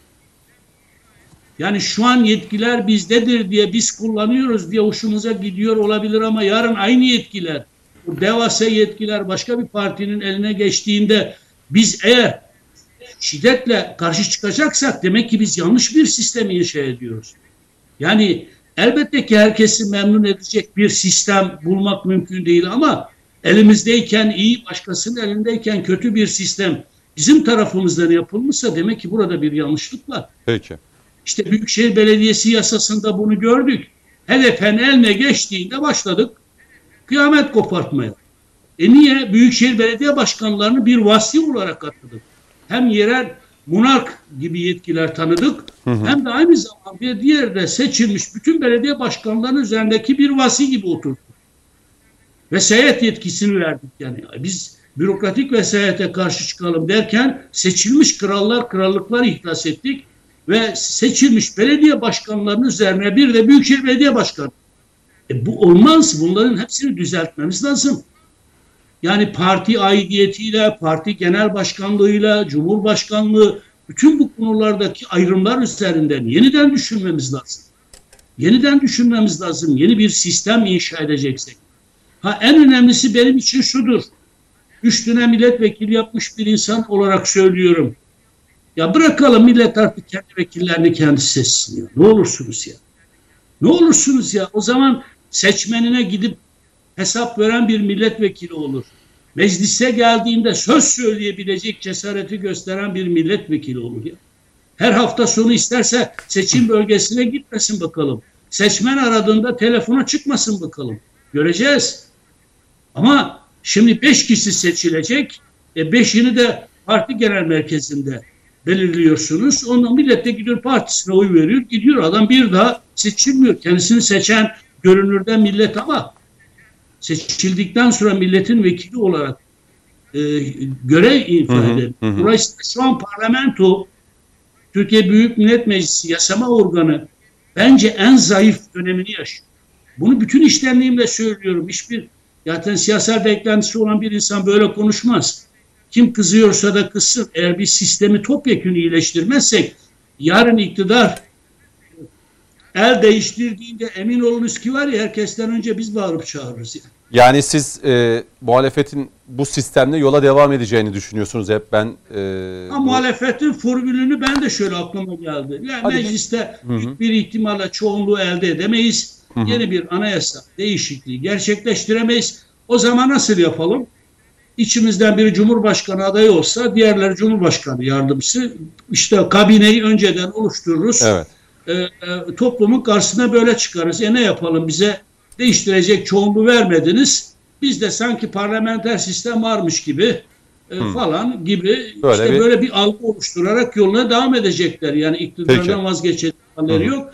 Yani şu an yetkiler bizdedir diye biz kullanıyoruz diye hoşumuza gidiyor olabilir ama yarın aynı yetkiler bu devasa yetkiler başka bir partinin eline geçtiğinde biz eğer şiddetle karşı çıkacaksak demek ki biz yanlış bir sistemi inşa ediyoruz. Yani elbette ki herkesi memnun edecek bir sistem bulmak mümkün değil ama elimizdeyken iyi, başkasının elindeyken kötü bir sistem bizim tarafımızdan yapılmışsa demek ki burada bir yanlışlık var. Peki. İşte Büyükşehir Belediyesi yasasında bunu gördük. HDP'nin eline geçtiğinde başladık kıyamet kopartmaya. Niye? Büyükşehir Belediye Başkanlarını bir vasi olarak atadık. Hem yerel monark gibi yetkiler tanıdık, hem de aynı zamanda bir diğer de seçilmiş bütün belediye başkanlarının üzerindeki bir vasi gibi oturduk. Vesayet yetkisini verdik yani. Biz bürokratik vesayete karşı çıkalım derken seçilmiş krallar, krallıklar ihdas ettik ve seçilmiş belediye başkanlarının üzerine bir de Büyükşehir Belediye Başkanı. Bu olmaz. Bunların hepsini düzeltmemiz lazım. Yani parti aidiyetiyle, parti genel başkanlığıyla, cumhurbaşkanlığı bütün bu konulardaki ayrımlar üzerinden yeniden düşünmemiz lazım. Yeniden düşünmemiz lazım. Yeni bir sistem inşa edeceksek. En önemlisi benim için şudur. 3 dönem milletvekili yapmış bir insan olarak söylüyorum. Ya bırakalım millet artık kendi vekillerini kendisi seçsin ya. Ne olursunuz ya. Ne olursunuz ya. O zaman seçmenine gidip hesap veren bir milletvekili olur. Meclise geldiğinde söz söyleyebilecek cesareti gösteren bir milletvekili olur ya. Her hafta sonu isterse seçim bölgesine gitmesin bakalım. Seçmen aradığında telefona çıkmasın bakalım. Göreceğiz. Ama şimdi 5 kişi seçilecek. 5'ini de parti genel merkezinde belirliyorsunuz. Ondan millet de gidiyor partisine oy veriyor. Gidiyor adam bir daha seçilmiyor. Kendisini seçen görünürden millet ama seçildikten sonra milletin vekili olarak görev ifade. Dolayısıyla şu an parlamento, Türkiye Büyük Millet Meclisi yasama organı bence en zayıf dönemini yaşıyor. Bunu bütün içtenliğimle söylüyorum. Hiçbir zaten siyasal beklentisi olan bir insan böyle konuşmaz. Kim kızıyorsa da kızsın. Eğer bir sistemi topyekun iyileştirmezsek yarın iktidar el değiştirdiğinde emin olunuz ki var ya herkesten önce biz bağırıp çağırırız. Yani siz muhalefetin bu sistemle yola devam edeceğini düşünüyorsunuz hep ben. Muhalefetin formülünü ben de şöyle aklıma geldi. Yani mecliste büyük bir ihtimalle çoğunluğu elde edemeyiz. Yeni bir anayasa değişikliği gerçekleştiremeyiz. O zaman nasıl yapalım? İçimizden biri Cumhurbaşkanı adayı olsa diğerleri Cumhurbaşkanı yardımcısı. İşte kabineyi önceden oluştururuz. Evet. Toplumun karşısına böyle çıkarız. Ne yapalım, bize değiştirecek çoğunluğu vermediniz. Biz de sanki parlamenter sistem varmış gibi falan gibi böyle bir algı oluşturarak yoluna devam edecekler. Yani iktidardan vazgeçecekleri yok.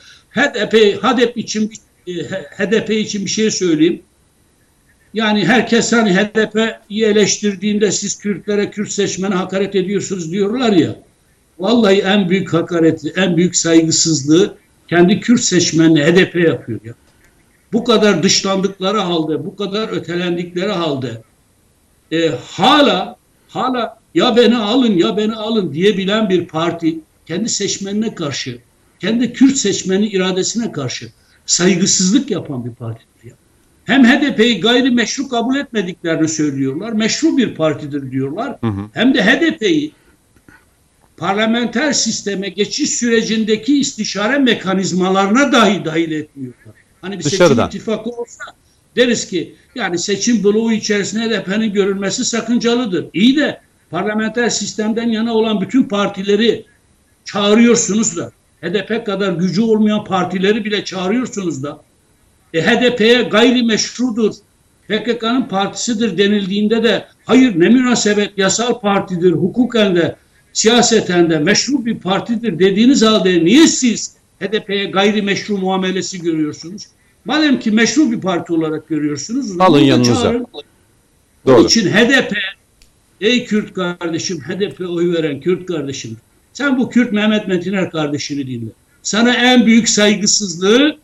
HDP için bir şey söyleyeyim. Yani herkes hani HDP'yi eleştirdiğinde siz Kürtlere, Kürt seçmene hakaret ediyorsunuz diyorlar ya. Vallahi en büyük hakareti, en büyük saygısızlığı kendi Kürt seçmenine HDP yapıyor ya. Bu kadar dışlandıkları halde, bu kadar ötelendikleri halde hala ya beni alın diyebilen bir parti kendi seçmenine karşı, kendi Kürt seçmenin iradesine karşı saygısızlık yapan bir partidir ya. Hem HDP'yi gayrimeşru kabul etmediklerini söylüyorlar, meşru bir partidir diyorlar. Hem de HDP'yi parlamenter sisteme geçiş sürecindeki istişare mekanizmalarına dahi dahil etmiyorlar. Hani bir seçim ittifakı olsa deriz ki yani seçim bloğu içerisinde HDP'nin görülmesi sakıncalıdır. İyi de parlamenter sistemden yana olan bütün partileri çağırıyorsunuz da HDP kadar gücü olmayan partileri bile çağırıyorsunuz da HDP'ye gayrimeşrudur, PKK'nın partisidir denildiğinde de hayır ne münasebet yasal partidir, hukuken de siyaseten de meşru bir partidir dediğiniz halde niye siz HDP'ye gayrimeşru muamelesi görüyorsunuz? Madem ki meşru bir parti olarak görüyorsunuz, alın yanınıza. Onun için HDP, ey Kürt kardeşim, HDP oy veren Kürt kardeşim, sen bu Kürt Mehmet Metiner kardeşini dinle. Sana en büyük saygısızlığı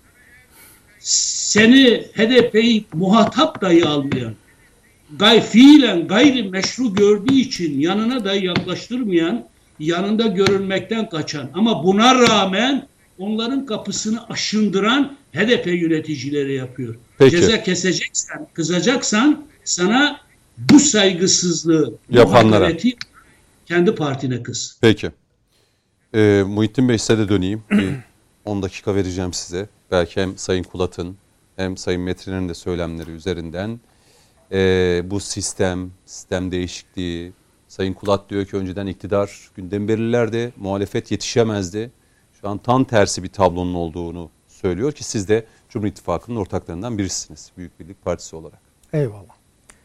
seni HDP'yi muhatap dahi almayan, fiilen gayrimeşru gördüğü için yanına da yaklaştırmayan, yanında görünmekten kaçan ama buna rağmen onların kapısını aşındıran HDP yöneticileri yapıyor. Peki. Ceza keseceksen, kızacaksan sana bu saygısızlığı, bu Yapanlara. hakareti kendi partine kız. Peki. Muhittin Bey, size de döneyim. Bir 10 dakika vereceğim size. Belki hem Sayın Kulat'ın hem Sayın Metin'in de söylemleri üzerinden bu sistem değişikliği. Sayın Kulat diyor ki önceden iktidar gündem belirlerdi, muhalefet yetişemezdi. Şu an tam tersi bir tablonun olduğunu söylüyor ki siz de Cumhur İttifakı'nın ortaklarından birisiniz Büyük Birlik Partisi olarak. Eyvallah.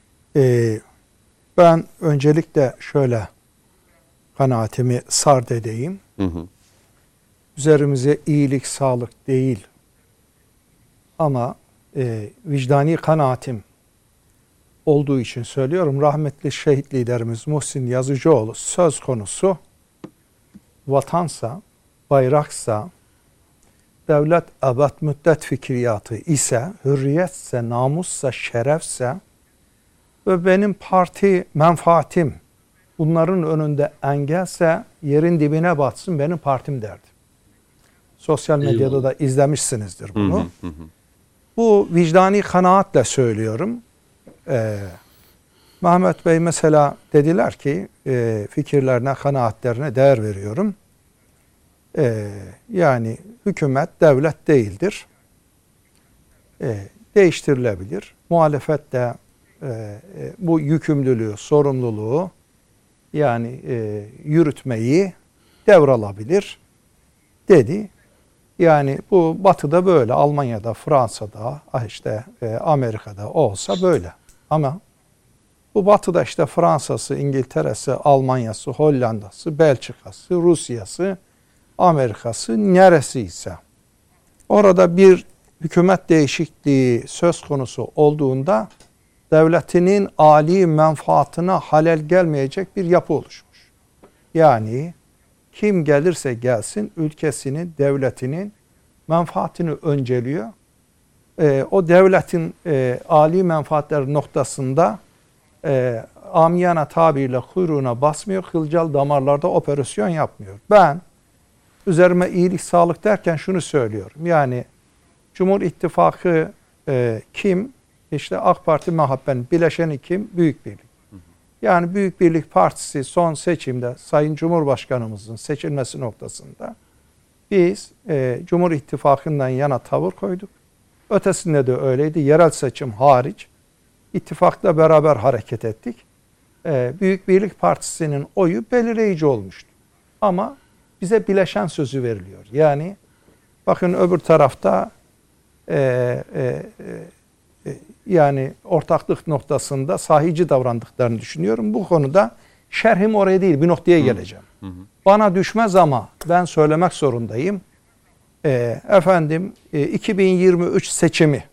Ben öncelikle şöyle kanaatimi sard edeyim. Hı hı. Üzerimize iyilik, sağlık değil ama vicdani kanaatim olduğu için söylüyorum. Rahmetli şehit liderimiz Muhsin Yazıcıoğlu söz konusu vatansa, bayraksa, devlet ebed müddet fikriyatı ise, hürriyetse, namussa, şerefse ve benim parti menfaatim bunların önünde engelse yerin dibine batsın benim partim derdi. Sosyal medyada Eyvallah. da izlemişsinizdir bunu. Hı hı. Bu vicdani kanaatle söylüyorum. Mehmet Bey mesela dediler ki fikirlerine, kanaatlerine değer veriyorum. Yani hükümet devlet değildir. Değiştirilebilir. Muhalefet de bu yükümlülüğü, sorumluluğu yani yürütmeyi devralabilir dedi. Yani bu Batı'da böyle, Almanya'da, Fransa'da, işte Amerika'da olsa böyle. Ama bu Batı'da işte Fransa'sı, İngiltere'si, Almanya'sı, Hollanda'sı, Belçika'sı, Rusya'sı, Amerika'sı neresiyse orada bir hükümet değişikliği söz konusu olduğunda devletinin âli menfaatına halel gelmeyecek bir yapı oluşmuş. Yani kim gelirse gelsin ülkesinin, devletinin menfaatini önceliyor. O devletin âli menfaatleri noktasında amiyana tabirle kuyruğuna basmıyor, kılcal damarlarda operasyon yapmıyor. Ben üzerime iyilik, sağlık derken şunu söylüyorum. Yani Cumhur İttifakı kim? İşte AK Parti, MHP'nin bileşeni kim? Büyük Birlik. Yani Büyük Birlik Partisi son seçimde Sayın Cumhurbaşkanımızın seçilmesi noktasında biz Cumhur İttifakı'ndan yana tavır koyduk. Ötesinde de öyleydi. Yerel seçim hariç ittifakla beraber hareket ettik. Büyük Birlik Partisi'nin oyu belirleyici olmuştu. Ama bize bileşen sözü veriliyor. Yani bakın öbür tarafta yani ortaklık noktasında sahici davrandıklarını düşünüyorum. Bu konuda şerhim oraya değil, bir noktaya geleceğim. Bana düşmez ama ben söylemek zorundayım. 2023 seçimi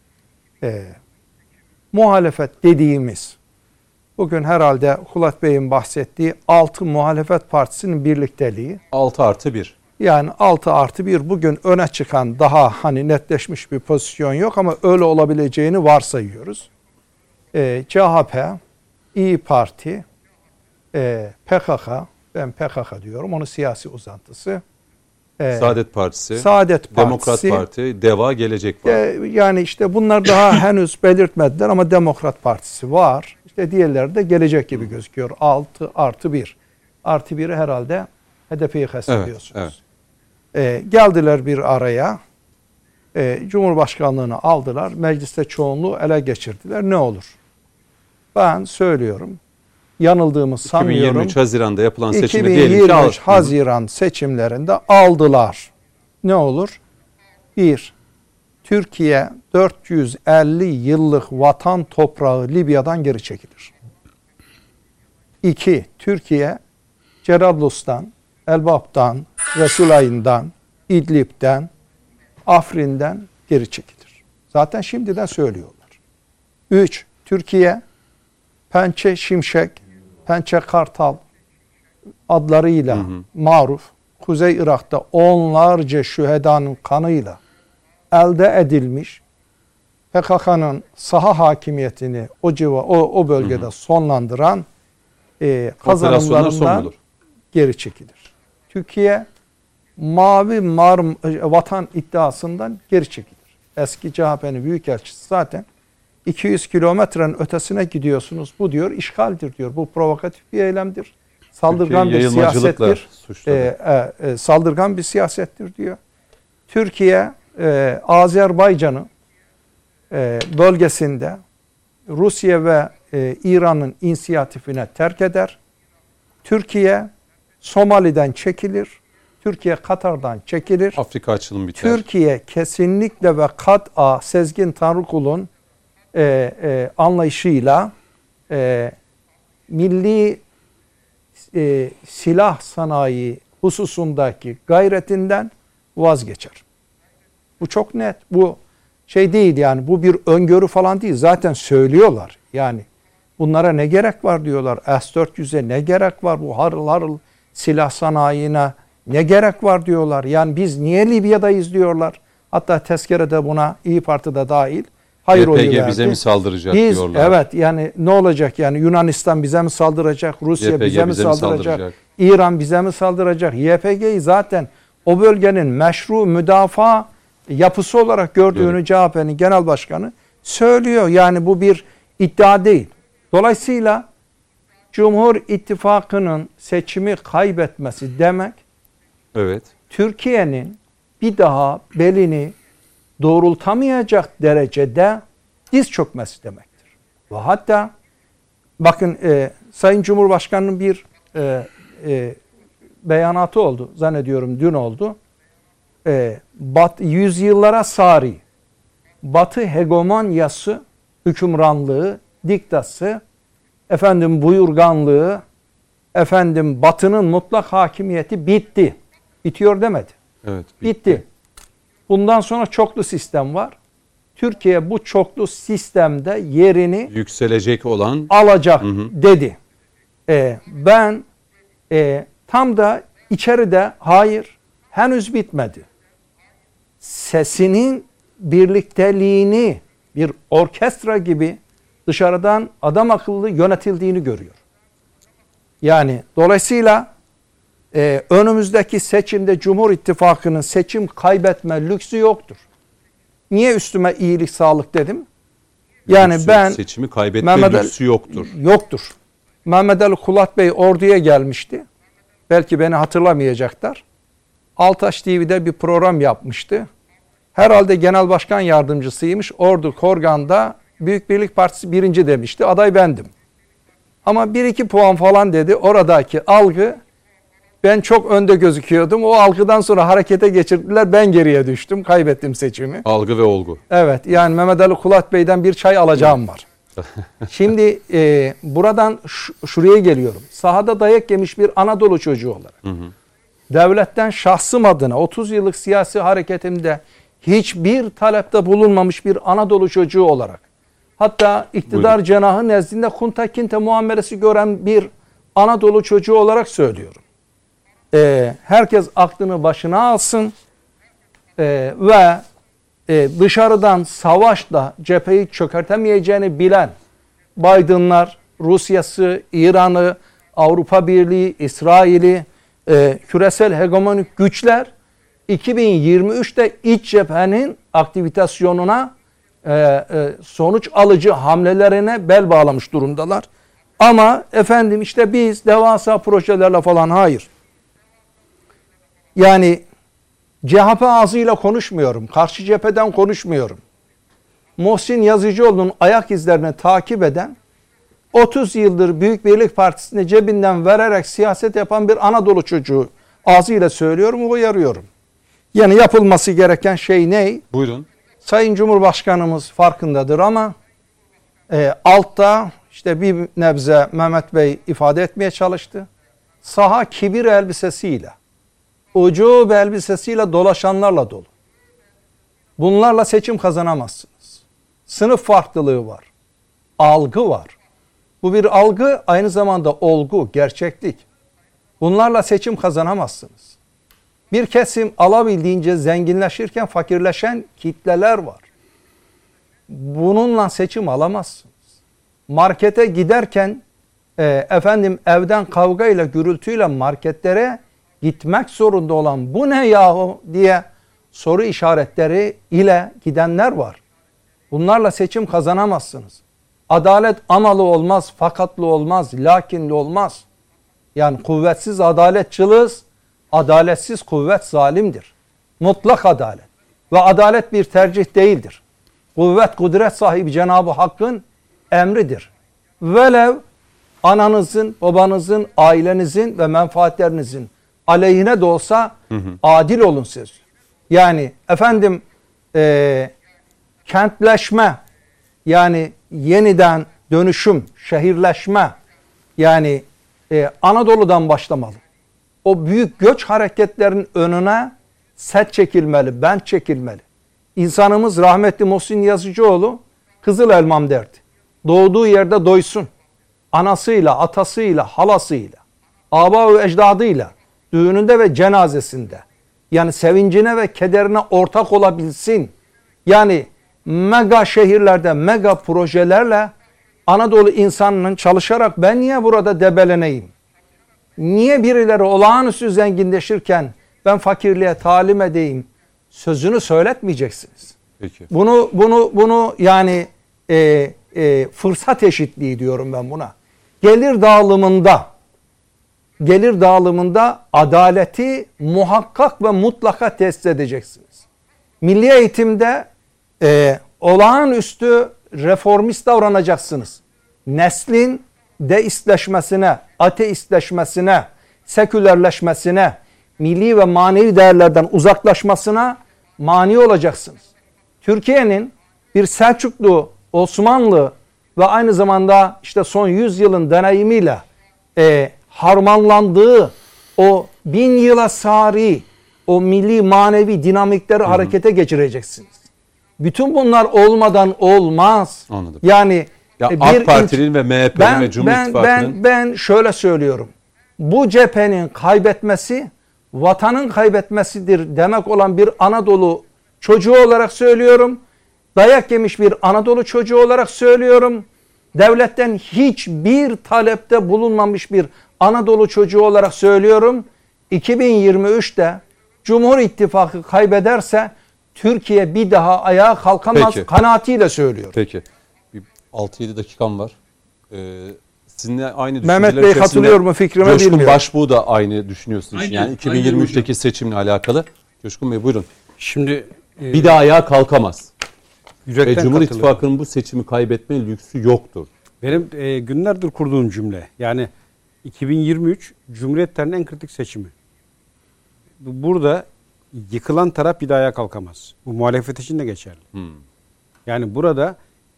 muhalefet dediğimiz bugün herhalde Kulat Bey'in bahsettiği 6 muhalefet partisinin birlikteliği. 6+1. Yani 6+1 bugün öne çıkan daha hani netleşmiş bir pozisyon yok ama öyle olabileceğini varsayıyoruz. CHP, İYİ Parti, PKK, ben PKK diyorum, onun siyasi uzantısı. Saadet Partisi, Saadet Partisi, Demokrat Parti, DEVA, Gelecek Parti. Yani işte bunlar daha henüz belirtmediler ama Demokrat Partisi var. İşte diğerleri de gelecek gibi gözüküyor. 6+1. Artı 1'i herhalde HDP'yi kastediyorsunuz. Evet. Geldiler bir araya. Cumhurbaşkanlığını aldılar. Mecliste çoğunluğu ele geçirdiler. Ne olur? Ben söylüyorum. Yanıldığımı sanmıyorum. 2023 Haziran'da yapılan seçimde diyelim ki 2023 Haziran seçimlerinde aldılar. Ne olur? 1. Türkiye 450 yıllık vatan toprağı Libya'dan geri çekilir. 2. Türkiye Cerablus'tan, Elbap'tan, Resulayn'dan, İdlib'den, Afrin'den geri çekilir. Zaten şimdiden söylüyorlar. 3. Türkiye Pençe Şimşek, Pençe Kartal adlarıyla maruf Kuzey Irak'ta onlarca şühedanın kanıyla elde edilmiş PKK'nın saha hakimiyetini o bölgede sonlandıran kazanımlarından geri çekilir. Türkiye vatan iddiasından geri çekilir. Eski CHP'nin büyükelçisi zaten 200 kilometrenin ötesine gidiyorsunuz. Bu diyor işgaldir diyor. Bu provokatif bir eylemdir. Saldırgan bir siyasettir. Saldırgan bir siyasettir diyor. Türkiye Azerbaycan'ın bölgesinde Rusya ve İran'ın inisiyatifine terk eder. Türkiye Somali'den çekilir. Türkiye Katar'dan çekilir. Afrika açılımı biter. Türkiye kesinlikle ve kat'a Sezgin Tanrıkul'un anlayışıyla milli silah sanayi hususundaki gayretinden vazgeçer. Bu çok net. Bu şey değil yani, bu bir öngörü falan değil. Zaten söylüyorlar. Yani bunlara ne gerek var diyorlar. S-400'e ne gerek var, bu harıl harıl silah sanayine ne gerek var diyorlar. Yani biz niye Libya'dayız diyorlar. Hatta tezkerede buna İYİ Parti de dahil hayır oyu verdi. YPG bize mi saldıracak biz, diyorlar. Evet yani ne olacak yani, Yunanistan bize mi saldıracak, Rusya YPG bize mi saldıracak, İran bize mi saldıracak? YPG'yi zaten o bölgenin meşru müdafaa yapısı olarak gördüğünü CHP'nin genel başkanı söylüyor. Yani bu bir iddia değil. Dolayısıyla Cumhur İttifakı'nın seçimi kaybetmesi demek, evet, Türkiye'nin bir daha belini doğrultamayacak derecede diz çökmesi demektir. Ve hatta bakın Sayın Cumhurbaşkanı'nın bir beyanatı oldu. Zannediyorum dün oldu. Yüzyıllara sari Batı hegemonyası, hükümranlığı, diktası, buyurganlığı, Batı'nın mutlak hakimiyeti bitti. Bitiyor demedi. Evet, bitti. Bundan sonra çoklu sistem var. Türkiye bu çoklu sistemde yerini yükselecek olan alacak dedi. Ben tam da içeride hayır, henüz bitmedi. Sesinin birlikteliğini bir orkestra gibi dışarıdan adam akıllı yönetildiğini görüyor. Yani dolayısıyla önümüzdeki seçimde Cumhur İttifakı'nın seçim kaybetme lüksü yoktur. Niye üstüme iyilik sağlık dedim? Yani ben seçimi kaybetme lüksü yoktur. Yoktur. Mehmet Ali Kulat Bey orduya gelmişti. Belki beni hatırlamayacaklar. Altaş TV'de bir program yapmıştı. Herhalde genel başkan yardımcısıymış. Ordu Korgan'da Büyük Birlik Partisi birinci demişti. Aday bendim. Ama 1-2 puan falan dedi. Oradaki algı, ben çok önde gözüküyordum. O algıdan sonra harekete geçirdiler. Ben geriye düştüm. Kaybettim seçimi. Algı ve olgu. Evet. Yani Mehmet Ali Kulat Bey'den bir çay alacağım var. Şimdi buradan şuraya geliyorum. Sahada dayak yemiş bir Anadolu çocuğu olarak. Devletten şahsım adına 30 yıllık siyasi hareketimde hiçbir talepte bulunmamış bir Anadolu çocuğu olarak, hatta iktidar cenahı nezdinde kunta kinte muamelesi gören bir Anadolu çocuğu olarak söylüyorum. Herkes aklını başına alsın ve dışarıdan savaşla cepheyi çökertemeyeceğini bilen Biden'lar, Rusya'sı, İran'ı, Avrupa Birliği, İsrail'i, küresel hegemonik güçler 2023'te iç cephenin aktivitasyonuna, sonuç alıcı hamlelerine bel bağlamış durumdalar. Ama işte biz devasa projelerle falan hayır. Yani CHP ağzıyla konuşmuyorum. Karşı cepheden konuşmuyorum. Muhsin Yazıcıoğlu'nun ayak izlerini takip eden, 30 yıldır Büyük Birlik Partisi'ni cebinden vererek siyaset yapan bir Anadolu çocuğu ağzıyla söylüyorum, uyarıyorum. Yani yapılması gereken şey ne? Buyurun. Sayın Cumhurbaşkanımız farkındadır ama altta işte bir nebze Mehmet Bey ifade etmeye çalıştı. Saha kibir elbisesiyle, ucub elbisesiyle dolaşanlarla dolu. Bunlarla seçim kazanamazsınız. Sınıf farklılığı var. Algı var. Bu bir algı, aynı zamanda olgu, gerçeklik. Bunlarla seçim kazanamazsınız. Bir kesim alabildiğince zenginleşirken fakirleşen kitleler var. Bununla seçim alamazsınız. Markete giderken evden kavgayla, gürültüyle marketlere gitmek zorunda olan bu ne yahu diye soru işaretleri ile gidenler var. Bunlarla seçim kazanamazsınız. Adalet amalı olmaz, fakatlı olmaz, lakinli olmaz. Yani kuvvetsiz adalet cılız, adaletsiz kuvvet zalimdir. Mutlak adalet. Ve adalet bir tercih değildir. Kuvvet, kudret sahibi Cenab-ı Hakk'ın emridir. Velev ananızın, babanızın, ailenizin ve menfaatlerinizin aleyhine de olsa adil olun siz. Yani efendim kentleşme, yani yeniden dönüşüm, şehirleşme, yani Anadolu'dan başlamalı. O büyük göç hareketlerinin önüne set çekilmeli, bent çekilmeli. İnsanımız rahmetli Muhsin Yazıcıoğlu Kızıl Elmam derdi. Doğduğu yerde doysun. Anasıyla, atasıyla, halasıyla, aba-ı ecdadıyla, düğününde ve cenazesinde, yani sevincine ve kederine ortak olabilsin. Yani mega şehirlerde, mega projelerle Anadolu insanının çalışarak ben niye burada debeleneyim? Niye birileri olağanüstü zenginleşirken ben fakirliğe talim edeyim? Sözünü söyletmeyeceksiniz. Peki. Bunu yani fırsat eşitliği diyorum ben buna. Gelir dağılımında adaleti muhakkak ve mutlaka test edeceksiniz. Milli eğitimde olağanüstü reformist davranacaksınız. Neslin deistleşmesine, ateistleşmesine, sekülerleşmesine, milli ve manevi değerlerden uzaklaşmasına mani olacaksınız. Türkiye'nin bir Selçuklu, Osmanlı ve aynı zamanda işte son 100 yılın deneyimiyle harmanlandığı o 1000 yıla sari o milli manevi dinamikleri harekete geçireceksiniz. Bütün bunlar olmadan olmaz. Anladım. Yani ya AK Parti'nin ve MHP'nin ve Cumhur İttifakı'nın... Ben şöyle söylüyorum. Bu cephenin kaybetmesi vatanın kaybetmesidir demek olan bir Anadolu çocuğu olarak söylüyorum. Dayak yemiş bir Anadolu çocuğu olarak söylüyorum. Devletten hiçbir talepte bulunmamış bir Anadolu çocuğu olarak söylüyorum. 2023'te Cumhur İttifakı kaybederse Türkiye bir daha ayağa kalkamaz kanaatiyle söylüyorum. Peki. 6-7 dakikam var. Sizinle aynı Mehmet Bey katılıyor mu fikrime bilmiyorum. Coşkun Başbuğ da aynı düşünüyorsunuz. Aynen, Yani 2023'teki seçimle alakalı. Coşkun Bey buyurun. Şimdi Bir daha ayağa kalkamaz. Ve Cumhur katılıyorum. İttifakı'nın bu seçimi kaybetme lüksü yoktur. Benim günlerdir kurduğum cümle. Yani 2023 Cumhuriyet tarihinin en kritik seçimi. Burada yıkılan taraf bir daha ayağa kalkamaz. Bu muhalefet için de geçerli. Yani burada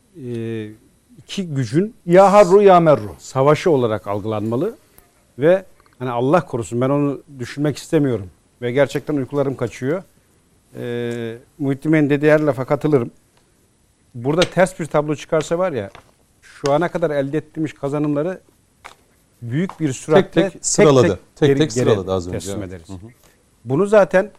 iki gücün Ya harru ya merru savaşı olarak algılanmalı ve hani Allah korusun ben onu düşünmek istemiyorum ve gerçekten uykularım kaçıyor. Muhittin Bey'in dediği her lafa katılırım. Burada ters bir tablo çıkarsa var ya şu ana kadar elde ettiğimiz kazanımları büyük bir süratle Tek sıraladı. Tek geri sıraladı az önce. teslim ederiz. Bunu zaten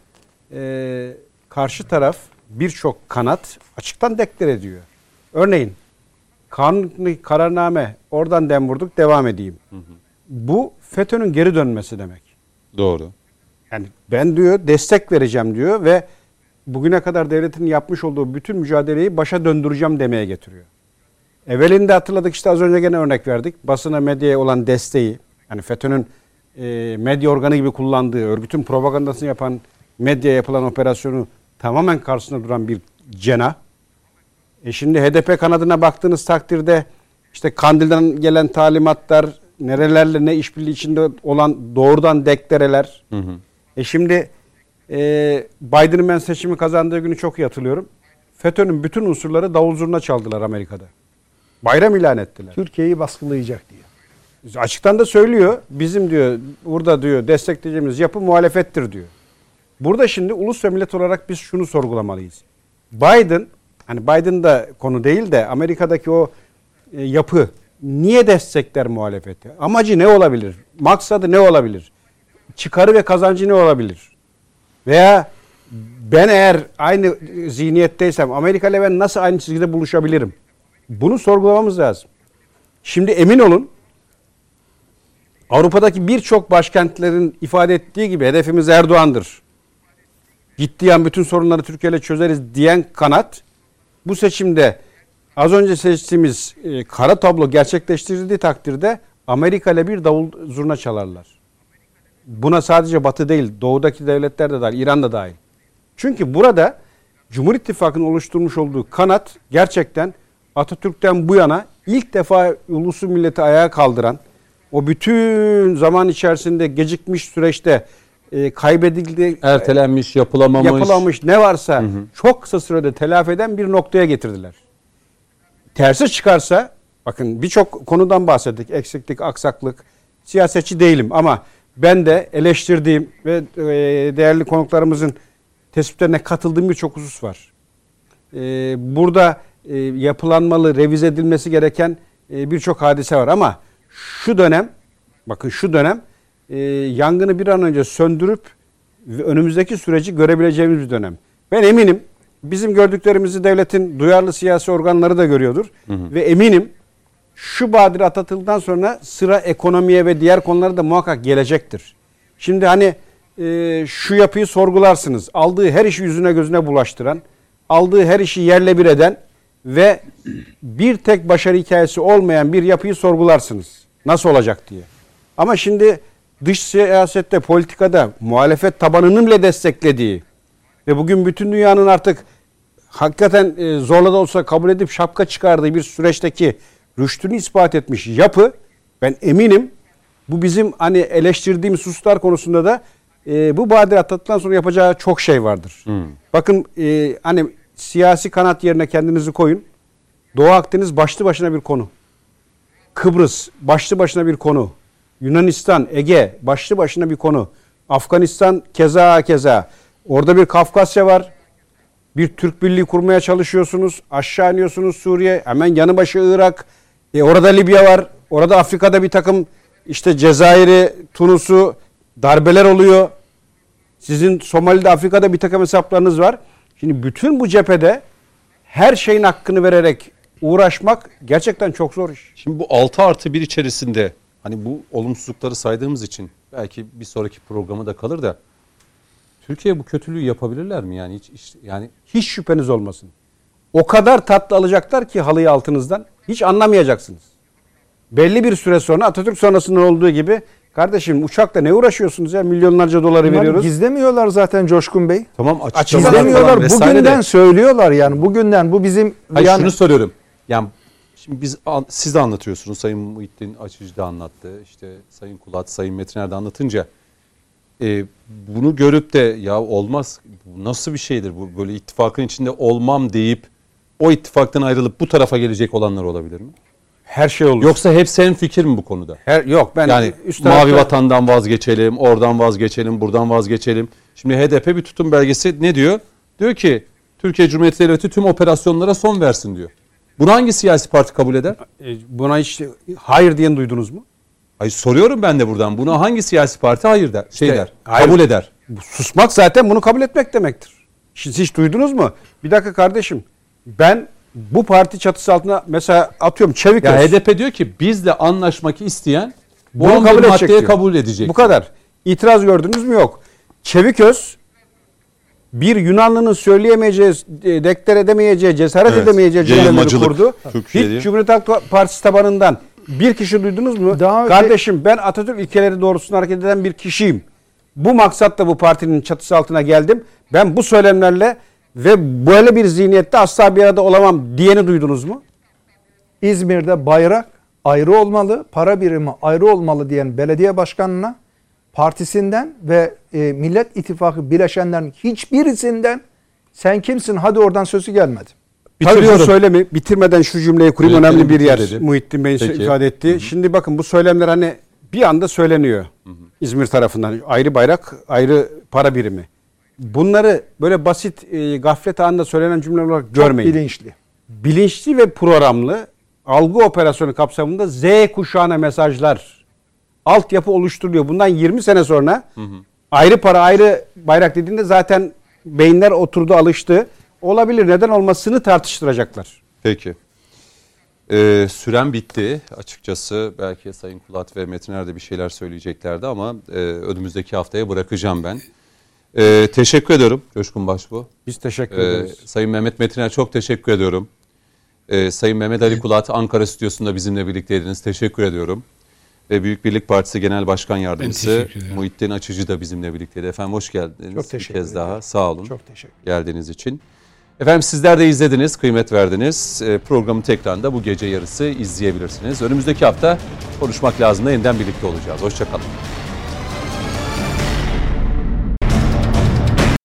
karşı taraf birçok kanat açıktan deklar ediyor. Örneğin kanuni kararname oradan dem vurduk devam edeyim. Bu FETÖ'nün geri dönmesi demek. Doğru. Yani ben diyor destek vereceğim diyor ve bugüne kadar devletin yapmış olduğu bütün mücadeleyi başa döndüreceğim demeye getiriyor. Evvelinde hatırladık işte az önce gene örnek verdik. Basına medyaya olan desteği yani FETÖ'nün medya organı gibi kullandığı örgütün propagandasını yapan medyaya yapılan operasyonu tamamen karşısında duran bir cenah. Şimdi HDP kanadına baktığınız takdirde işte Kandil'den gelen talimatlar, nerelerle ne işbirliği içinde olan doğrudan deklereler. Şimdi Biden'ın ben seçimi kazandığı günü çok iyi hatırlıyorum. FETÖ'nün bütün unsurları davul zurna çaldılar Amerika'da. Bayram ilan ettiler. Türkiye'yi baskılayacak diyor. Açıktan da söylüyor. Bizim diyor burada diyor destekleyeceğimiz yapı muhalefettir diyor. Burada şimdi ulus ve millet olarak biz şunu sorgulamalıyız. Biden, hani Biden da konu değil de Amerika'daki o yapı niye destekler muhalefeti? Amacı ne olabilir? Maksadı ne olabilir? Çıkarı ve kazancı ne olabilir? Veya ben eğer aynı zihniyetteysem Amerika ile ben nasıl aynı çizgide buluşabilirim? Bunu sorgulamamız lazım. Şimdi emin olun Avrupa'daki birçok başkentlerin ifade ettiği gibi hedefimiz Erdoğan'dır. Gittiği an bütün sorunları Türkiye ile çözeriz diyen kanat bu seçimde az önce seçtiğimiz kara tablo gerçekleştirildiği takdirde Amerika ile bir davul zurna çalarlar. Buna sadece Batı değil, Doğu'daki devletler de dahil, İran da dahil. Çünkü burada Cumhur İttifakı'nın oluşturmuş olduğu kanat gerçekten Atatürk'ten bu yana ilk defa ulusu milleti ayağa kaldıran, o bütün zaman içerisinde gecikmiş süreçte kaybedildi, Ertelenmiş, yapılamamış ne varsa çok kısa sürede telafi eden bir noktaya getirdiler. Tersi çıkarsa, bakın birçok konudan bahsettik, eksiklik, aksaklık, siyasetçi değilim ama ben de eleştirdiğim ve değerli konuklarımızın tespitlerine katıldığım birçok husus var. Burada yapılanmalı, revize edilmesi gereken birçok hadise var ama şu dönem, bakın şu dönem yangını bir an önce söndürüp önümüzdeki süreci görebileceğimiz bir dönem. Ben eminim bizim gördüklerimizi devletin duyarlı siyasi organları da görüyordur. Ve eminim şu badire atlatıldıktan sonra sıra ekonomiye ve diğer konulara da muhakkak gelecektir. Şimdi hani şu yapıyı sorgularsınız. Aldığı her işi yüzüne gözüne bulaştıran, aldığı her işi yerle bir eden ve bir tek başarı hikayesi olmayan bir yapıyı sorgularsınız. Nasıl olacak diye. Ama şimdi dış siyasette, politikada muhalefet tabanının bile desteklediği ve bugün bütün dünyanın artık hakikaten zorla da olsa kabul edip şapka çıkardığı bir süreçteki rüştünü ispat etmiş yapı, ben eminim bu bizim hani eleştirdiğimiz hususlar konusunda da bu badire atlattıktan sonra yapacağı çok şey vardır. Bakın hani siyasi kanat yerine kendinizi koyun. Doğu Akdeniz başlı başına bir konu. Kıbrıs başlı başına bir konu. Yunanistan, Ege başlı başına bir konu. Afganistan keza. Orada bir Kafkasya var. Bir Türk Birliği kurmaya çalışıyorsunuz. Aşağı iniyorsunuz Suriye. Hemen yanı başı Irak. Orada Libya var. Orada Afrika'da bir takım işte Cezayir'i, Tunus'u darbeler oluyor. Sizin Somali'de, Afrika'da bir takım hesaplarınız var. Şimdi bütün bu cephede her şeyin hakkını vererek uğraşmak gerçekten çok zor iş. Şimdi bu 6+1 içerisinde hani bu olumsuzlukları saydığımız için belki bir sonraki programı da kalır da Türkiye bu kötülüğü yapabilirler mi yani Hiç şüpheniz olmasın. O kadar tatlı alacaklar ki halıyı altınızdan hiç anlamayacaksınız. Belli bir süre sonra Atatürk sonrasında olduğu gibi kardeşim uçakla ne uğraşıyorsunuz ya, milyonlarca doları veriyoruz. Gizlemiyorlar zaten Coşkun Bey. Tamam, Gizlemiyorlar. Bugünden söylüyorlar yani. Bugünden bu bizim Hayır, yani şunu soruyorum. Yani şimdi siz de anlatıyorsunuz. Sayın Muhittin Açıcı da anlattı. İşte Sayın Kulat, Sayın Metiner de anlatınca bunu görüp de ya olmaz, bu nasıl bir şeydir bu, böyle ittifakın içinde olmam deyip o ittifaktan ayrılıp bu tarafa gelecek olanlar olabilir mi? Her şey olur. Yoksa hepsi hemfikir mi bu konuda? Yok ben yani mavi vatandan vazgeçelim, oradan vazgeçelim, buradan vazgeçelim. Şimdi HDP bir tutum belgesi ne diyor? Diyor ki Türkiye Cumhuriyeti Devleti tüm operasyonlara son versin diyor. Bunu hangi siyasi parti kabul eder? Buna hiç hayır diyen duydunuz mu? Ay soruyorum ben de buradan. Buna hangi siyasi parti hayır der, hayır. kabul eder? Susmak zaten bunu kabul etmek demektir. Siz hiç duydunuz mu? Bir dakika kardeşim. Ben bu parti çatısı altında mesela atıyorum Çeviköz. Ya HDP diyor ki bizle anlaşmak isteyen bunu kabul edecek diyor. Kabul edecek. Bu kadar. İtiraz gördünüz mü? Yok. Çeviköz bir Yunanlı'nın söyleyemeyeceği, deklar edemeyeceği, cesaret edemeyeceği cümleleri kurdu. Hiç Cumhuriyet Halk Partisi tabanından bir kişi duydunuz mu? Kardeşim ben Atatürk ilkeleri doğrultusunda hareket eden bir kişiyim. Bu maksatla bu partinin çatısı altına geldim. Ben bu söylemlerle ve böyle bir zihniyette asla bir arada olamam diyeni duydunuz mu? İzmir'de bayrak ayrı olmalı, para birimi ayrı olmalı diyen belediye başkanına partisinden ve Millet İttifakı bileşenlerin hiçbirisinden sen kimsin hadi oradan sözü gelmedi. Tabii bu söylemi bitirmeden şu cümleyi kurayım, önemli bir yer dedi. Muhittin Bey'in ifade ettiği. Şimdi bakın bu söylemler hani bir anda söyleniyor. İzmir tarafından ayrı bayrak, ayrı para birimi. Bunları böyle basit gaflet anında söylenen cümleler olarak görmeyin. Çok bilinçli. Bilinçli ve programlı algı operasyonu kapsamında Z kuşağına mesajlar, altyapı oluşturuluyor. Bundan 20 sene sonra ayrı para, ayrı bayrak dediğinde zaten beyinler oturdu, alıştı. Olabilir, neden olmasını tartıştıracaklar. Peki. Süren bitti açıkçası. Belki Sayın Kulat ve Metiner de bir şeyler söyleyeceklerdi ama önümüzdeki haftaya bırakacağım ben. Teşekkür ediyorum Coşkun Başbuğ. Biz teşekkür ederiz. Sayın Mehmet Metiner çok teşekkür ediyorum. Sayın Mehmet Ali Kulat Ankara stüdyosunda bizimle birlikteydiniz. Teşekkür ediyorum. Ve Büyük Birlik Partisi Genel Başkan Yardımcısı Muhittin Açıcı da bizimle birlikteydi. Efendim hoş geldiniz. Çok teşekkür bir kez ederim. daha sağ olun. Çok teşekkür geldiğiniz için. Efendim sizler de izlediniz, kıymet verdiniz. Programı tekrarında bu gece yarısı izleyebilirsiniz. Önümüzdeki hafta Konuşmak Lazım'da yeniden birlikte olacağız. Hoşça kalın.